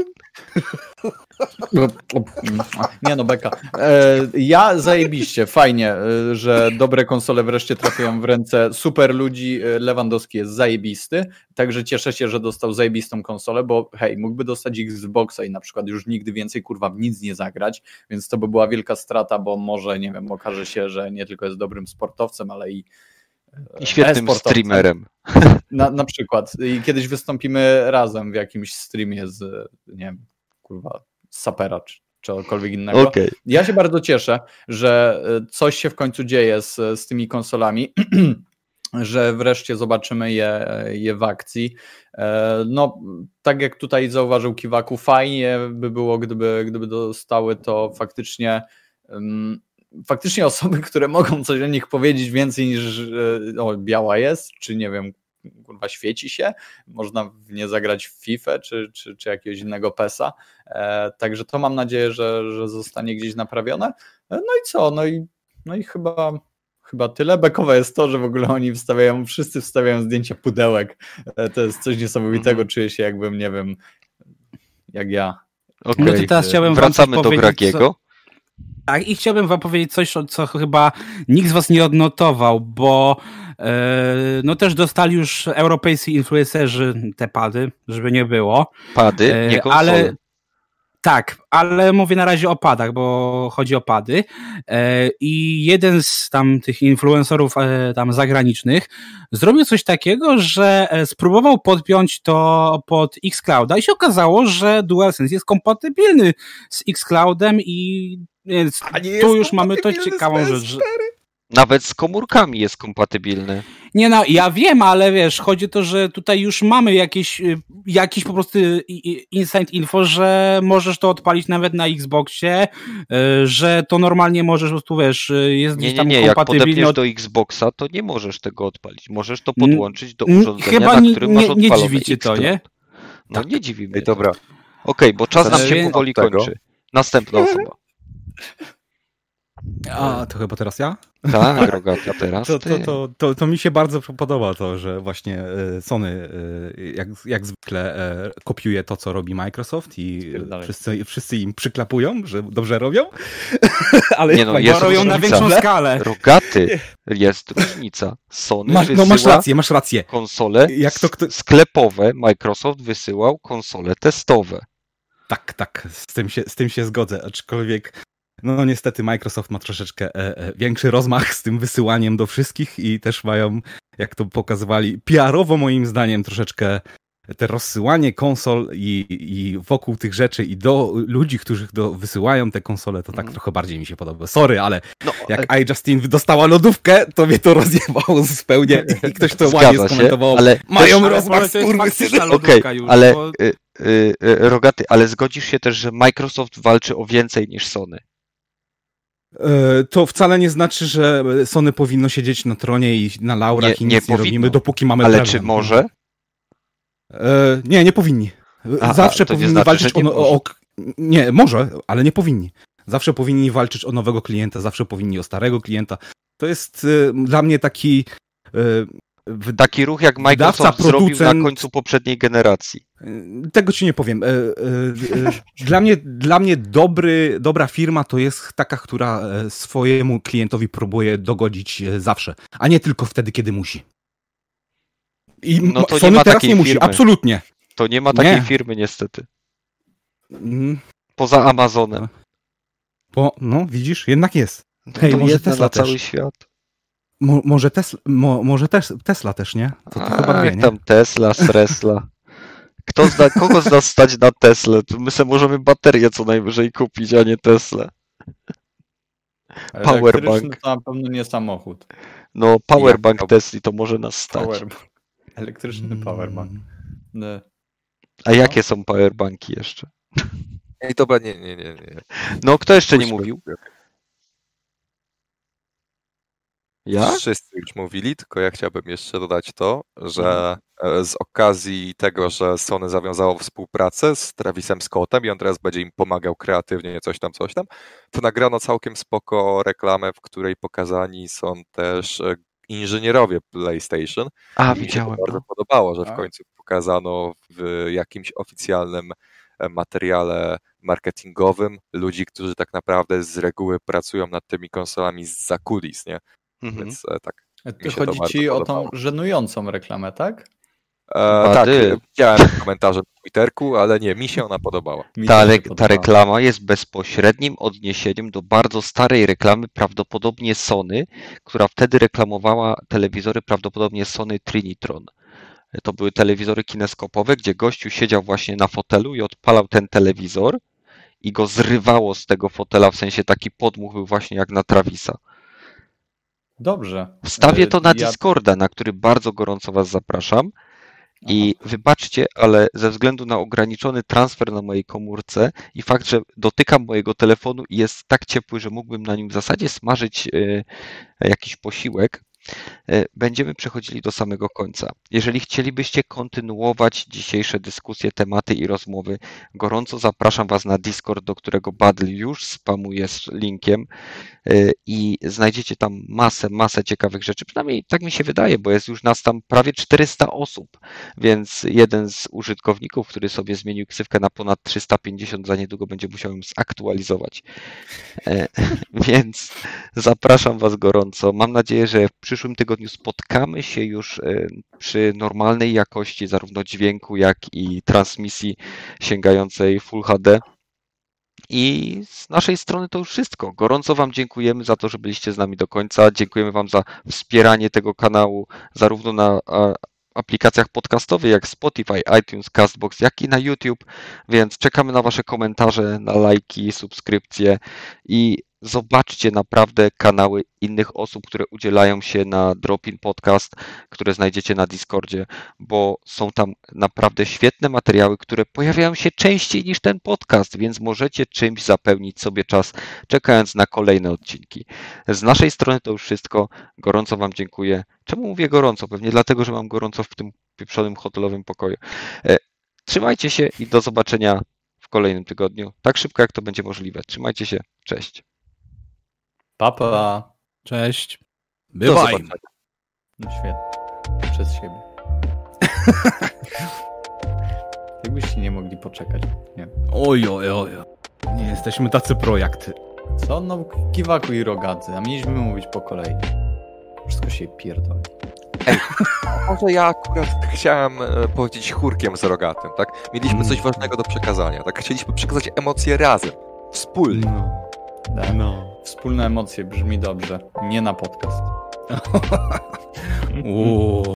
Nie no, beka. Ja zajebiście, fajnie, że dobre konsole wreszcie trafiają w ręce super ludzi. Lewandowski jest zajebisty, także cieszę się, że dostał zajebistą konsolę, bo hej, mógłby dostać Xboxa i na przykład już nigdy więcej kurwa w nic nie zagrać, więc to by była wielka strata, bo może, nie wiem, okaże się, że nie tylko jest dobrym sportowcem, ale i I świetnym e-sportowcem. streamerem. Na przykład. I kiedyś wystąpimy razem w jakimś streamie z, nie wiem, kurwa, Sapera czy czegokolwiek innego. Okej. Ja się bardzo cieszę, że coś się w końcu dzieje z tymi konsolami, że wreszcie zobaczymy je w akcji. No, tak jak tutaj zauważył Kiwaku, fajnie by było, gdyby dostały to faktycznie osoby, które mogą coś o nich powiedzieć więcej niż biała jest, czy nie wiem, kurwa świeci się, można w nie zagrać w FIFA czy jakiegoś innego PES-a, także to mam nadzieję, że zostanie gdzieś naprawione. No i co? No i chyba tyle. Bekowe jest to, że w ogóle oni wszyscy wstawiają zdjęcia pudełek. To jest coś niesamowitego, czuję się jakbym, nie wiem, jak ja. Okej. No to teraz chciałbym wam Wracamy coś do powiedzieć, Gragiego. Tak, i chciałbym wam powiedzieć coś, co chyba nikt z was nie odnotował, bo no też dostali już europejscy influencerzy te pady, żeby nie było. Pady, nie konsole. Ale tak, ale mówię na razie o padach, bo chodzi o pady. I jeden z tam tych influencerów tam zagranicznych zrobił coś takiego, że spróbował podpiąć to pod xClouda i się okazało, że DualSense jest kompatybilny z xCloudem i więc tu już mamy to ciekawą rzecz. Że... Nawet z komórkami jest kompatybilny. Nie no, ja wiem, ale wiesz, chodzi o to, że tutaj już mamy jakiś po prostu inside info, że możesz to odpalić nawet na Xboxie, że to normalnie możesz po prostu, wiesz, jest gdzieś tam Nie, jak kompatybilny. podepniesz do Xboxa, to nie możesz tego odpalić. Możesz to podłączyć do urządzenia, Chyba na którym masz nie odpalony dziwi cię to, nie? No Tak. nie dziwi mnie. Ej, dobra. Okej, bo czas nam się Zacznijmy powoli od tego. kończy. Następna osoba. A, to chyba teraz ja? Tak, Rogata, teraz ty. To mi się bardzo podoba to, że właśnie Sony jak zwykle kopiuje to, co robi Microsoft i wszyscy im przyklapują, że dobrze robią. Ale Nie no, fajnie, jest Bo robią na różnica. większą skalę. Rogaty, jest różnica. Sony masz rację. konsole Jak to kto... sklepowe, Microsoft wysyłał konsole testowe. Tak, z tym się zgodzę, aczkolwiek no niestety Microsoft ma troszeczkę większy rozmach z tym wysyłaniem do wszystkich i też mają, jak to pokazywali, PR-owo moim zdaniem troszeczkę te rozsyłanie konsol i wokół tych rzeczy i do ludzi, którzy wysyłają te konsole, to tak trochę bardziej mi się podoba. Sorry, ale jak iJustine dostała lodówkę, to mnie to rozjebało zupełnie i ktoś to ładnie skomentował. Ale mają też, rozmach skurwysyny. Okej, ale Rogaty, ale zgodzisz się też, że Microsoft walczy o więcej niż Sony. To wcale nie znaczy, że Sony powinno siedzieć na tronie i na laurach i nic nie robimy, dopóki mamy Ale problem. czy może? Nie powinni. Zawsze powinni walczyć Nie, może, ale nie powinni. Zawsze powinni walczyć o nowego klienta, zawsze powinni o starego klienta. To jest dla mnie taki... Taki ruch, jak Microsoft zrobił na końcu poprzedniej generacji. Tego ci nie powiem. Dla mnie dobra firma to jest taka, która swojemu klientowi próbuje dogodzić zawsze, a nie tylko wtedy, kiedy musi. I no to Sony nie ma teraz takiej nie musi, firmy. absolutnie. To nie ma takiej firmy niestety. Poza Amazonem. No widzisz, jednak jest. Hej, może jedna Tesla na cały też. świat. Może Tesla też, nie? To chyba dwie, nie? Tam Tesla, Sresla. Kogo z nas stać na Teslę? To my sobie możemy baterię co najwyżej kupić, a nie Teslę. Powerbank. Elektryczny to na pewno nie samochód. No, powerbank Tesli to może nas stać. Elektryczny powerbank. No. A jakie są powerbanki jeszcze? Ej, dobra, nie. No, kto jeszcze nie Pójdźmy. mówił? Ja? Wszyscy już mówili, tylko ja chciałbym jeszcze dodać to, że z okazji tego, że Sony zawiązało współpracę z Travisem Scottem i on teraz będzie im pomagał kreatywnie, coś tam, to nagrano całkiem spoko reklamę, w której pokazani są też inżynierowie PlayStation. A, I mi się to widziałem. bardzo podobało, że w końcu pokazano w jakimś oficjalnym materiale marketingowym ludzi, którzy tak naprawdę z reguły pracują nad tymi konsolami zza kulis, nie? Mhm. Więc tak. Ty Mi się to chodzi bardzo ci o tą podobało. żenującą reklamę, tak? Tak, Bady. widziałem komentarze na Twitterku, ale nie, mi się ona podobała. Mi Ta, też się ta podobało. reklama jest bezpośrednim odniesieniem do bardzo starej reklamy, prawdopodobnie Sony, która wtedy reklamowała telewizory, prawdopodobnie Sony Trinitron. To były telewizory kineskopowe, gdzie gościu siedział właśnie na fotelu i odpalał ten telewizor i go zrywało z tego fotela, w sensie taki podmuch był właśnie jak na Travisa. Dobrze. Wstawię to na Ja- Discorda, na który bardzo gorąco Was zapraszam. I wybaczcie, ale ze względu na ograniczony transfer na mojej komórce i fakt, że dotykam mojego telefonu i jest tak ciepły, że mógłbym na nim w zasadzie smażyć jakiś posiłek, będziemy przechodzili do samego końca. Jeżeli chcielibyście kontynuować dzisiejsze dyskusje, tematy i rozmowy, gorąco zapraszam Was na Discord, do którego Badl już spamuje z linkiem i znajdziecie tam masę ciekawych rzeczy. Przynajmniej tak mi się wydaje, bo jest już nas tam prawie 400 osób, więc jeden z użytkowników, który sobie zmienił ksywkę na ponad 350, za niedługo będzie musiał ją zaktualizować. Więc zapraszam Was gorąco. Mam nadzieję, że w przyszłym tygodniu spotkamy się już przy normalnej jakości zarówno dźwięku, jak i transmisji sięgającej Full HD. I z naszej strony to już wszystko. Gorąco Wam dziękujemy za to, że byliście z nami do końca. Dziękujemy Wam za wspieranie tego kanału zarówno na aplikacjach podcastowych jak Spotify, iTunes, Castbox, jak i na YouTube, więc czekamy na Wasze komentarze, na lajki, subskrypcje i zobaczcie naprawdę kanały innych osób, które udzielają się na Drop-In Podcast, które znajdziecie na Discordzie, bo są tam naprawdę świetne materiały, które pojawiają się częściej niż ten podcast, więc możecie czymś zapełnić sobie czas, czekając na kolejne odcinki. Z naszej strony to już wszystko. Gorąco Wam dziękuję. Czemu mówię gorąco? Pewnie dlatego, że mam gorąco w tym pieprzonym hotelowym pokoju. Trzymajcie się i do zobaczenia w kolejnym tygodniu. Tak szybko, jak to będzie możliwe. Trzymajcie się. Cześć. Papa. Cześć. Do Bywaj. zobaczenia. No świetnie. Przez siebie. Jakbyście nie mogli poczekać. Nie. Oj. Nie jesteśmy tacy pro jak ty. Co? No kiwaku i rogadzy. A mieliśmy mówić po kolei. Wszystko się pierdoli. Może ja akurat chciałem powiedzieć chórkiem z rogatym, tak? Mieliśmy coś ważnego do przekazania, tak? Chcieliśmy przekazać emocje razem, wspólnie. No. Wspólne emocje brzmi dobrze. Nie na podcast.